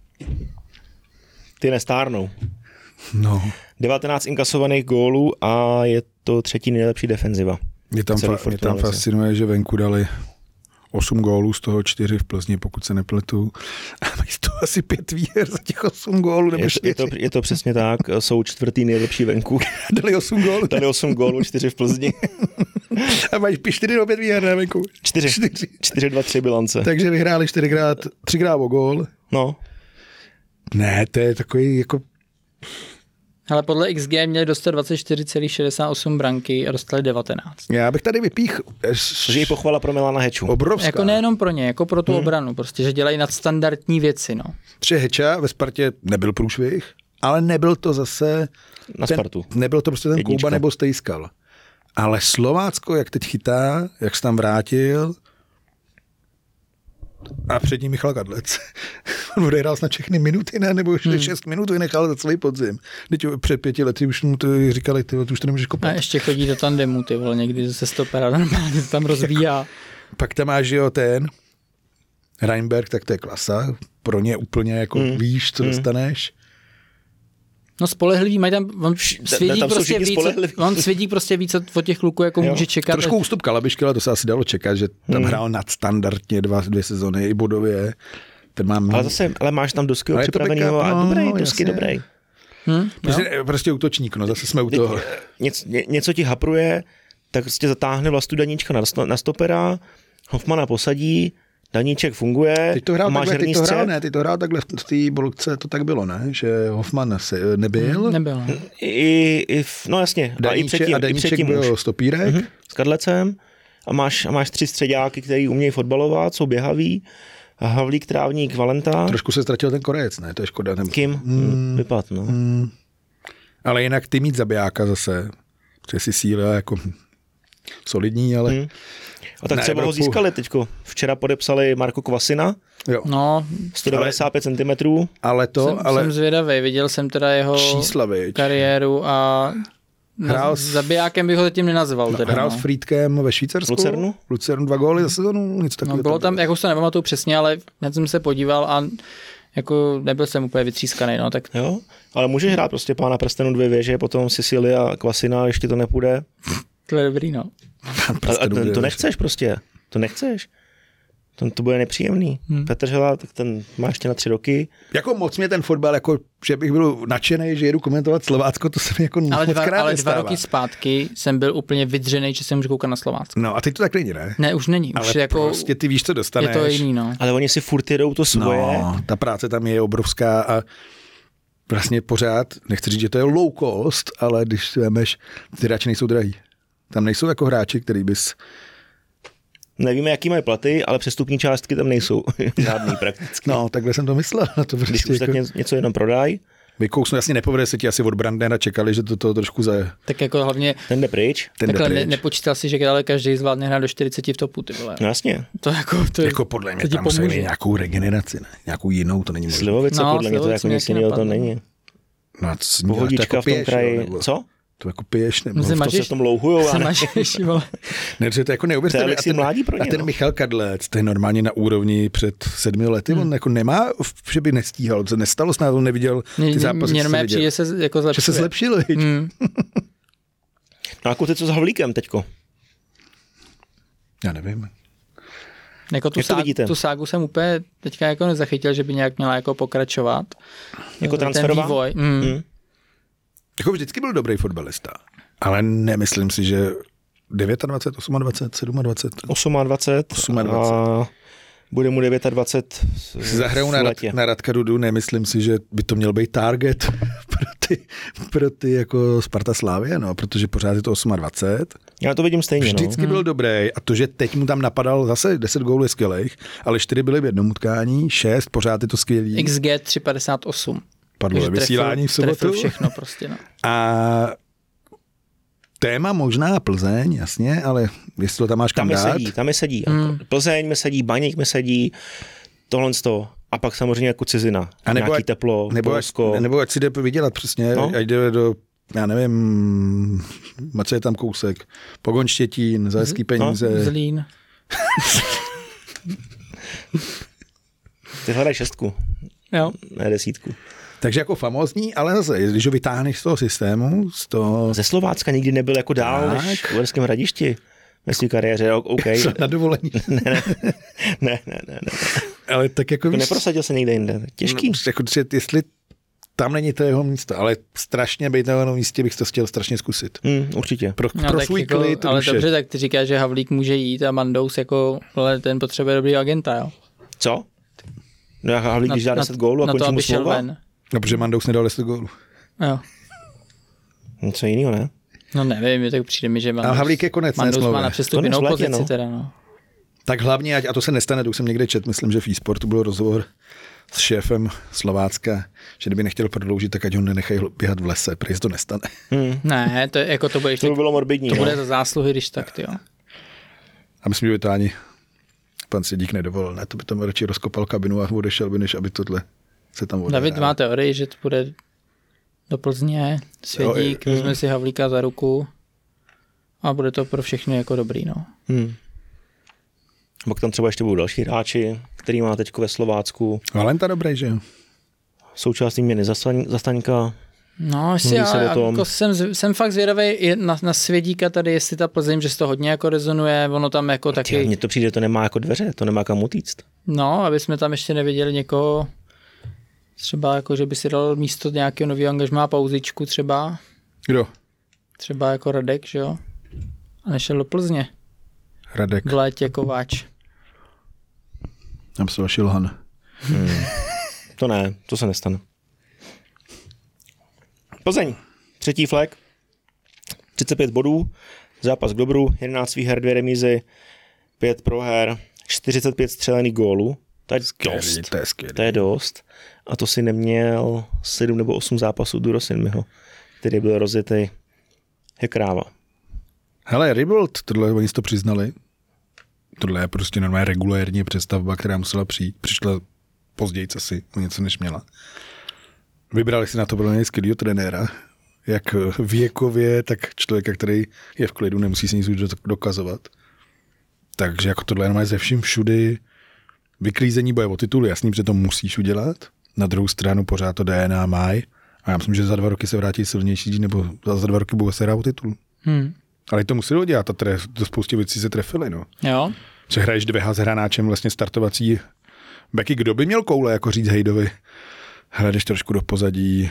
Ty nestárnou. No. 19 inkasovaných gólů a je to 3. nejlepší defenziva. Mě tam fascinuje, že venku dali 8 gólů, z toho 4 v Plzni, pokud se nepletu. A mají z toho asi 5 výher za těch 8 gólů. Nebo je to přesně tak. Jsou 4. nejlepší venku. Dali 8 gólů. Dali 8 gólů, 4 v Plzni. A mají 4 nebo 5 výher na venku. 4, 2, 3 bilance. Takže vyhráli 3krát o gól. No. Ne, to je takový jako... Ale podle XG měli dostat 24,68 branky a dostali 19. Já bych tady vypích... Že je pochvala pro Milana Heču. Obrovská. Jako nejenom pro ně, jako pro tu obranu. Prostě, že dělají nadstandardní věci, no. 3 Heča ve Spartě nebyl průšvih, ale nebyl to zase... Na Spartu. Nebyl to prostě ten Kouba nebo Stejskal. Ale Slovácko, jak teď chytá, jak se tam vrátil... A před ním Michal Kadlec. On odehrál snad všechny minuty, ne? Nebo 6 minut vynechal za celý podzim. Teď před 5 lety už mu to říkali, ty už to nemůžeš kopat. A ještě chodí do tandemu, ty vole, někdy ze stopera, normálně tam rozvíjá. Pak tam máš, jo, ten Reinberg, tak to je klasa. Pro ně úplně jako víš, co dostaneš. No spolehlivý, mají tam, on svědí prostě víc od těch kluků, jako může čekat. Trošku ústup Kalabišky, ale to se asi dalo čekat, že tam hrál nadstandardně 2 sezony i bodově. Ten má ale máš tam Doskyho připravenýho a dobrý. Prostě útočník, no zase jsme u toho. Něco ti hapruje, tak prostě zatáhne Vlastu Daníčka na stopera, Hoffmana posadí, Daníček funguje. Teď to hrál takhle v té bolkce, to tak bylo, ne? Že Hoffman nebyl. Nebyl. No jasně. Daníček byl stopírek. S Kadlecem. A máš 3 středáky, který umějí fotbalovat, jsou běhaví. Havlík, Trávník, Valenta. Trošku se ztratil ten Korejec, ne? To je škoda. Kim? Vypad, no. Ale jinak ty mít zabijáka zase, protože si síla jako solidní, ale... A tak třeba ho získali teďko. Včera podepsali Marko Kvasina, Jo. No, 195 cm. Ale jsem zvědavý, viděl jsem teda jeho čísla, kariéru a zabijákem bych ho zatím nenazval. Teda, hrál s Frýdkem ve Švýcarsku. Lucernu 2 góly za sezonu, něco takového. No, bylo tam, jak už to nepamatuju přesně, ale já jsem se podíval a jako nebyl jsem úplně vytřískaný. No, tak... Jo, ale můžeš hrát prostě Pána prstenů 2 věže, potom Sicilia a Kvasina, ještě to nepůjde. To je dobrý, no. To nechceš prostě, to nechceš. To bude nepříjemný. Petr Žela, tak ten má ještě na 3 roky. Jako moc mě ten fotbal, jako, že bych byl nadšený, že jedu komentovat Slovácko, to se mi jako moc krát ale nestává. 2 roky zpátky jsem byl úplně vydřený, že jsem můžu koukat na Slovácko. No a teď to tak není, ne? Ne, už není. Ale už jako, prostě ty víš, co dostaneš. je to jiný, no. Ale oni si furt jedou to svoje. No, ta práce tam je obrovská a vlastně pořád, nechci říct, že to je low cost, ale když si vemeš, ty hráči nejsou drahý. Tam nejsou jako hráči, který bys... Nevíme, jaký mají platy, ale přestupní částky tam nejsou. Žádný prakticky. No, takhle jsem to myslel. To prostě když už jako... tak něco jenom prodají. Vykousnu, jasně nepovede se ti asi od Brandnera, čekali, že to trošku Tak jako hlavně... Ten jde pryč. Nepočítal si, že ale každý zvládne hrát do 40 v topu, ty vole. No jasně. To jako podle mě tam musí nějakou regeneraci, ne? Nějakou jinou, to není možné. Slivovice podle mě to jako nic jiného to není. No, pohodička v tom kraji. Co? To jako piješ, nebo to se v tom louhujou. Ne, to je jako neuvěřitelné. A ten Michal Kadlec, to je normálně na úrovni před 7 lety, on jako nemá, že by nestíhal, se nestalo, snad on neviděl ty zápasy, co se viděl. Se jako zlepšuje. Že se zlepšilo. No a ty co s Havlíkem teďko? Já nevím. Jako tu ságu jsem úplně teďka jako nezachytil, že by nějak měla jako pokračovat. Jako transferová? Ten vývoj. Jako vždycky byl dobrý fotbalista, ale nemyslím si, že 29, 28, 27. 28. A bude mu 29 zahrajou na Radka Dudu, nemyslím si, že by to měl být target pro ty jako Sparta Slavia, no, protože pořád je to 28. Já to vidím stejně. Vždycky byl dobrý a to, že teď mu tam napadal zase 10 gólů je skvělých, ale 4 byly v jednom utkání, 6, pořád je to skvělý. XG 3,58. Padlo vysílání v sobotu. Trefil všechno prostě, no. A téma možná Plzeň, jasně, ale jestli to tam máš kam dát. Tam mi sedí. Plzeň mi sedí, Baník mi sedí, tohle z toho. A pak samozřejmě jako cizina. A nebo nějaký teplo, Polsko. Nebo ať si jde vydělat přesně, ať jde do, já nevím, co je tam kousek, Pogoň Štětín, za hezký peníze. Zlín. Ty hledaj 6. Jo. Ne 10. Takže jako famózní, ale zase, když ho vytáhneš z toho systému, Ze Slovácka nikdy nebyl jako dál než v Uherském Hradišti ve své kariéře, OK. Na dovolení. Ne. Ale tak jako to neprosadil se někde jinde, těžký. No, jako, jestli tam není to jeho místo, ale strašně být na jeho místě bych to chtěl strašně zkusit. Určitě. Pro svůj jako, klid. Ale dobře, tak ty říkáš, že Havlík může jít a Mandous jako, ale ten potřebuje dobrý agenta, jo? Co? No Havlík, když dá 10 gólů a končí mu smlouva? No, protože Mandous nedal 10 gólů. Jo. Něco jiného, ne? No nevím, tak přijde mi, že Mandous, a Havlík je konec, Mandous má na přestup jinou pozici teda, no. Tak hlavně, a to se nestane, to už jsem někde čet, myslím, že v eSportu byl rozhovor s šéfem Slovácka, že kdyby nechtěl prodloužit, tak ať ho nenechají běhat v lese, protože to nestane. Ne, to, jako to bude to by bylo morbidní. To bude za zásluhy, když tak, jo. A myslím, že by to ani pan Sedík nedovolil, ne? To by tam radši rozkopal kabinu a odešel by, než aby tohle se tam odehrálo. David má teorii, že to bude do Plzně, Svědík, vezme si Havlíka za ruku a bude to pro všechny jako dobrý, no. Pak tam třeba ještě budou další hráči, který má teďko ve Slovácku. Valenta dobrý, že jo? Součástí měny Zastaňka. No, jako jsem fakt zvědavý na Svědíka tady, jestli ta Plzeň, že se to hodně jako rezonuje, ono tam jako taky... Mně to přijde, to nemá jako dveře, to nemá kam utíct. No, aby jsme tam ještě neviděli někoho, třeba jako, že by si dal místo nějakého nového angažmá pauzičku třeba. Kdo? Třeba jako Radek, že jo? A nešel do Plzně. Radek. V létě Kováč. Tam se Šilhan. To ne, to se nestane. Plzeň, 3. flek, 35 bodů, zápas k dobru, 11 výher, 2 remízy, 5 proher, 45 střelených gólů. To je dost. To je dost. A to si neměl 7 nebo 8 zápasů Durosin Miho. který byl rozjetý, je kráva. Hele, Rebuild, tohle oni si to přiznali. Tohle je prostě normálně regulérní přestavba, která musela přijít. Přišla později asi o něco, než měla. Vybrali si na to velmi skvělýho trenéra, jak věkově, tak člověka, který je v klidu, nemusí si nic už dokazovat. Takže jako tohle je normálně ze vším všudy vyklízení boje o titul, jasný, protože to musíš udělat. Na druhou stranu pořád to DNA mají. A já myslím, že za 2 roky se vrátí silnější, nebo za 2 roky bude se hrát o titul. Ale to musí udělat, to spoustě věcí se trefily, no. Jo. Že hraješ 2 s hranáčem vlastně startovací beky, kdo by měl koule, jako říct Hejdovi. Hledeš trošku do pozadí.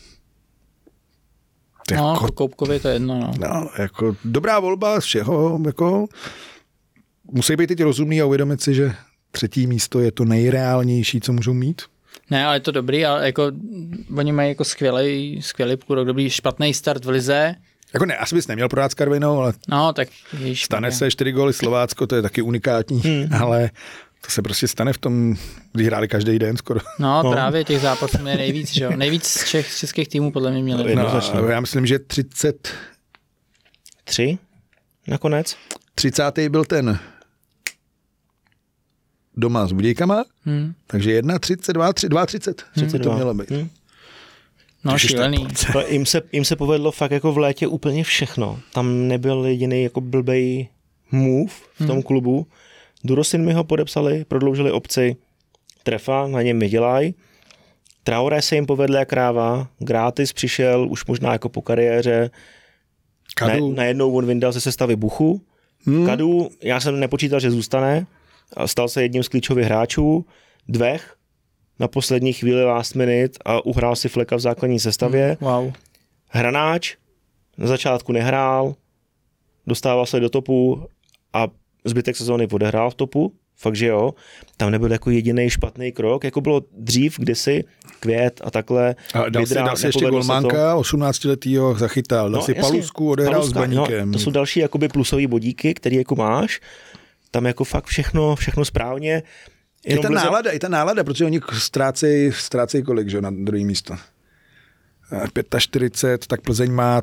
No, jako Koupkovi to je jedno, no. No, jako dobrá volba z všeho, jako musí být teď rozumný a uvědomit si, že 3. místo je to nejreálnější, co můžou mít. Ne, ale je to dobrý, ale jako oni mají jako skvělý půlrok, dobrý špatný start v lize. Jako ne, asi bys neměl prohrát s Karvinou, ale no, tak stane se 4 góly Slovácko, to je taky unikátní, ale to se prostě stane v tom, kdy hráli každý den skoro. No, právě těch zápasů je nejvíc, že jo. Nejvíc z českých týmů podle mě měli. No, já myslím, že 3 nakonec. 30. byl ten doma s Budějkama, takže 1,32, 2,30 to mělo být. No, šílený. Jim se povedlo fakt jako v létě úplně všechno. Tam nebyl jediný jako blbej move v tom klubu. Durosin mi ho podepsali, prodloužili opci, trefa, na něm vydělají. Traoré se jim povedla jak kráva, Gratis přišel už možná jako po kariéře. Najednou on vyndal ze sestavy Buchu. Kadu, já jsem nepočítal, že zůstane. Stal se jedním z klíčových hráčů. Dvech na poslední chvíli last minute a uhrál si fleka v základní sestavě. Wow. Hranáč na začátku nehrál, dostával se do topu a zbytek sezóny odehrál v topu. Fakt, že jo. Tam nebyl jako jediný špatný krok, jako bylo dřív kdysi, Květ a takhle. A dal si ještě golmánka, 18letýho zachytal, dal si Palusku, odehrál s Baníkem. No, to jsou další jakoby plusový bodíky, který jako máš. Tam jako fakt všechno správně. I ta nálada, protože oni ztrácejí kolik, že na druhý místo. 45, tak Plzeň má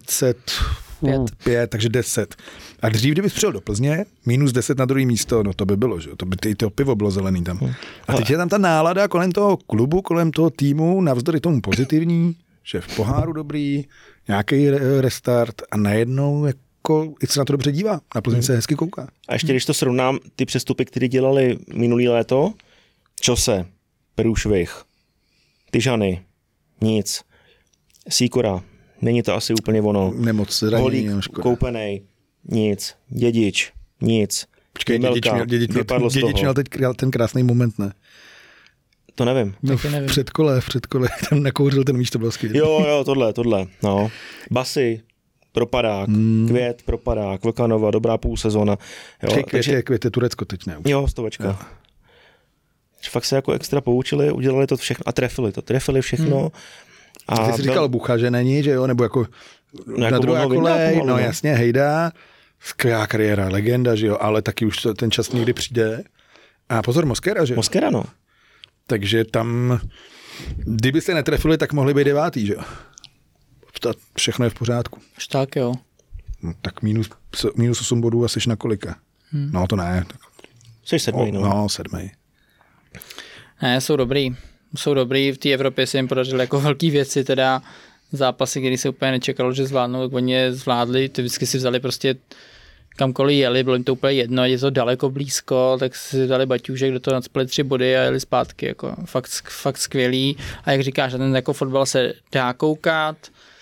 35, takže 10. A dřív, kdybys přijel do Plzně, minus 10 na druhý místo, no to by bylo, že? To by to pivo bylo zelený tam. A teď je tam ta nálada kolem toho klubu, kolem toho týmu, navzdory tomu pozitivní, že v poháru dobrý, nějaký restart a najednou jako i se na to dobře dívá. Na Plzeň se hezky kouká. A ještě když to srovnám, ty přestupy, které dělali minulý léto, Čose, Průšvih, Tyžany, nic, Sýkora, není to asi úplně ono. Nemoc zranění. Holík, Koupenej, nic, Dědič, nic. Počkej, Dědič měl teď ten krásný moment, ne? To nevím. No, v předkole, tam nakouřil ten místo byl skvělý. Jo, tohle, no. Basy, propadák, Květ, propadák, Vlkanova, dobrá půlsezóna. Květ je Turecko teď, ne? Jo, 100. Jo. Fakt se jako extra poučili, udělali to všechno a trefili všechno. A ty jsi říkal Bucha, že není, že jo? Nebo jako na druhé kolej, no jasně, Hejda, skvělá kariéra, legenda, že jo? Ale taky už ten čas někdy přijde. A pozor, Moskera, že jo? Moskera, no. Takže tam, kdyby se netrefili, tak mohli být 9, že jo? Všechno je v pořádku. Až tak, jo. No, tak minus 8 bodů a jsi na kolika? No to ne. Jsi 7. No, 7. Ne, jsou dobrý. V té Evropě se jim podařily jako velký věci, teda zápasy, kdy se úplně nečekalo, že zvládnou, tak oni je zvládli, ty vždycky si vzali prostě kamkoliv jeli, bylo jim to úplně jedno, je to daleko blízko, tak si dali baťůžek, do toho nacpali 3 body a jeli zpátky, jako fakt skvělý. A jak říkáš, ten jako fotbal se dá koukat,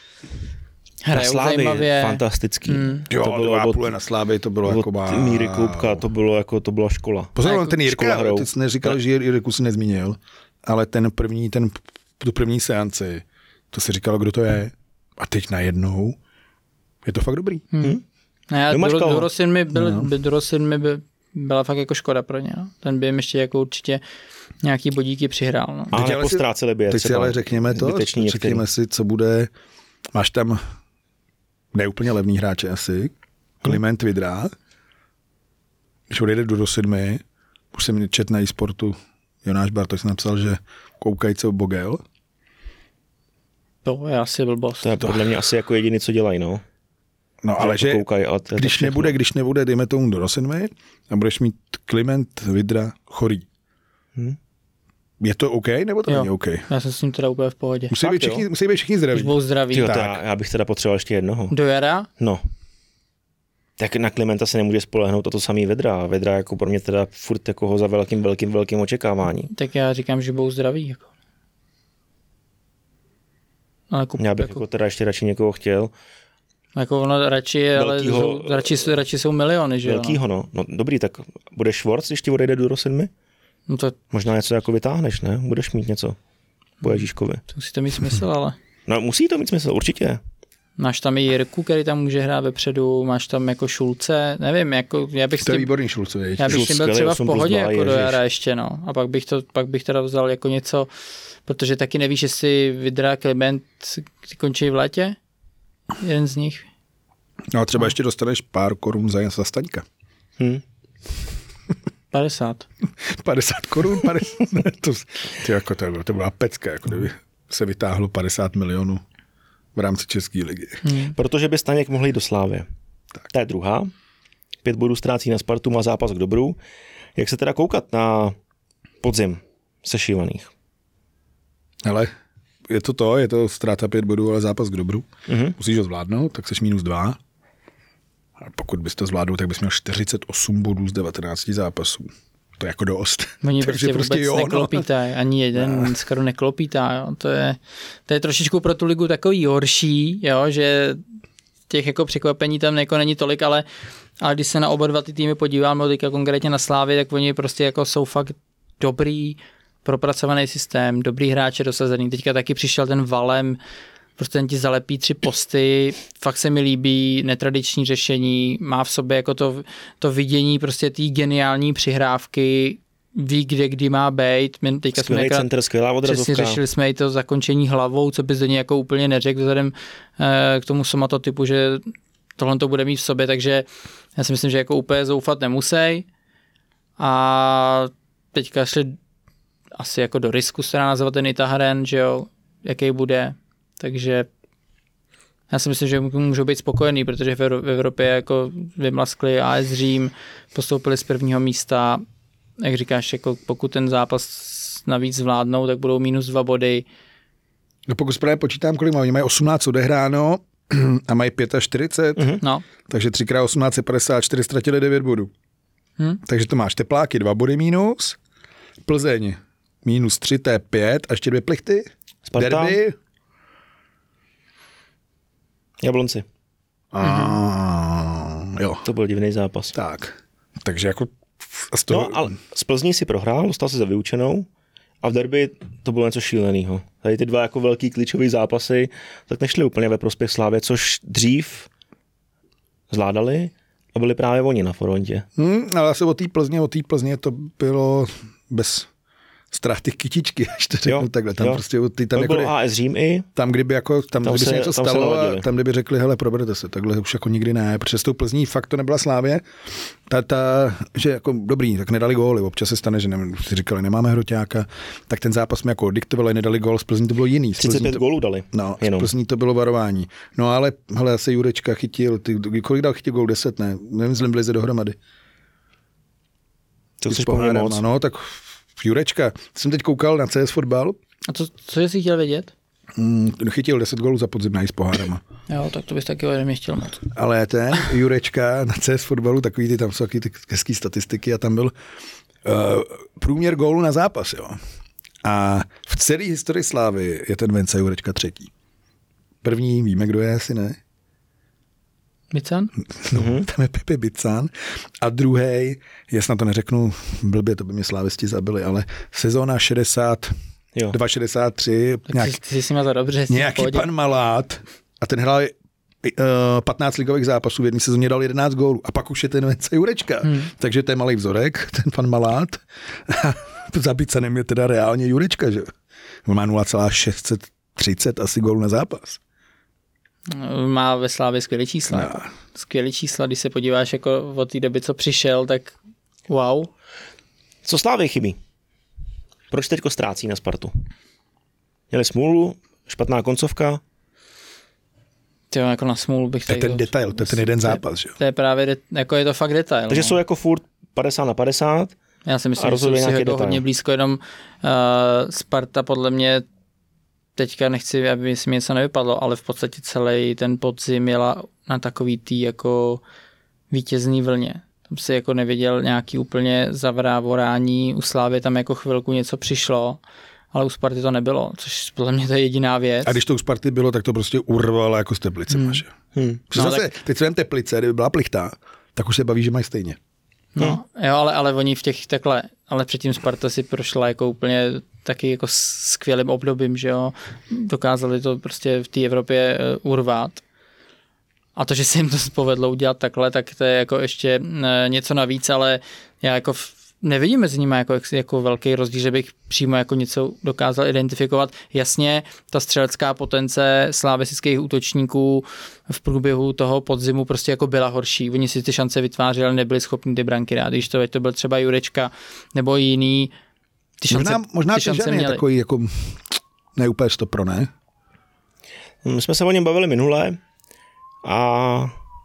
hrajou zajímavě. Fantastický. Jo, to bylo 2,5 na Slávy, to bylo jako Míry Koupka, to byla škola. Pozor, ten Jirka, ty jsi neříkal, že Jirku si nezmínil, ale tu první seanci, to si říkalo, kdo to je. A teď najednou je to fakt dobrý. Ne, Durosin mi byla fakt jako škoda pro ně. No. Ten by jim ještě jako určitě nějaký bodíky přihrál. No. A nepostráceli by je. Teď si ale řekněme si, co bude. Máš tam neúplně levný hráče asi. Kliment Vidra. Když odjede do 7, už jsem čet na eSportu, Jonáš Bartoš napsal, že koukají co Bogel. To je asi blbost. To je podle mě asi jako jediný, co dělají, no. No ale že koukaj, ale když nebude, dejme tomu do Rosenvy a budeš mít Kliment, Vydra, Chorý. Je to OK, nebo to není OK? Já jsem s tím teda úplně v pohodě. Musí být všichni zdraví. Když budou zdraví. Tyjo, já bych teda potřeboval ještě jednoho. Do jara? No. Tak na Klimenta se nemůže spolehnout a to samý Vedra. Vedra jako pro mě teda furt jako ho za velkým očekávání. Tak já říkám, že budou zdraví. Jako. Ale já bych jako teda ještě radši někoho chtěl. Jako ono radši, velkýho, ale radši jsou miliony, že velkýho, no. No dobrý, tak bude Schwarz, když ti odejde do Rosenmy? No to... Možná něco jako vytáhneš, ne? Budeš mít něco po Ježíškovi. To musí to mít smysl, ale... No musí to mít smysl, určitě. Máš tam i Jirku, který tam může hrát vepředu, máš tam jako Šulce, nevím, jako já bych... To je výborný Šulce, já bych s tím byl třeba v pohodě jako do jara ještě, no. A pak bych teda vzal jako něco, protože taky nevíš, jestli Vydra, Kliment končí v létě, jeden z nich. No a třeba ještě dostaneš pár korun za Staňka. 50. 50 korun, 50. To byla pecka, jako kdyby se vytáhlo 50 milionů v rámci České ligy. Protože by Staněk mohl jít do Slávy. To je druhá. 5 bodů ztrácí na Spartu, má zápas k dobru. Jak se teda koukat na podzim sešívaných? Ale je to ztráta 5 bodů, ale zápas k dobru. Musíš ho zvládnout, tak seš -2. A pokud bys to zvládl, tak bys měl 48 bodů z 19 zápasů. To je jako dost. Oni prostě vůbec neklopítají, ani jeden skoro neklopítá. Jo. To je trošičku pro tu ligu takový horší, jo, že těch jako překvapení tam jako není tolik, ale když se na oba dva ty týmy podíváme, teďka konkrétně na Slávy, tak oni prostě jako jsou fakt dobrý, propracovaný systém, dobrý hráče dosazený. Teďka taky přišel ten Valem, prostě ten ti zalepí 3 posty, fakt se mi líbí, netradiční řešení, má v sobě jako to vidění prostě té geniální přihrávky, ví kdy má být. Skvělý center, skvělá odrazovka. Přesně řešili jsme i to zakončení hlavou, co bys do něj jako úplně neřekl vzhledem k tomu somatotypu, že tohle to bude mít v sobě, takže já si myslím, že jako úplně zoufat nemusí. A teďka šli asi jako do risku, se dá nazvat ten Itaharen, že jo, jaký bude. Takže já si myslím, že můžou být spokojený, protože v Evropě jako vymlaskli AS Řím, postoupili z 1. místa. Jak říkáš, jako pokud ten zápas navíc zvládnou, tak budou -2 body. No pokud správně počítám, kolik mají, oni mají 18 odehráno a mají 45, no. Takže 3x18 je 54, ztratili 9 bodů. Takže to máš Tepláky 2 body minus, Plzeň -3, to je 5 a ještě 2 plichty. Sparta. Derby. Jablonci. Jo. To byl divný zápas. Tak. Takže jako... No, ale z Plzní si prohrál, dostal se za vyučenou a v derby to bylo něco šílenýho. Tady ty 2 jako velký klíčový zápasy tak nešly úplně ve prospěch Slávy, což dřív zvládali a byli právě oni na frontě. Ale asi o té Plzně to bylo bez ztráty kytičky, až to řeknu takhle. Tam prostě tam jako byl AS Řím i. Tam kdyby se něco stalo a tam kdyby řekli, hele, proberte se, takhle už jako nikdy ne. Protože s tou Plzní fakt to nebyla Slávě. Že jako dobrý, tak nedali góly. Občas se stane, že si říkali, nemáme hroťáka, tak ten zápas jsme jako diktovali, nedali gól, z Plzní to bylo jiný. 35 gólů dali. No, z Plzní to bylo varování. No ale hele, se Jurečka chytil, kolik dal chytil gól, 10, ne? Nevím, zlem byli dohromady. To jsi pohledal moc. No, tak Jurečka. Jsem teď koukal na CS fotbal. A co jsi chtěl vědět? Chytil 10 gólů za podzimná s pohárama. Jo, tak to bys taky ode mě chtěl moc. Ale ten Jurečka na CS fotbalu, tam jsou taky hezký statistiky a tam byl průměr gólů na zápas, jo. A v celé historii Slávy je ten Vence Jurečka 3. První, víme, kdo je, asi ne? Bicán? No, tam je Pepe Bicán. A druhý, já snad to neřeknu blbě, to by mě slávisti zabili, ale sezóna 2,63. Ty jsi měl to dobře. Nějaký pan Malát a ten hrál 15 ligových zápasů, v jedné sezóně dal 11 gólů a pak už je ten Vence Jurečka. Takže to je malý vzorek, ten pan Malát. Za Bicanem je teda reálně Jurečka, že? On má 0,630 asi gólů na zápas. Má ve Slávě skvělé čísla. No. Skvělé čísla, když se podíváš jako od té doby, co přišel, tak wow. Co Slávě chybí? Proč teďko ztrácí na Spartu? Měli smůlu, špatná koncovka. Tyjo, jako na smůlu bych To je ten detail, to je ten jeden zápas, že jo? To je právě, jako je to fakt detail. Takže no. jsou jako furt 50/50. Já si myslím, že jsou si jako hodně blízko, jenom Sparta podle mě teďka nechci, aby si mi něco nevypadlo, ale v podstatě celý ten podzim jela na takový tý jako vítězný vlně. Tam si jako neviděl nějaký úplně zavrávorání, u Slávy tam jako chvilku něco přišlo, ale u Sparty to nebylo, což podle mě to je jediná věc. A když to u Sparty bylo, tak to prostě urvalo jako s Teplicema, že? No, zase, teď svém Teplice, kdyby byla plichtá, tak už se baví, že mají stejně. No, jo, ale oni v těch takhle, ale předtím Sparta si prošla jako úplně taky jako skvělým obdobím, že jo, dokázali to prostě v té Evropě urvat. A to, že se jim to povedlo udělat takhle, tak to je jako ještě něco navíc, ale já jako nevidím mezi nimi jako velký rozdíl, že bych přímo jako něco dokázal identifikovat. Jasně, ta střelecká potence slávesických útočníků v průběhu toho podzimu prostě jako byla horší. Oni si ty šance vytvářeli, ale nebyli schopni ty branky dát. Když to byl třeba Jurečka nebo jiný, ty šance, možná ty šance měli. Takový jako neúplně stopro, ne? My jsme se o něm bavili minule a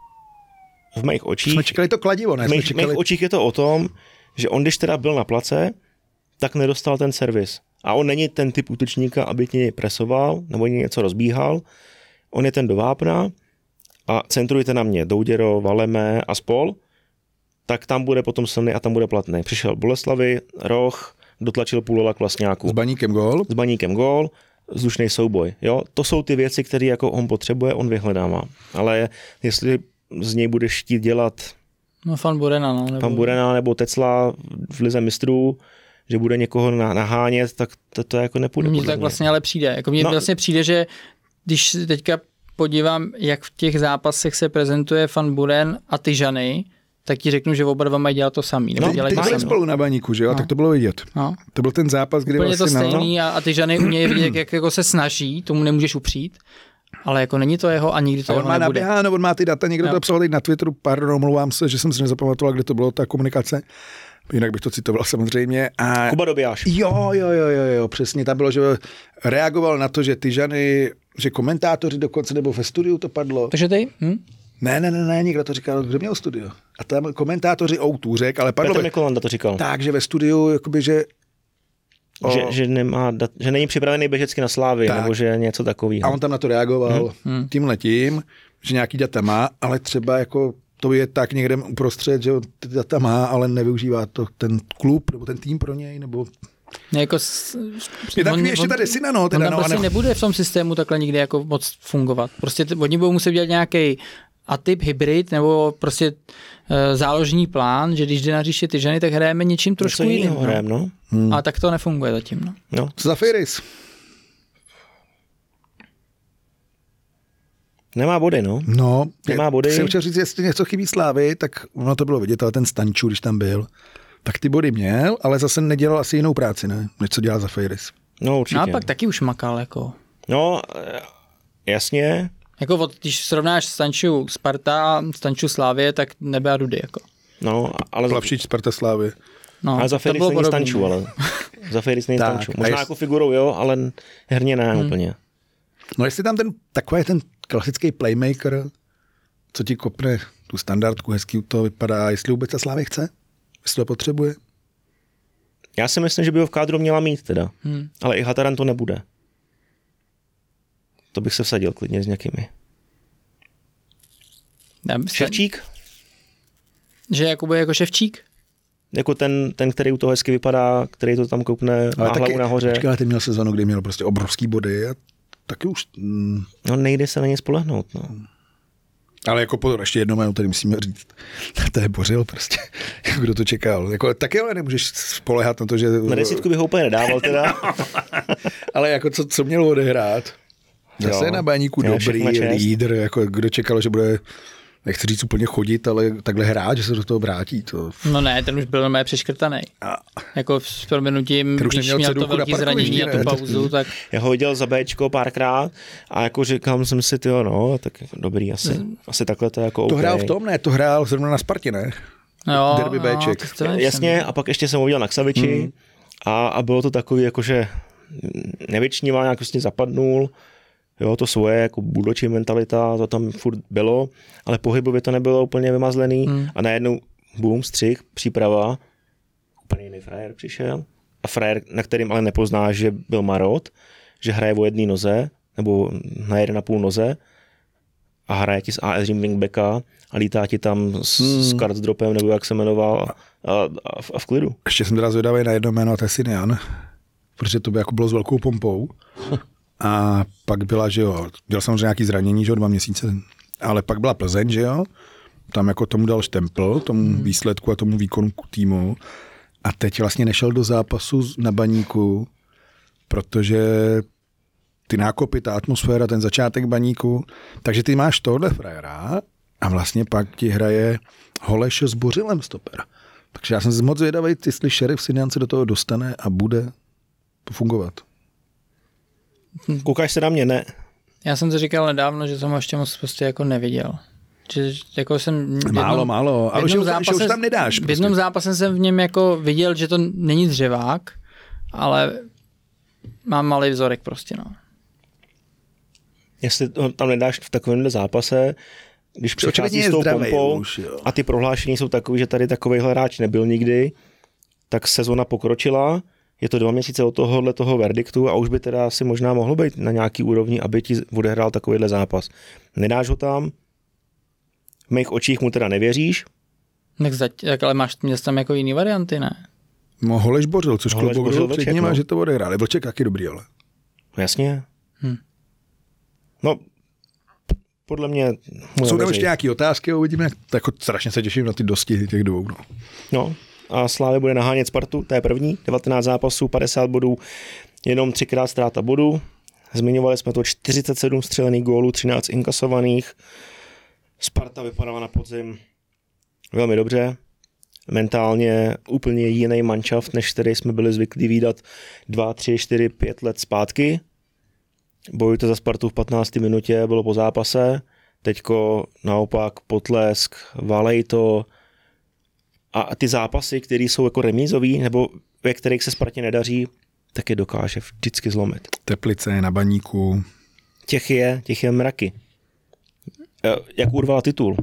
v mých očích... Jsme čekali to kladivo, ne? V mých očích je to o tom, že on, když teda byl na place, tak nedostal ten servis. A on není ten typ útočníka, aby tě presoval nebo něco rozbíhal. On je ten do vápna a centrujte na mě Douděro, Valeme a spol, tak tam bude potom silný a tam bude platný. Přišel Boleslavy, Roh, dotlačil Půlola k Vlastňáku. S Baníkem gól. Vzdušný souboj. Jo? To jsou ty věci, které jako on potřebuje, on vyhledává. Ale jestli z něj budeš chtít dělat Fan Burena nebo Tecla v lize mistrů, že bude někoho nahánět, tak to jako nepůjde. Mně tak vlastně ale přijde. Jako mně vlastně přijde, že když teďka podívám, jak v těch zápasech se prezentuje Fan Buren a Tyžany, tak ti řeknu, že oba dva mají dělat to samý. Teď byli spolu na Baníku, že jo? Tak to bylo vidět. No. To byl ten zápas, kdy úplně vlastně... to stejný a Tyžany u něj vidět, jak jako se snaží, tomu nemůžeš upřít. Ale jako není to jeho a nikdy to jeho nebude. On má ty data, někdo to psal teď na Twitteru, pardon, omlouvám se, že jsem si nezapamatoval, kde to bylo ta komunikace. Jinak bych to citoval samozřejmě. A... Kuba Dobijáš. Jo, přesně. Tam bylo, že reagoval na to, že Tyžany, že komentátoři dokonce, nebo ve studiu to padlo. Takže ty? Ne, někdo to říkal, kdo měl studio. A tam komentátoři O2 řekl, ale padlo... Petr Mikolanda to říkal. Tak, že ve studiu, jakoby, že že není připravený běžecky na Slávy, nebo že něco takového. A on tam na to reagoval tímhletím, že nějaký data má, ale třeba jako to je tak někde uprostřed, že ty data má, ale nevyužívá to ten klub nebo ten tým pro něj, nebo... Jako je tak ještě ta desina, no. Teda, on tam prostě nebude v tom systému takhle nikdy jako moc fungovat. Prostě oni budou muset dělat nějaký atyp, hybrid, nebo prostě záložní plán, že když jde na hřiště Tyžany, tak hrajeme něčím trošku jiným. No. A tak to nefunguje zatím. No. Co za Fejris? Nemá body, no. Nemá body. Jsem chtěl říct, jestli něco chybí Slávy, tak ono to bylo vidět, ale ten Stanču, když tam byl, tak ty body měl, ale zase nedělal asi jinou práci, ne? Než co dělal za Fejris. No určitě. No a pak taky už makal, jako. No, jasně. Jako když srovnáš Stanču Sparta a Stanču Slávě, tak nebe a dudy, jako. No, ale... Plavšič Sparta Slávy. No, ale za Fejris není Stanču, ale... Za Fejris není Stanču. Možná jako figurou, jo, ale herně ne úplně. No jestli tam takový ten klasický playmaker, co ti kopne tu standardku, hezký to vypadá, jestli vůbec ta Slávě chce? Jestli to potřebuje? Já si myslím, že by ho v kádru měla mít teda. Ale i Hataran to nebude. To bych se vsadil klidně s někými. Ševčík? Že jako bude jako Ševčík? Jako ten, který u toho hezky vypadá, který to tam koupne, má hlavu nahoře. Ale ty měl sezonu, kdy měl prostě obrovský body a taky už... No nejde se na ně spolehnout, no. Ale jako pozor, ještě jedno jméno tady musíme říct. To je Bořil prostě. Kdo to čekal? Jako, taky ale nemůžeš spolehat na to, že... Na desítku bych ho úplně nedával teda. Ale jako co měl odehrát? Zase na Baníku dobrý lídr, jako kdo čekal, že bude, nechci říct úplně chodit, ale takhle hrát, že se do toho vrátí. To... No ne, ten už byl normálně přeškrtaný. Jako s proměnutím, když měl to velký zranění a tu pauzu, tak... Já ho viděl za Bčko párkrát a jako říkal jsem si, tak dobrý, asi takhle to jako to hrál v tom, ne? To hrál zrovna na Spartě, ne? Jo, Derby Bček. Jasně, a pak ještě jsem ho viděl na Ksaviči a bylo to takový, jakože nevyčnívá, nějak vlastně zapadnul Jo, to svoje, jako budočí mentalita, to tam furt bylo, ale pohybově to nebylo úplně vymazlený a najednou boom, střih, příprava, úplně jiný frajer přišel a frajer, na kterým ale nepoznáš, že byl marot, že hraje o jedné noze nebo na 1,5 noze a hraje ti z AS wingbacka a lítá ti tam s card dropem, nebo jak se jmenoval a v klidu. Ještě jsem teda zvědavý na jedno jméno, a to je Sinian, protože to by jako bylo s velkou pompou. A pak byla, že jo, dělal samozřejmě nějaký zranění, že jo, 2 měsíce, ale pak byla Plzeň, že jo, tam jako tomu dal štempl, tomu výsledku a tomu výkonu týmu a teď vlastně nešel do zápasu na Baníku, protože ty nákopy, ta atmosféra, ten začátek Baníku, takže ty máš tohle frajera a vlastně pak ti hraje Holeš s Bořilem stoper. Takže já jsem moc zvědavý, jestli Šerif Sinian se do toho dostane a bude to fungovat. Koukáš se na mě, ne? Já jsem to říkal nedávno, že jsem ho ještě moc prostě jako neviděl. Že jako jsem málo, ale už tam nedáš. V jednom zápase jsem v něm jako viděl, že to není dřevák, ale mám malý vzorek prostě, no. Jestli tam nedáš v takovémhle zápase, když přichází s tou pompou a ty prohlášení jsou takové, že tady takovejhle hráč nebyl nikdy, tak sezona pokročila, je to 2 měsíce od toho verdiktu a už by teda si možná mohlo být na nějaký úrovni, aby ti odehrál takovýhle zápas. Nedáš ho tam, v mých očích mu teda nevěříš. Tak ale máš tam jako jiný varianty, ne? No Holeš Bořil, což klobouk před ním, že to odehrál. Vlček taky dobrý, ale. Jasně. No, podle mě... Jsou tam ještě nějaké otázky a uvidíme, tak strašně se těším na ty dostihy těch dvou. No, a Slávě bude nahánět Spartu, to je první, 19 zápasů, 50 bodů, jenom 3krát ztráta bodů. Zmiňovali jsme to 47 střelených gólů, 13 inkasovaných. Sparta vypadala na podzim velmi dobře. Mentálně úplně jiný manšaft, než který jsme byli zvyklí vídat 2, 3, 4, 5 let zpátky. Bojujte za Spartu v 15. minutě, bylo po zápase. Teďko naopak potlesk, valej to. A ty zápasy, které jsou jako remízový, nebo ve kterých se Spartě nedaří, tak je dokáže vždycky zlomit. Teplice na Baníku. Těch je mraky. Jak urvala titul?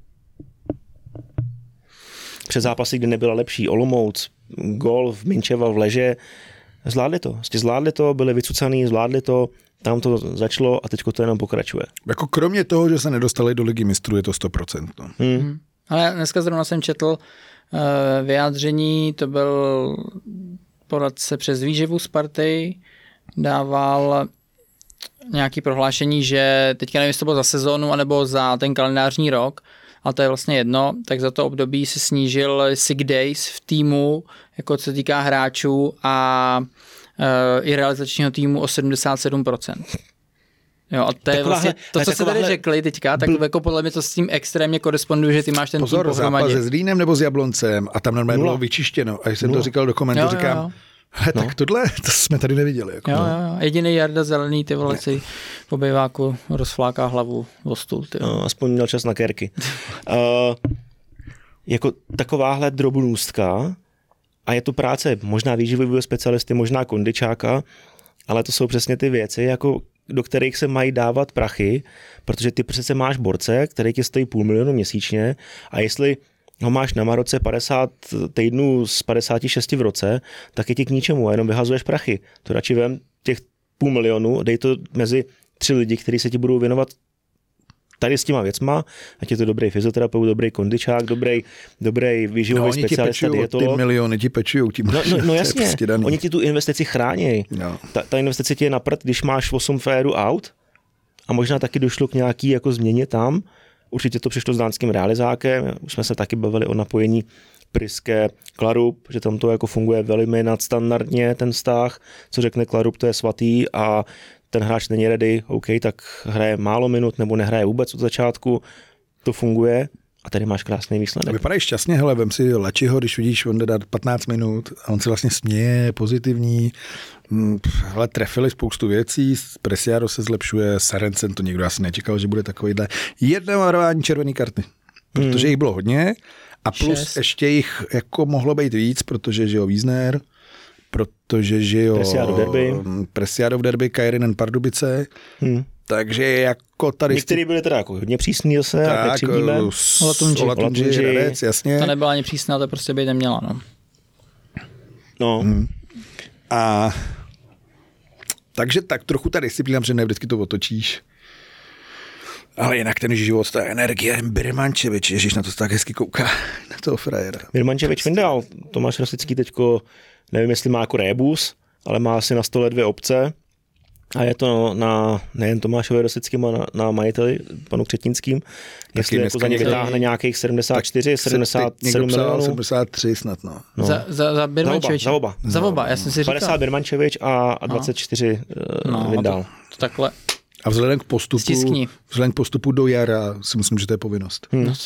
Před zápasy, kdy nebyla lepší, Olomouc, gól v Minčeva v Leže, zvládli to, byli vycucaný, zvládli to, tam to začalo a teďko to jenom pokračuje. Jako kromě toho, že se nedostali do Ligy mistrů, je to 100%. No. Ale dneska zrovna jsem četl vyjádření, to byl poradce přes výživu Sparty, dával nějaké prohlášení, že teďka nevím, jestli to bylo za sezónu, anebo za ten kalendářní rok, ale to je vlastně jedno, tak za to období se snížil sick days v týmu, jako co se týká hráčů a i realizačního týmu o 77%. Jo, a to je vlastně to, co se tady řekli teďka, tak jako podle mě to s tím extrémně koresponduje, že ty máš ten tým pohromadě. Zápas se Zlínem nebo s Jabloncem a tam normálně bylo vyčištěno. A když jsem to říkal do komentu, říkám, tak tohle, to jsme tady neviděli. Jako, jo. Jediný Jarda Zelený, ty vole, si po bejváku rozfláká hlavu o stůl. Aspoň měl čas na kérky. Jako takováhle drobnůstka a je to práce možná výživového specialisty, možná kondičáka, ale to jsou přesně ty věci, jako do kterých se mají dávat prachy, protože ty přece máš borce, který ti stojí 500 000 měsíčně a jestli ho máš na Maroce 50 týdnů z 56 v roce, tak je ti k ničemu a jenom vyhazuješ prachy. To radši vem těch 500 000, dej to mezi 3 lidi, kteří se ti budou věnovat tady s těma věcma, ať je to dobrý fyzioterapeut, dobrý kondičák, dobrý výživový specialista, dietolog. Ty miliony ti pečujou tím. No jasně, prostě oni ti tu investici chrání. No. Ta investice ti je na prd, když máš 8 férů aut a možná taky došlo k nějaký jako změně tam. Určitě to přišlo s dánským realizákem, už jsme se taky bavili o napojení Priske Klarup, že tam to jako funguje velmi nadstandardně ten vztah, co řekne Klarup, to je svatý a ten hráč není ready, OK, tak hraje málo minut nebo nehraje vůbec od začátku, to funguje a tady máš krásný výsledek. Vypadají šťastně, hele, vem si Lačiho, když vidíš, on dá 15 minut a on si vlastně směje, pozitivní, hele, trefili spoustu věcí, Preciado se zlepšuje, Sarencen to nikdo asi nečekal, že bude takovýhle. Jedno varování červený karty, protože jich bylo hodně a plus 6. Ještě jich jako mohlo být víc, protože že jo, Wiesner, protože že jo, Preciado v derby, Kairinen Pardubice Takže jako tady... Některý byli teda jako hodně přísný zase, a nekřivdíme. Olatunji, Radec, jasně. Ta nebyla ani přísná, to prostě být neměla, no. No. A takže tak trochu ta disciplína, protože ne vždycky to otočíš. Ale jinak ten život, ta energie, Birmančevič, ježiš, na to se tak hezky kouká, na toho frajera. Birmančevič vyndal, Tomáš Rosický teďko, nevím, jestli má jako rébus, ale má asi na stole 2 obce a je to na nejen Tomášovi Rosickému, na majiteli, panu Křetínským, jestli jako za ně vytáhne nějakých 74, 77 milionů. 73 snad, no. Za Birmančevič. Za oba, já jsem si říkal. 50 Birmančevič a 24 vyndal. To takhle. A vzhledem k postupu do jara si myslím, že to je povinnost. No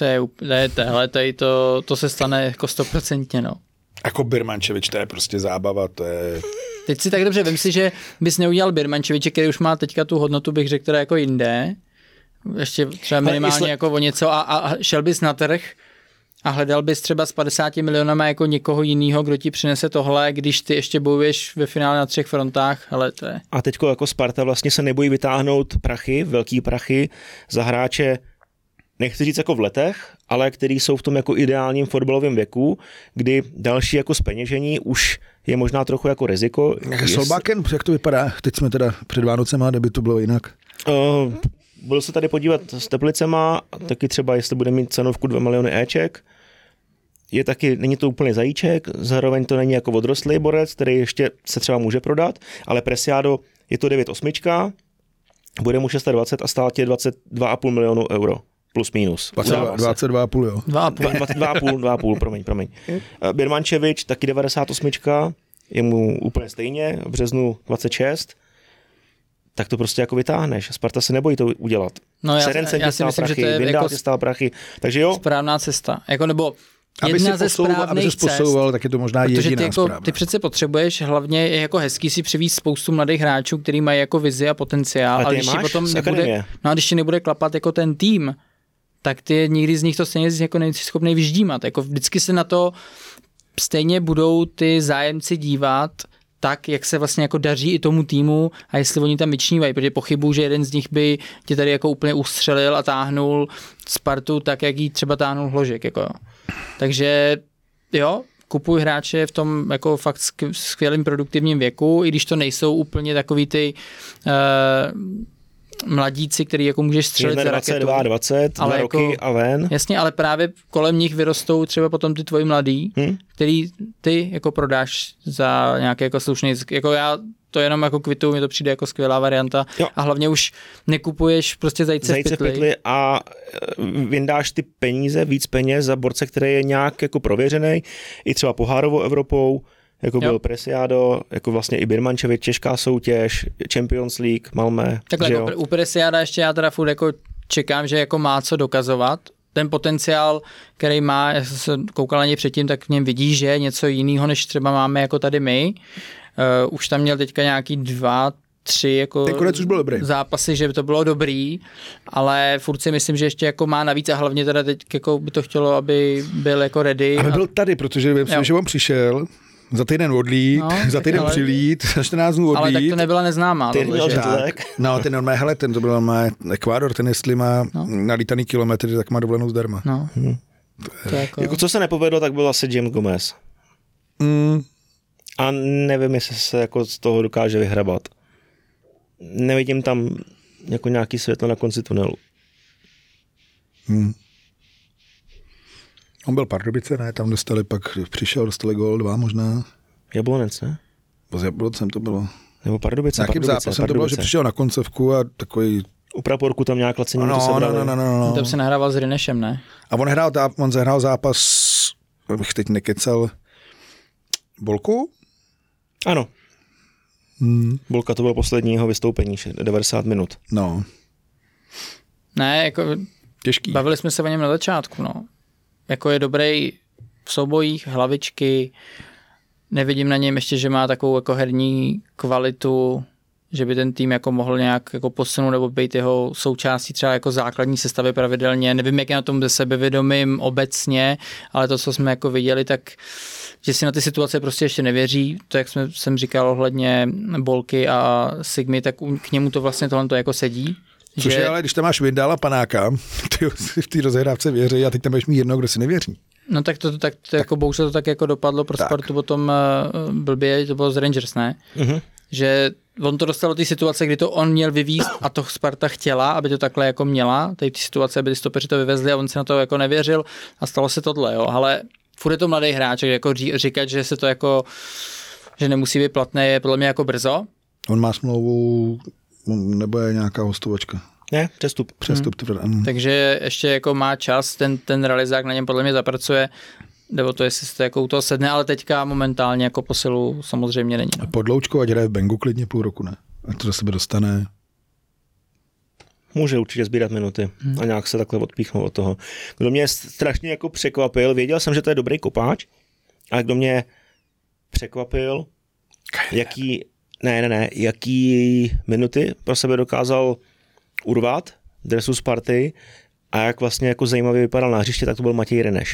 to se stane jako 100%, no. Jako Birmančevič, to je prostě zábava, to je... Teď si tak dobře, vem si, že bys neudělal Birmančeviče, který už má teďka tu hodnotu, bych řekl, teda jako jinde, ještě třeba minimálně jako o něco a šel bys na trh a hledal bys třeba s 50 milionama jako někoho jiného, kdo ti přinese tohle, když ty ještě bojuješ ve finále na 3 frontách, ale to je... A teďko jako Sparta vlastně se nebojí vytáhnout prachy, velký prachy za hráče, nechci říct jako v letech, ale který jsou v tom jako ideálním fotbalovém věku, kdy další jako zpeněžení už je možná trochu jako riziko. Solbáken, jak to vypadá? Teď jsme teda před Vánocema, kdyby to bylo jinak. Budu se tady podívat s Teplicema, taky třeba jestli bude mít cenovku 2 miliony éček. Je taky, není to úplně zajíček, zároveň to není jako odrostlý borec, který ještě se třeba může prodat, ale Preciado je to 9,8, bude mu 26 a stát je 22,5 milionů euro. Plus minus. 22,5, jo. 2,5, promiň. Birmančevič, taky 98, je mu úplně stejně, v březnu 26, tak to prostě jako vytáhneš. Sparta se nebojí to udělat. No já si myslím, že to je jako stál prachy. Takže jo. Správná cesta. Jako nebo jedna ze správných cest. Posouval, tak je to možná jediná jako, správná. Ty přece potřebuješ, hlavně je jako hezký si přivést spoustu mladých hráčů, který mají jako vizi a potenciál, ale když ti potom nebude, no a když ti nebude klapat jako ten tým, tak ty nikdy z nich to stejně jako nejsi schopný vyždímat. Jako vždycky se na to stejně budou ty zájemci dívat tak, jak se vlastně jako daří i tomu týmu a jestli oni tam vyčnívají, protože pochybuju, že jeden z nich by tě tady jako úplně ustřelil a táhnul Spartu tak, jak jí třeba táhnul Hložek. Jako jo. Takže jo, kupuj hráče v tom jako fakt skvělým produktivním věku, i když to nejsou úplně takový ty mladíci, který jako můžeš střelit za raketu. 20, 2 roky jako, a ven. Jasně, ale právě kolem nich vyrostou třeba potom ty tvoji mladí, který ty jako prodáš za nějaký jako slušný zisk. Jako já to jenom jako kvituju, mi to přijde jako skvělá varianta. Jo. A hlavně už nekupuješ prostě zajíce v pytli a vyndáš ty peníze, víc peněz za borce, který je nějak jako prověřený, i třeba pohárovou Evropou, jako byl Preciado, jako vlastně i Birmančevič, těžká soutěž, Champions League, Malmö. Takhle jako u Preciada ještě já teda furt jako čekám, že jako má co dokazovat. Ten potenciál, který má, já jsem se koukal na něj předtím, tak v něm vidíš, že je něco jiného, než třeba máme jako tady my. Už tam měl teďka nějaký 2, 3 jako už byl dobrý. Zápasy, že by to bylo dobrý, ale furt si myslím, že ještě jako má navíc a hlavně teda teď jako by to chtělo, aby byl jako ready. Aby byl tady, protože vím si, že on přišel, za týden odlít, za týden přilít, za 14 dnů odlít. Ale tak to nebyla neznámá. No, ten normální, hele, ten to byl normální Ekvádor, ten jestli má nalítaný kilometry, tak má dovolenou zdarma. No. To jako co se nepovedlo, tak byl asi Jim Gomez. A nevím, jestli se jako z toho dokáže vyhrabat. Nevidím tam jako nějaký světlo na konci tunelu. On byl Pardubice, ne? Tam dostali dostali gól 2 možná. Jablonec, ne? S Jabloncem to bylo. Nebo Pardubice. Nějakým zápasem to bylo, že přišel na koncovku a takový... U praporku tam nějak lacení to sebrali. No. Tam se nahrával s Rinešem, ne? A on zahrál zápas, abych teď nekecal, Bolku? Ano. Bolka to bylo poslední jeho vystoupení, 90 minut. No. Ne, jako... Těžký. Bavili jsme se o něm na začátku, no. Jako je dobrý v soubojích, hlavičky, nevidím na něm ještě, že má takovou jako herní kvalitu, že by ten tým jako mohl nějak jako posunout nebo být jeho součástí třeba jako základní sestavy pravidelně. Nevím, jak je na tom ze sebevědomím obecně, ale to, co jsme jako viděli, tak že si na ty situace prostě ještě nevěří. To, jak jsem říkal ohledně Bolky a Sigmy, tak k němu to vlastně tohle jako sedí. Což je, ale když tam máš Vindala Panáka, ty si v té rozehrávce věří a teď tam budeš mít jedno, kdo si nevěří. No tak to jako bohužel to tak jako dopadlo pro Spartu potom blbě, to bylo z Rangers, ne? Uh-huh. Že on to dostal do té situace, kdy to on měl vyvízt a to Sparta chtěla, aby to takhle jako měla, tady ty situace, aby ty stopeři to vyvezli a on si na to jako nevěřil a stalo se tohle, jo, ale furt je to mladý hráč, jako říkat, že se to jako, že nemusí být platné, je podle mě jako brzo. On má smlouvu, nebo je nějaká hostovačka? Ne, přestup. Takže ještě jako má čas, ten realizák na něm podle mě zapracuje, nebo to jestli se jako u toho sedne, ale teďka momentálně jako posilu samozřejmě není. No. Pod Loučkou, ať hraje v Bengu klidně půl roku, ne? A to do sebe dostane. Může určitě sbírat minuty a nějak se takhle odpíchnout od toho. Kdo mě strašně jako překvapil, věděl jsem, že to je dobrý kopáč, ale kdo mě překvapil, jaký minuty pro sebe dokázal urvat dresu Sparty a jak vlastně jako zajímavě vypadal na hřiště, tak to byl Matěj Reneš.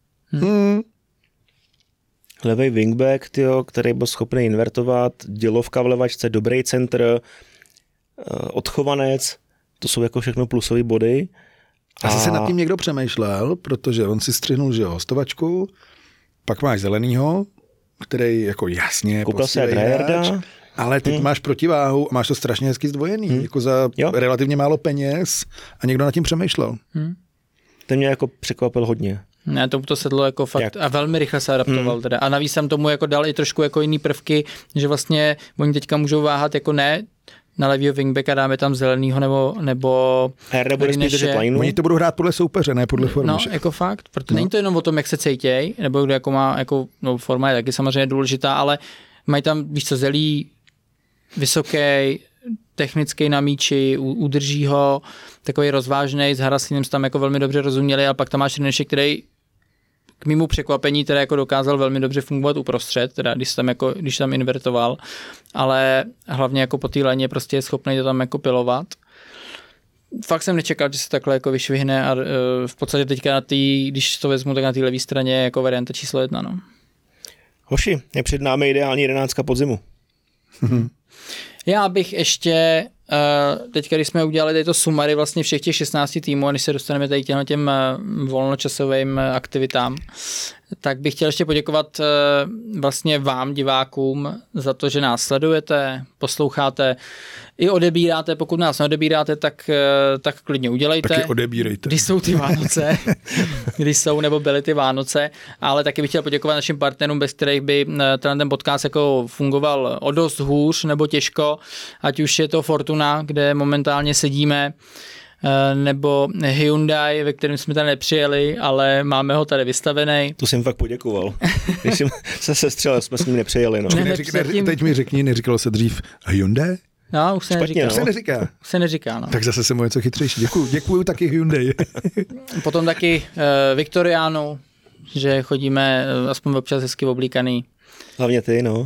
Levej wingback, který byl schopný invertovat, dělovka v levačce, dobrý centr, odchovanec, to jsou jako všechno plusové body. A zase nad tím někdo přemýšlel, protože on si střihnul, že jo, hostovačku, pak máš Zelenýho, který jako jasně posílej hráč, ale teď máš protiváhu a máš to strašně hezky zdvojený, jako za relativně málo peněz a někdo nad tím přemýšlel. Ten mě jako překvapil hodně. Ne, tomu to sedlo jako fakt a velmi rychle se adaptoval teda. A navíc tam tomu jako dal i trošku jako jiný prvky, že vlastně oni teďka můžou váhat jako ne na levýho wingbacka dáme tam Zelenýho nebo Oni to budou hrát podle soupeře, ne podle formy. No, jako fakt, protože není to jenom o tom, jak se cítěj, nebo kdo jako má, jako, no, forma je taky samozřejmě důležitá, ale mají tam, víš co, Zelí, vysoký, technický na míči, udrží ho, takový rozvážnej, s Harasinem tam jako velmi dobře rozuměli a pak tam máš Reneše, který k mému překvapení teda jako dokázal velmi dobře fungovat uprostřed, teda když tam invertoval, ale hlavně jako po té léně prostě je schopný to tam jako pilovat. Fakt jsem nečekal, že se takhle jako vyšvihne a v podstatě teďka když to vezmu, tak na té levé straně je jako varianta číslo 1. No. Hoši, je před námi ideální 11 podzimu. Já bych ještě, teďka když jsme udělali tady to sumary vlastně všech těch 16 týmů, a když se dostaneme tady těm volnočasovým aktivitám, tak bych chtěl ještě poděkovat vlastně vám, divákům, za to, že nás sledujete, posloucháte, i odebíráte. Pokud nás neodebíráte, tak klidně udělejte. Taky odebírejte. Když jsou ty Vánoce, když jsou nebo byly ty Vánoce, ale taky bych chtěl poděkovat našim partnerům, bez kterých by ten podcast jako fungoval o dost hůř nebo těžko, ať už je to Fortuna, kde momentálně sedíme, nebo Hyundai, ve kterém jsme tady nepřijeli, ale máme ho tady vystavený. To jsem fakt poděkoval. Když jsem se sestřelil, jsme s ním nepřijeli. No. Teď mi řekni, neříkalo se dřív Hyundai? No, už se neříká. Už se neříká. No. Tak zase jsem o něco chytřejší. Děkuju taky Hyundai. Potom taky Viktoriánu, že chodíme aspoň občas hezky oblíkaný. Hlavně ty, no.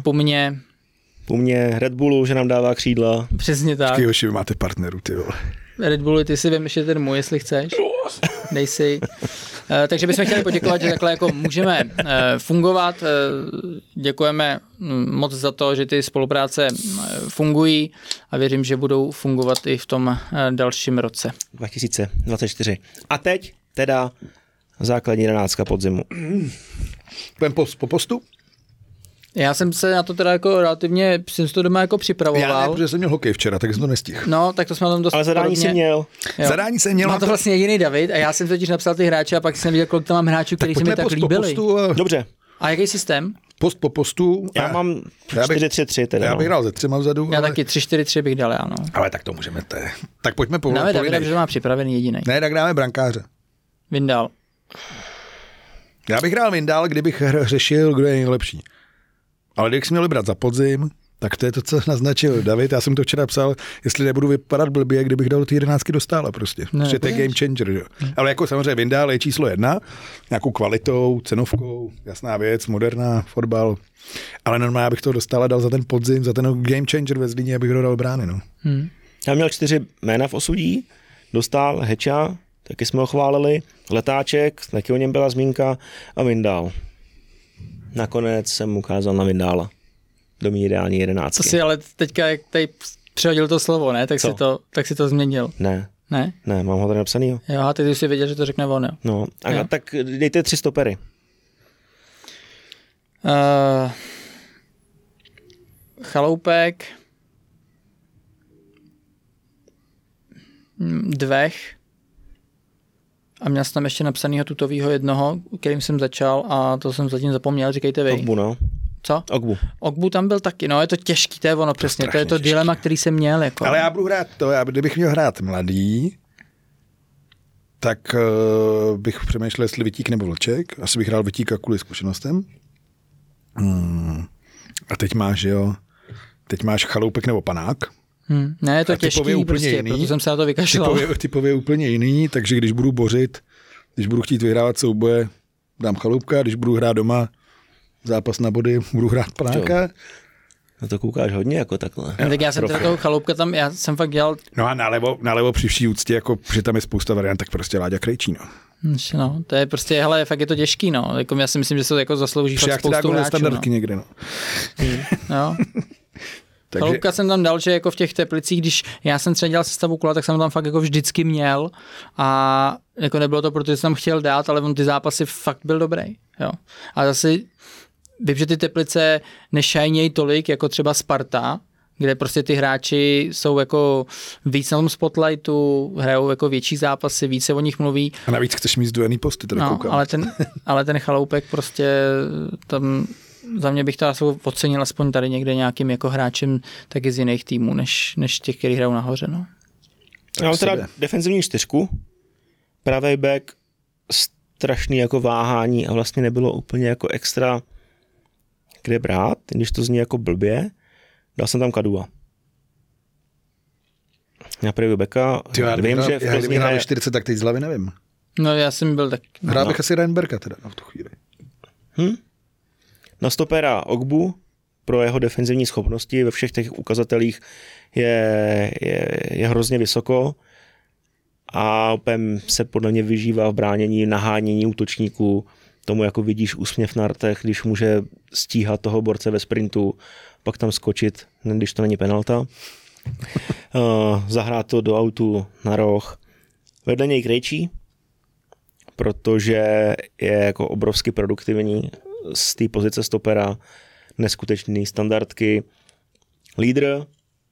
Po mně Red Bullu, že nám dává křídla. Přesně tak. Taky vy máte partnerů, ty vole. Red Bullu, ty si vem ještě ten můj, jestli chceš. Dej si. Takže bychom chtěli poděkovat, že takhle jako můžeme fungovat. Děkujeme moc za to, že ty spolupráce fungují a věřím, že budou fungovat i v tom dalším roce. 2024. A teď teda základní 11 podzimu. Půjdeme po postu? Já jsem se na to teda jako relativně, jsem to doma jako připravoval. Já ne, protože jsem měl hokej včera, tak jsem to nestihl. No, tak to jsme tam dost ale zadání jsi měl. Jo. Zadání jsem měl. Má to vlastně jediný David a já jsem totiž napsal ty hráče a pak jsem viděl, kolik tam mám hráčů, kteří se mi tak líbili. Dobře. A jaký systém? Post po postu. Já mám 4-3-3 teda. Já bych hrál ze 3 vzadu. Já taky 3-4-3 bych dal, ano. Ale tak to můžeme. Tak pojďme po Dáme Davida, protože má připravený jediný. Ne, tak dáme brankáře. Vindal. Já bych hrál Vindal, kdybych řešil, kdo je nejlepší. Ale kdybych si měl vybrat za podzim, Tak to je to, co naznačil David. Já jsem to včera psal, jestli nebudu vypadat blbě, kdybych dal ty 11 do stála prostě. Protože to je game changer, jo. Ale jako samozřejmě Vindál je číslo 1, nějakou kvalitou, cenovkou, jasná věc, moderná, fotbal. Ale normálně bych to dostal a dal za ten podzim, za ten game changer ve Zlíně, abych ho dal brány, no. Já měl 4 jména v osudí, Dostál, Heča, taky jsme ho chválili, Letáček, taky o něm byla zmínka a Vindál. Nakonec jsem ukázal na Vindála do mý ideální 11. To si ale teďka, jak tady přehodil to slovo, ne? Tak si to změnil. Ne? Ne, mám ho tady napsanýho. Jo, a ty jsi věděl, že to řekne on, jo. No, a tak dejte 3 stopery. Chaloupek, Dvech a měl jsem tam ještě napsanýho tutovýho jednoho, kterým jsem začal a to jsem zatím zapomněl, říkejte vy. Ogbu, no. Co? Ogbu tam byl taky, no je to těžký, to je ono přesně, to je to dilema, který jsem měl. Jako. Ale já budu hrát to, kdybych měl hrát mladý, tak bych přemýšlel, jestli Vytík nebo Vlček. Asi bych hrál Vytíka kvůli zkušenostem. A teď máš Chaloupek nebo Panák. Ne, je to těžký prostě, proto jsem se na to vykašlal. Typově úplně jiný, takže když budu bořit, když budu chtít vyhrávat souboje, dám Chaloupka, když budu hrát doma zápas na body, budu hrát Panáka. Na to koukáš hodně jako takhle. Tak já jsem teda toho Chaloupka tam, já jsem fakt dělal... No a nalevo při vší úctě, jako, že tam je spousta variant, tak prostě Láďa Krejčí, no. No, to je prostě, hele, fakt je to těžký, no. Jako já si myslím, že se to jako zaslouží fakt spoustu hráčů, standardky někde, no. No. Chaloupka jsem tam dal, že jako v těch Teplicích, když já jsem třeba dělal sestavu kola, tak jsem tam fakt jako vždycky měl a jako nebylo to, protože jsem chtěl dát, ale on ty zápasy fakt byl dobrý, jo. A zase vím, že ty Teplice nešajnějí tolik, jako třeba Sparta, kde prostě ty hráči jsou jako víc na tom spotlightu, hrajou jako větší zápasy, více o nich mluví. A navíc chceš mít zdvojený posty, tady koukám. Ale ten Chaloupek prostě tam, za mě bych to ocenil aspoň tady někde nějakým jako hráčem taky z jiných týmů, než těch, kteří hrajou nahoře, no. Já mám teda defenzivní 4, pravej back, strašný jako váhání a vlastně nebylo úplně jako extra kde brát, když to zní jako blbě. Dal jsem tam Kadua. Na prvního beka. Vím, že v Plzni hraje 40, tak teď z hlavy nevím. No já jsem byl tak. Hrál bych asi Reinberga teda v tu chvíli. Na stopera Ogbu pro jeho defenzivní schopnosti ve všech těch ukazatelích je hrozně vysoko a opět se podle mě vyžívá v bránění, nahánění útočníků. Tomu jako vidíš úsměv na rtech, když může stíhat toho borce ve sprintu, pak tam skočit, když to není penalta. Zahrát to do autu na roh. Vedle něj Krejčí, protože je jako obrovsky produktivní z té pozice stopera, neskutečný standardky. Lídr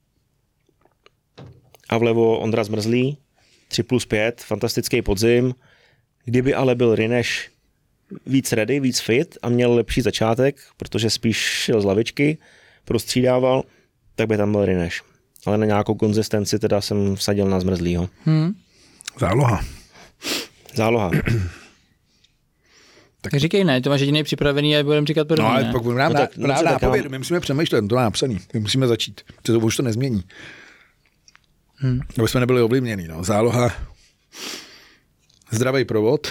a vlevo Ondra Zmrzlý, 3+5, fantastický podzim. Kdyby ale byl Rineš víc ready, víc fit a měl lepší začátek, protože spíš šel z lavičky, prostřídával, tak by tam byl Rineš. Ale na nějakou konzistenci teda jsem vsadil na Zmrzlýho. Záloha. Tak říkej ne, to máš jediný připravený a budeme říkat první. No ale pak budeme nápovědu, my musíme přemýšlet, to má napsaný, my musíme začít, to už to nezmění. Aby jsme nebyli ovlivnění, no. Záloha, zdravý provod.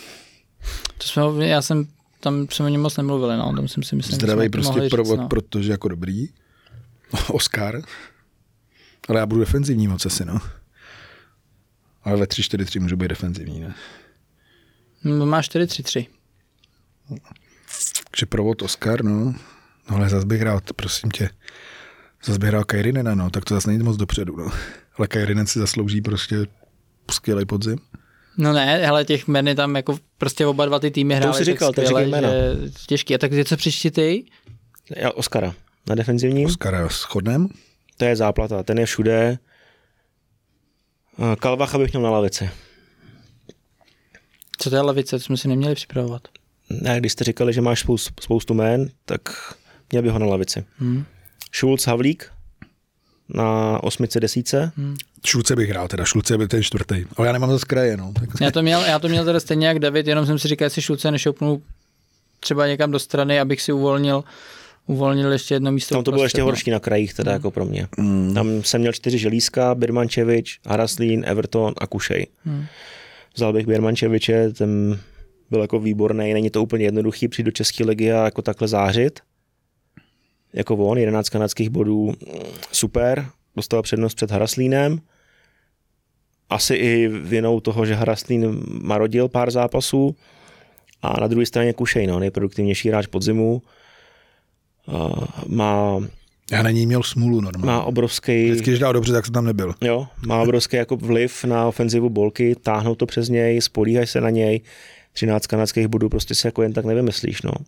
Já jsem tam o něm moc nemluvil, no, tam jsem si myslel. Zdravý prostě provod, říct, no. Protože jako dobrý. Oscar. Ale já budu defenzivní moc asi, no. Ale ve 3-4-3 můžu být defenzivní, ne? No, máš 4-3-3. Takže provod Oscar, no. No ale zase bych hrál, prosím tě, zase bych hrál Kajrinena, no, tak to zase není moc dopředu, no. Ale Kajrinen si zaslouží prostě skvělej podzim. No ne, hele, těch jmen je tam jako prostě oba dva ty týmy hráli. To si říkal, tak říkej jména. Těžký. A tak co přišti ty? Já Oscara na defenzivním. Oscara shodnem. To je záplata, ten je všude. Kalvacha bych měl na lavici. Co to je lavice, to jsme si neměli připravovat. Ne, když jste říkali, že máš spoustu jmén, tak měl bych ho na lavici. Schulz, Havlík na 8-10. Šulce bych hrál teda, Šulce byl ten 4. Ale já nemám zase kraje, no. Já to měl teda stejně jak David, jenom jsem si říkal, jestli Šulce nešoupnu třeba někam do strany, abych si uvolnil uvolnili ještě jedno místo. Tam to bylo ještě horší na krajích, teda jako pro mě. Tam jsem měl 4 želízka, Birmančevič, Haraslín, Everton a Kušej. Vzal bych Birmančeviče, ten byl jako výborný, není to úplně jednoduchý přijít do České ligy a jako takhle zářit. Jako on, 11 kanadských bodů, super, dostal přednost před Haraslínem. Asi i vinou toho, že Haraslín marodil pár zápasů a na druhé straně Kušej, no, nejproduktivnější hráč podzimu. Já na něj měl smůlu normálně. Má obrovský... Vždycky, když dál dobře, tak jsem tam nebyl. Jo, má obrovský jako vliv na ofenzivu Bolky, táhnou to přes něj, spolíhají se na něj, 13 kanadských bodů prostě si jako jen tak nevymyslíš, no.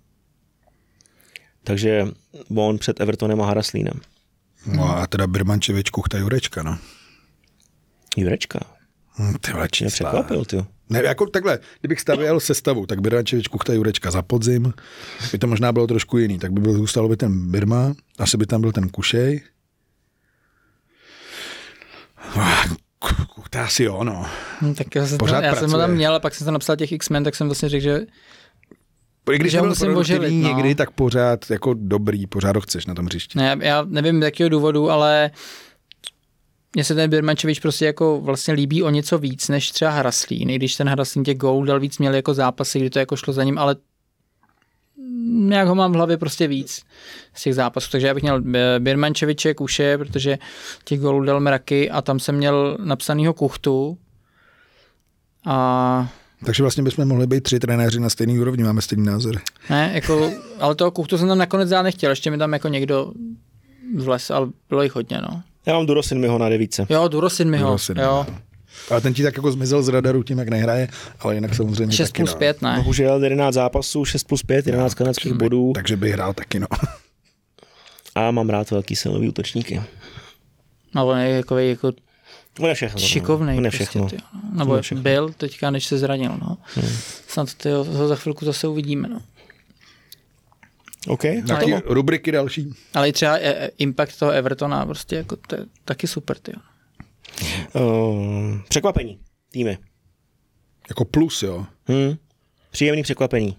Takže on před Evertonem a Haraslínem. No a teda Birmančevič, Kuchta, Jurečka, no. Jurečka? Ty vole, čísla. Mě překvapil, ty. Ne, jako takhle, kdybych stavěl sestavu, tak Birmančevič, Kuchta, Jurečka za podzim, by to možná bylo trošku jiný, tak by zůstalo by ten Birma, asi by tam byl ten Kušej. Kuchta asi jo, no. Tak já jsem tam měl a pak jsem to napsal těch X-Men, tak jsem vlastně řekl, že když ho musím oživit, no. Někdy, tak pořád jako dobrý, pořád ho chceš na tom hřišti. Ne, já nevím z jakého důvodu, ale mně se ten Birmančevič prostě jako vlastně líbí o něco víc, než třeba Haraslín, i když ten Haraslín těch gólů dal víc, měl jako zápasy, kdy to jako šlo za ním, ale nějak ho mám v hlavě prostě víc z těch zápasů, takže já bych měl Birmančeviče, Kuše, protože těch gólů dal mraky a tam jsem měl napsanýho Kuchtu a... Takže vlastně bychom mohli být 3 trenéři na stejný úrovni, máme stejný názor. Ne, jako, ale toho Kuchtu jsem tam nakonec dál nechtěl, ještě mi tam jako někdo vles, ale bylo jich hodně, no. Já mám Durosinmiho na 9. Jo, Durosinmiho, jo. Ale ten ti tak jako zmizel z radaru tím, jak nehraje, ale jinak samozřejmě 6 taky, 6+5, ne? Bohužel 11 zápasů, 6+5, 11 kanadských bodů. Takže by hrál taky, no. A mám rád velký silový útočníky. No, on je jako šikovnej. On je všechno. Prostě, nebo byl teďka, než se zranil, no. Snad ho za chvilku zase uvidíme, no. OK. Taky rubriky další. Ale i třeba impact toho Evertona, prostě jako to je taky super, tyjo. Překvapení týmy. Jako plus, jo. Příjemný překvapení.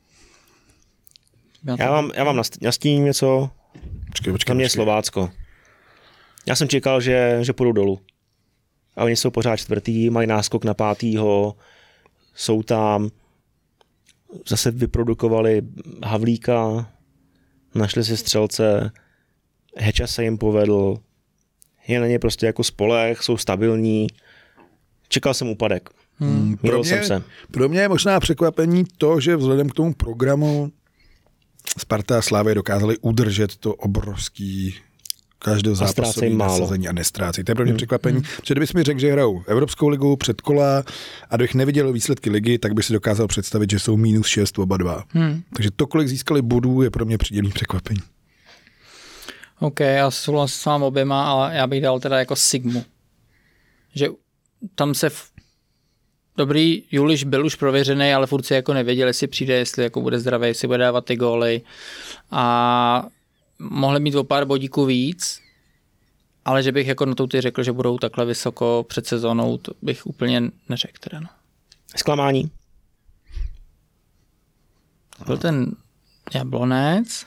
Já mám nastíním něco. Počkej. Tam je Slovácko. Já jsem čekal, že půjdou dolů. A oni jsou pořád 4., mají náskok na 5. Jsou tam. Zase vyprodukovali Havlíka, našli si střelce, Heča se jim povedl, je na ně prostě jako spoleh, jsou stabilní. Čekal jsem úpadek. Pro mě je možná překvapení to, že vzhledem k tomu programu Sparta a Slavia dokázali udržet to obrovský každého zápasový nasazení a nestrácí. To je pro mě překvapení. Protože kdybys mi řekl, že hrajou Evropskou ligu, předkola a kdybych neviděl výsledky ligy, tak by si dokázal představit, že jsou -6 oba dva. Takže to, kolik získali bodů, je pro mě příjemný překvapení. OK, já souhlasím s vámi oběma, ale já bych dal teda jako Sigmu. Že tam se dobrý, Juliš byl už prověřený, ale furt si jako nevěděl, jestli přijde, jestli jako bude zdravý, jestli bude dávat ty góly. A mohli mít o pár bodíků víc, ale že bych jako na to ty řekl, že budou takhle vysoko před sezónou, to bych úplně neřekl teda, no. Zklamání? Byl ten Jablonec.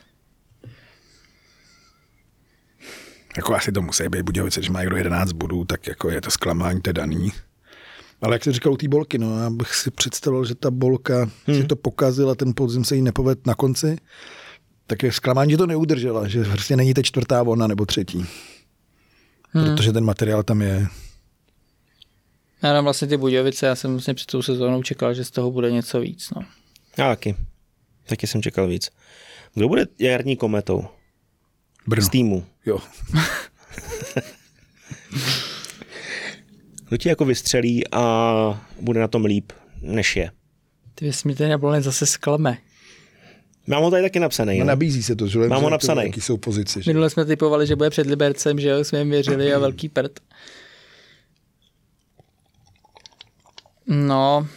Jako asi to musí být Budějovice, že mají 11 bodů, tak jako je to zklamání, to je daný. Ale jak jsi říkal u té Bolky, no, já bych si představil, že ta Bolka si to pokazila, ten podzim se jí nepovedl na konci, tak je zklamání, že to neudržela, že vlastně není teď 4. vlna nebo 3. Protože ten materiál tam je. Já dám vlastně ty Budějovice, já jsem vlastně před tou sezónou čekal, že z toho bude něco víc. No. Já taky jsem čekal víc. Kdo bude jarní kometou? Brno. Z týmu. Jo. Kdo ti jako vystřelí a bude na tom líp, než je? Ty mi ten Jablonec zase zklame. Mám ho tady taky napsaný. No, nabízí se to, že mám ho napsaný. Jaký jsou pozice. Že? Minule jsme typovali, že bude před Libercem, že jo, jsme jim věřili a velký prd. No.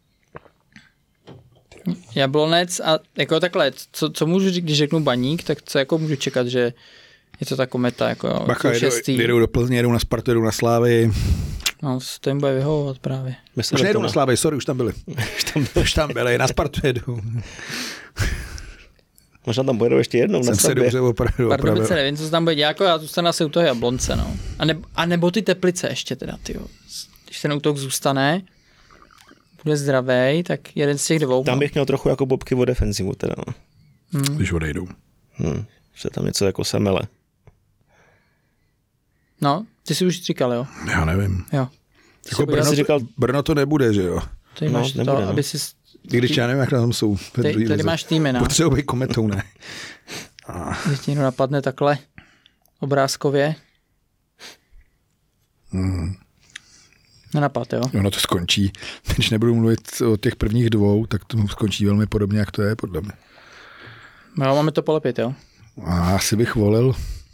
Jablonec a jako takhle, co můžu říct, když řeknu Baník, tak co jako můžu čekat, že je to ta kometa jako Bacha, jedou do Plzně, jedou na Spartu, jedou na Slávy. No, to jim bude vyhovovat právě. Už nejedou na Slávy, sorry, už tam byli. Už tam byli, na Spartu jedou. Možná tam pojedou ještě jednou na Jsem se svatbě. dobře opravil. Pardubice nevím, co se tam bude dělat, jako já zůstanu asi u toho Jablonce, no. A nebo ty Teplice ještě teda, tyjo. Když ten útok zůstane, bude zdravej, tak jeden z těch dvou. Tam bych měl trochu jako bobky o defenzivu teda, no. Když odejdou. Že tam něco jako semele. No, ty jsi už říkal, jo? Já nevím. Jo. Jako jsi říkal- Brno to nebude, že jo? Tady máš nebude, to, no. aby si... I když já nevím, jak na tom jsou. Tady máš týmy, no. Potřebuji být kometou, ne? Když ti někdo napadne takhle obrázkově. Nenapad, jo? Ono to skončí. Když nebudu mluvit o těch prvních dvou, tak to skončí velmi podobně, jak to je, podle mě. No, máme to polepit, jo? A asi bych volil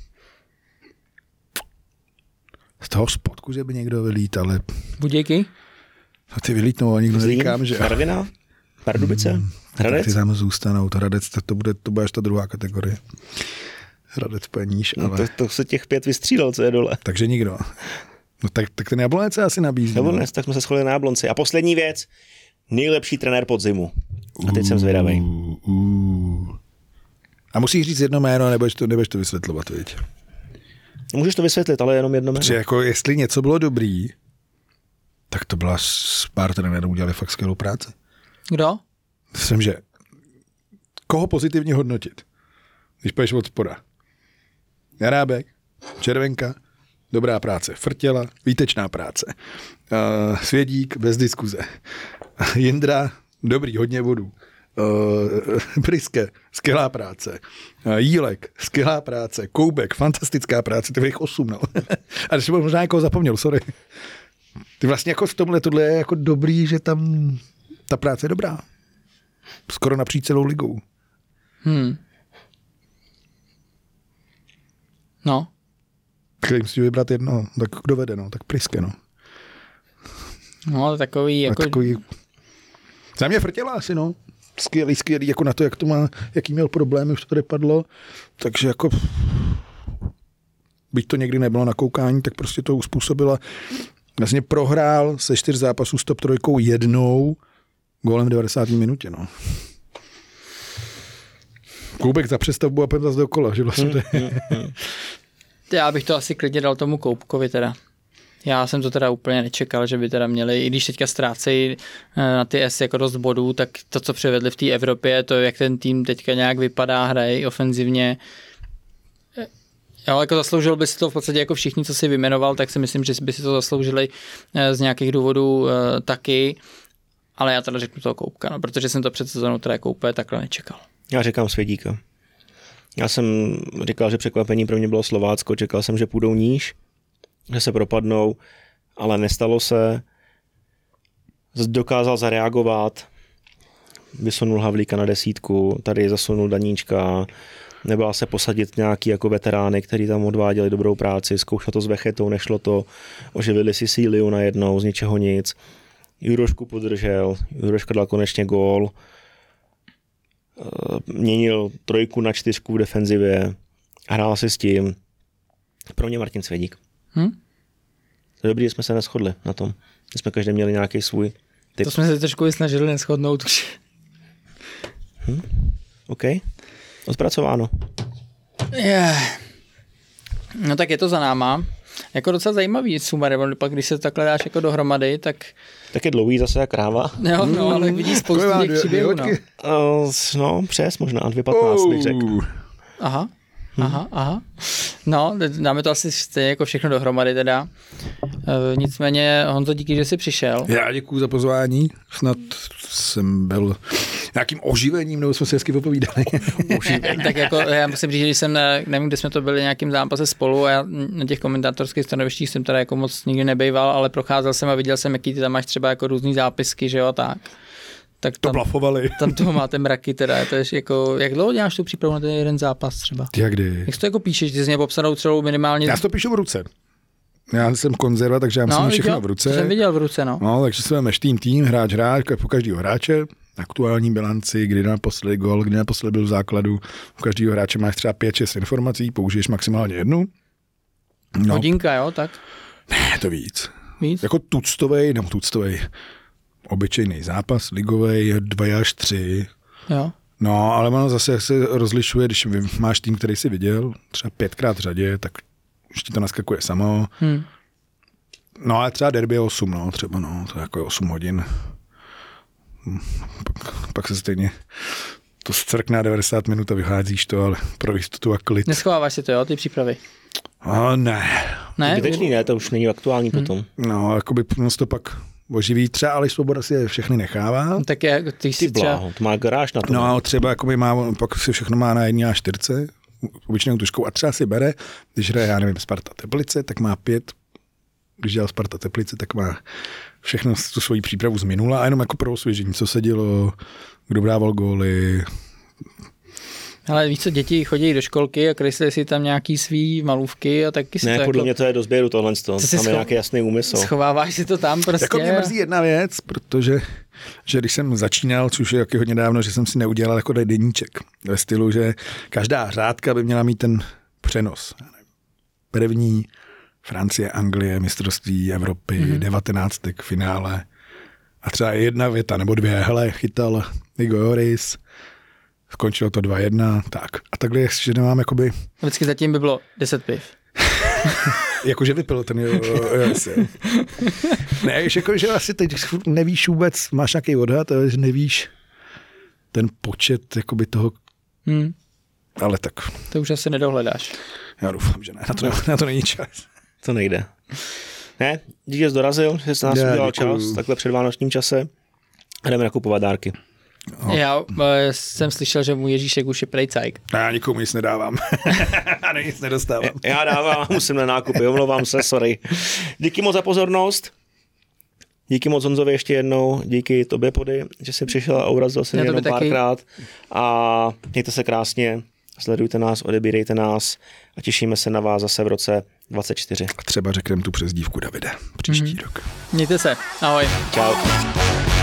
z toho spodku, že by někdo vylít, ale Budějky? a ty vylítnou, a nikdo neříkám, že... Karviná? Pardubice? Hradec? Tak ty tam zůstanou, to Hradec, to bude až ta druhá kategorie. Hradec bude níž, ale... To se těch 5 vystřídal, co je dole. Takže nikdo. No tak ten Jablonec se asi nabízí. Nebo dnes, tak jsme se shodli na Jablonci. A poslední věc, nejlepší trenér podzimu. A teď jsem zvědavej. A musíš říct jedno jméno, nebudeš to vysvětlovat, viď? Můžeš to vysvětlit, ale jenom jedno Protože jméno. jako jestli něco bylo dobrý, tak to byla s pár trenérů udělali fakt skvělou práci. Kdo? Myslím, že koho pozitivně hodnotit, když půjdeš od spora. Jarábek, Červenka, dobrá práce. Frtěla, výtečná práce. Svědík, bez diskuze. Jindra, dobrý, hodně bodů. Priske, skvělá práce. Jílek, skvělá práce. Koubek, fantastická práce. Ty bych 8, no. A když možná někoho zapomněl, sorry. Ty vlastně jako v tomhle, tohle je jako dobrý, že tam ta práce je dobrá. Skoro napříč celou ligou. No. Když musíš vybrat jedno, tak kdo vede, no, tak Priske, no. No, takový, jako... Takový... Za mě Frtěla asi, no. Skvělý, jako na to, jak to má, jaký měl problémy, už to tady padlo. Takže jako... Byť to někdy nebylo na koukání, tak prostě to uspůsobila. Vlastně prohrál se 4 zápasů s top 3 jednou gólem v 90. minutě, no. Koubek za přestavbu a pevnost dokola, že vlastně to je... Já bych to asi klidně dal tomu Koubkovi teda. Já jsem to teda úplně nečekal, že by teda měli, i když teďka ztrácejí na ty S jako dost bodů, tak to, co přivedli v té Evropě, to, jak ten tým teďka nějak vypadá, hraje ofenzivně. Jo, jako zasloužil by si to v podstatě jako všichni, co si vyjmenoval, tak si myslím, že by si to zasloužili z nějakých důvodů taky, ale já teda řeknu toho Koubka, no, protože jsem to před sezónou teda Koupé takhle nečekal. Já říkám Svědíka. Já jsem říkal, že překvapení pro mě bylo Slovácko, čekal jsem, že půjdou níž, že se propadnou, ale nestalo se. Dokázal zareagovat, vysunul Havlíka na 10, tady zasunul Daníčka, nebál se posadit nějaký jako veterány, kteří tam odváděli dobrou práci, zkoušel to s Vechetou, nešlo to, oživili si Síliu najednou, z ničeho nic. Jurošku podržel, Juroška dal konečně gól, měnil 3 na 4 v defenzivě, hrál si s tím. Pro mě Martin Svědík. To je dobrý, že jsme se neshodli na tom. My jsme každý měli nějaký svůj typ. To jsme se trošku snažili neshodnout už. OK, odpracováno. No tak je to za náma. Jako docela zajímavý sumar, pak když se takhle dáš jako dohromady, tak... Tak je dlouhý zase jak kráva. Jo, no, ale vidíš spoustu těch příběhů, no. No, přes možná 2,15 bych řekl. Aha. No, dáme to asi stejně jako všechno dohromady teda. Nicméně, Honzo, díky, že jsi přišel. Já děkuju za pozvání. Snad jsem byl nějakým oživením, nebo jsme si hezky popovídali. Tak jako já musím říct, že jsem, nevím, kde jsme to byli nějakým zápase spolu a já na těch komentátorských stanovištích jsem teda jako moc nikdy nebejval, ale procházel jsem a viděl jsem, jaký ty tam máš třeba jako různý zápisky, že jo, tak. Tak to blafovali. Tam toho máte mraky teda, to je jako, jak dlouho děláš tu přípravu na ten jeden zápas třeba? Jak kdy? Jak jsi to jako píšeš, ty jsi mě popsanou celou minimálně... Já to píšu v ruce. Já jsem konzerva, takže já musím všechno v ruce. To jsem viděl v ruce, no. No, takže jsme tým, hráč, po každého hráče, aktuální bilanci, kdy naposledy gol, kdy naposledy byl v základu. U každého hráče máš třeba 5-6 informací, použiješ maximálně jednu. No. Hodinka, jo, tak? Ne, to víc. Víc? Jako tuctovej, obyčejný zápas, ligovej, 2 až 3. Jo. No, ale ono zase se rozlišuje, když máš tým, který jsi viděl, třeba 5krát v řadě, tak už ti to naskakuje samo. No ale třeba derby je 8, no, třeba, no, to je jako 8 hodin. Pak se stejně to zcrkne 90 minut a vycházíš to, ale pro jistotu a klid. Neschováváš si to, jo, ty přípravy? Ne. Zbytečný, ne, to už není aktuální potom. No, jakoby to pak oživí. Třeba Aleš Svoboda si je všechny nechává. Tak ty si Bláho, to má garáž na to. No, třeba jakoby pak si všechno má na 1 A4, obyčejnou tužkou a třeba si bere, když hraje, já nevím, Sparta Teplice, tak má 5, když dělal Sparta Teplice, tak má všechno tu svoji přípravu z minula a jenom jako pro osvěžení, co se dělo, kdo brával góly. Ale víš co, děti chodí do školky a kreslí si tam nějaký svý malůvky a taky si ne, to podle jako... mě to je do sběru tohle, tam je nějaký jasný úmysl. Schováváš si to tam prostě. Jako mě mrzí jedna věc, protože že když jsem začínal, což je taky hodně dávno, že jsem si neudělal jako deníček ve stylu, že každá řádka by měla mít ten přenos. První Francie, Anglie, mistrovství Evropy, 19. finále a třeba 1 věta nebo 2, hele, chytal Igo Joris, skončilo to 2-1, tak. A takhle, že nemám jakoby... Vždycky zatím by bylo 10 piv. Jakože vypil ten Joris. Ne, že asi teď nevíš vůbec, máš nějaký odhad, ale že nevíš ten počet jakoby toho... Ale tak... To už asi nedohledáš. Já doufám, že ne. Na to není čas. To nejde. Ne, díky, že jsi dorazil, že jsi nás udělal čas, takhle před vánočním čase. A jdeme nakupovat dárky. No. Já jsem slyšel, že mu Ježíšek už je prejcajk. Já nikomu nic nedávám. A nic nedostávám. Já dávám, musím na nákupy, omlouvám se, sorry. Díky moc za pozornost. Díky moc Honzovi ještě jednou, díky tobě, Pody, že jsi přišel a urazil se mě jenom párkrát. A mějte se krásně, sledujte nás, odebírejte nás a těšíme se na vás zase v roce 2024. A třeba řekneme tu přezdívku Davide příští rok. Mějte se, ahoj. Čau.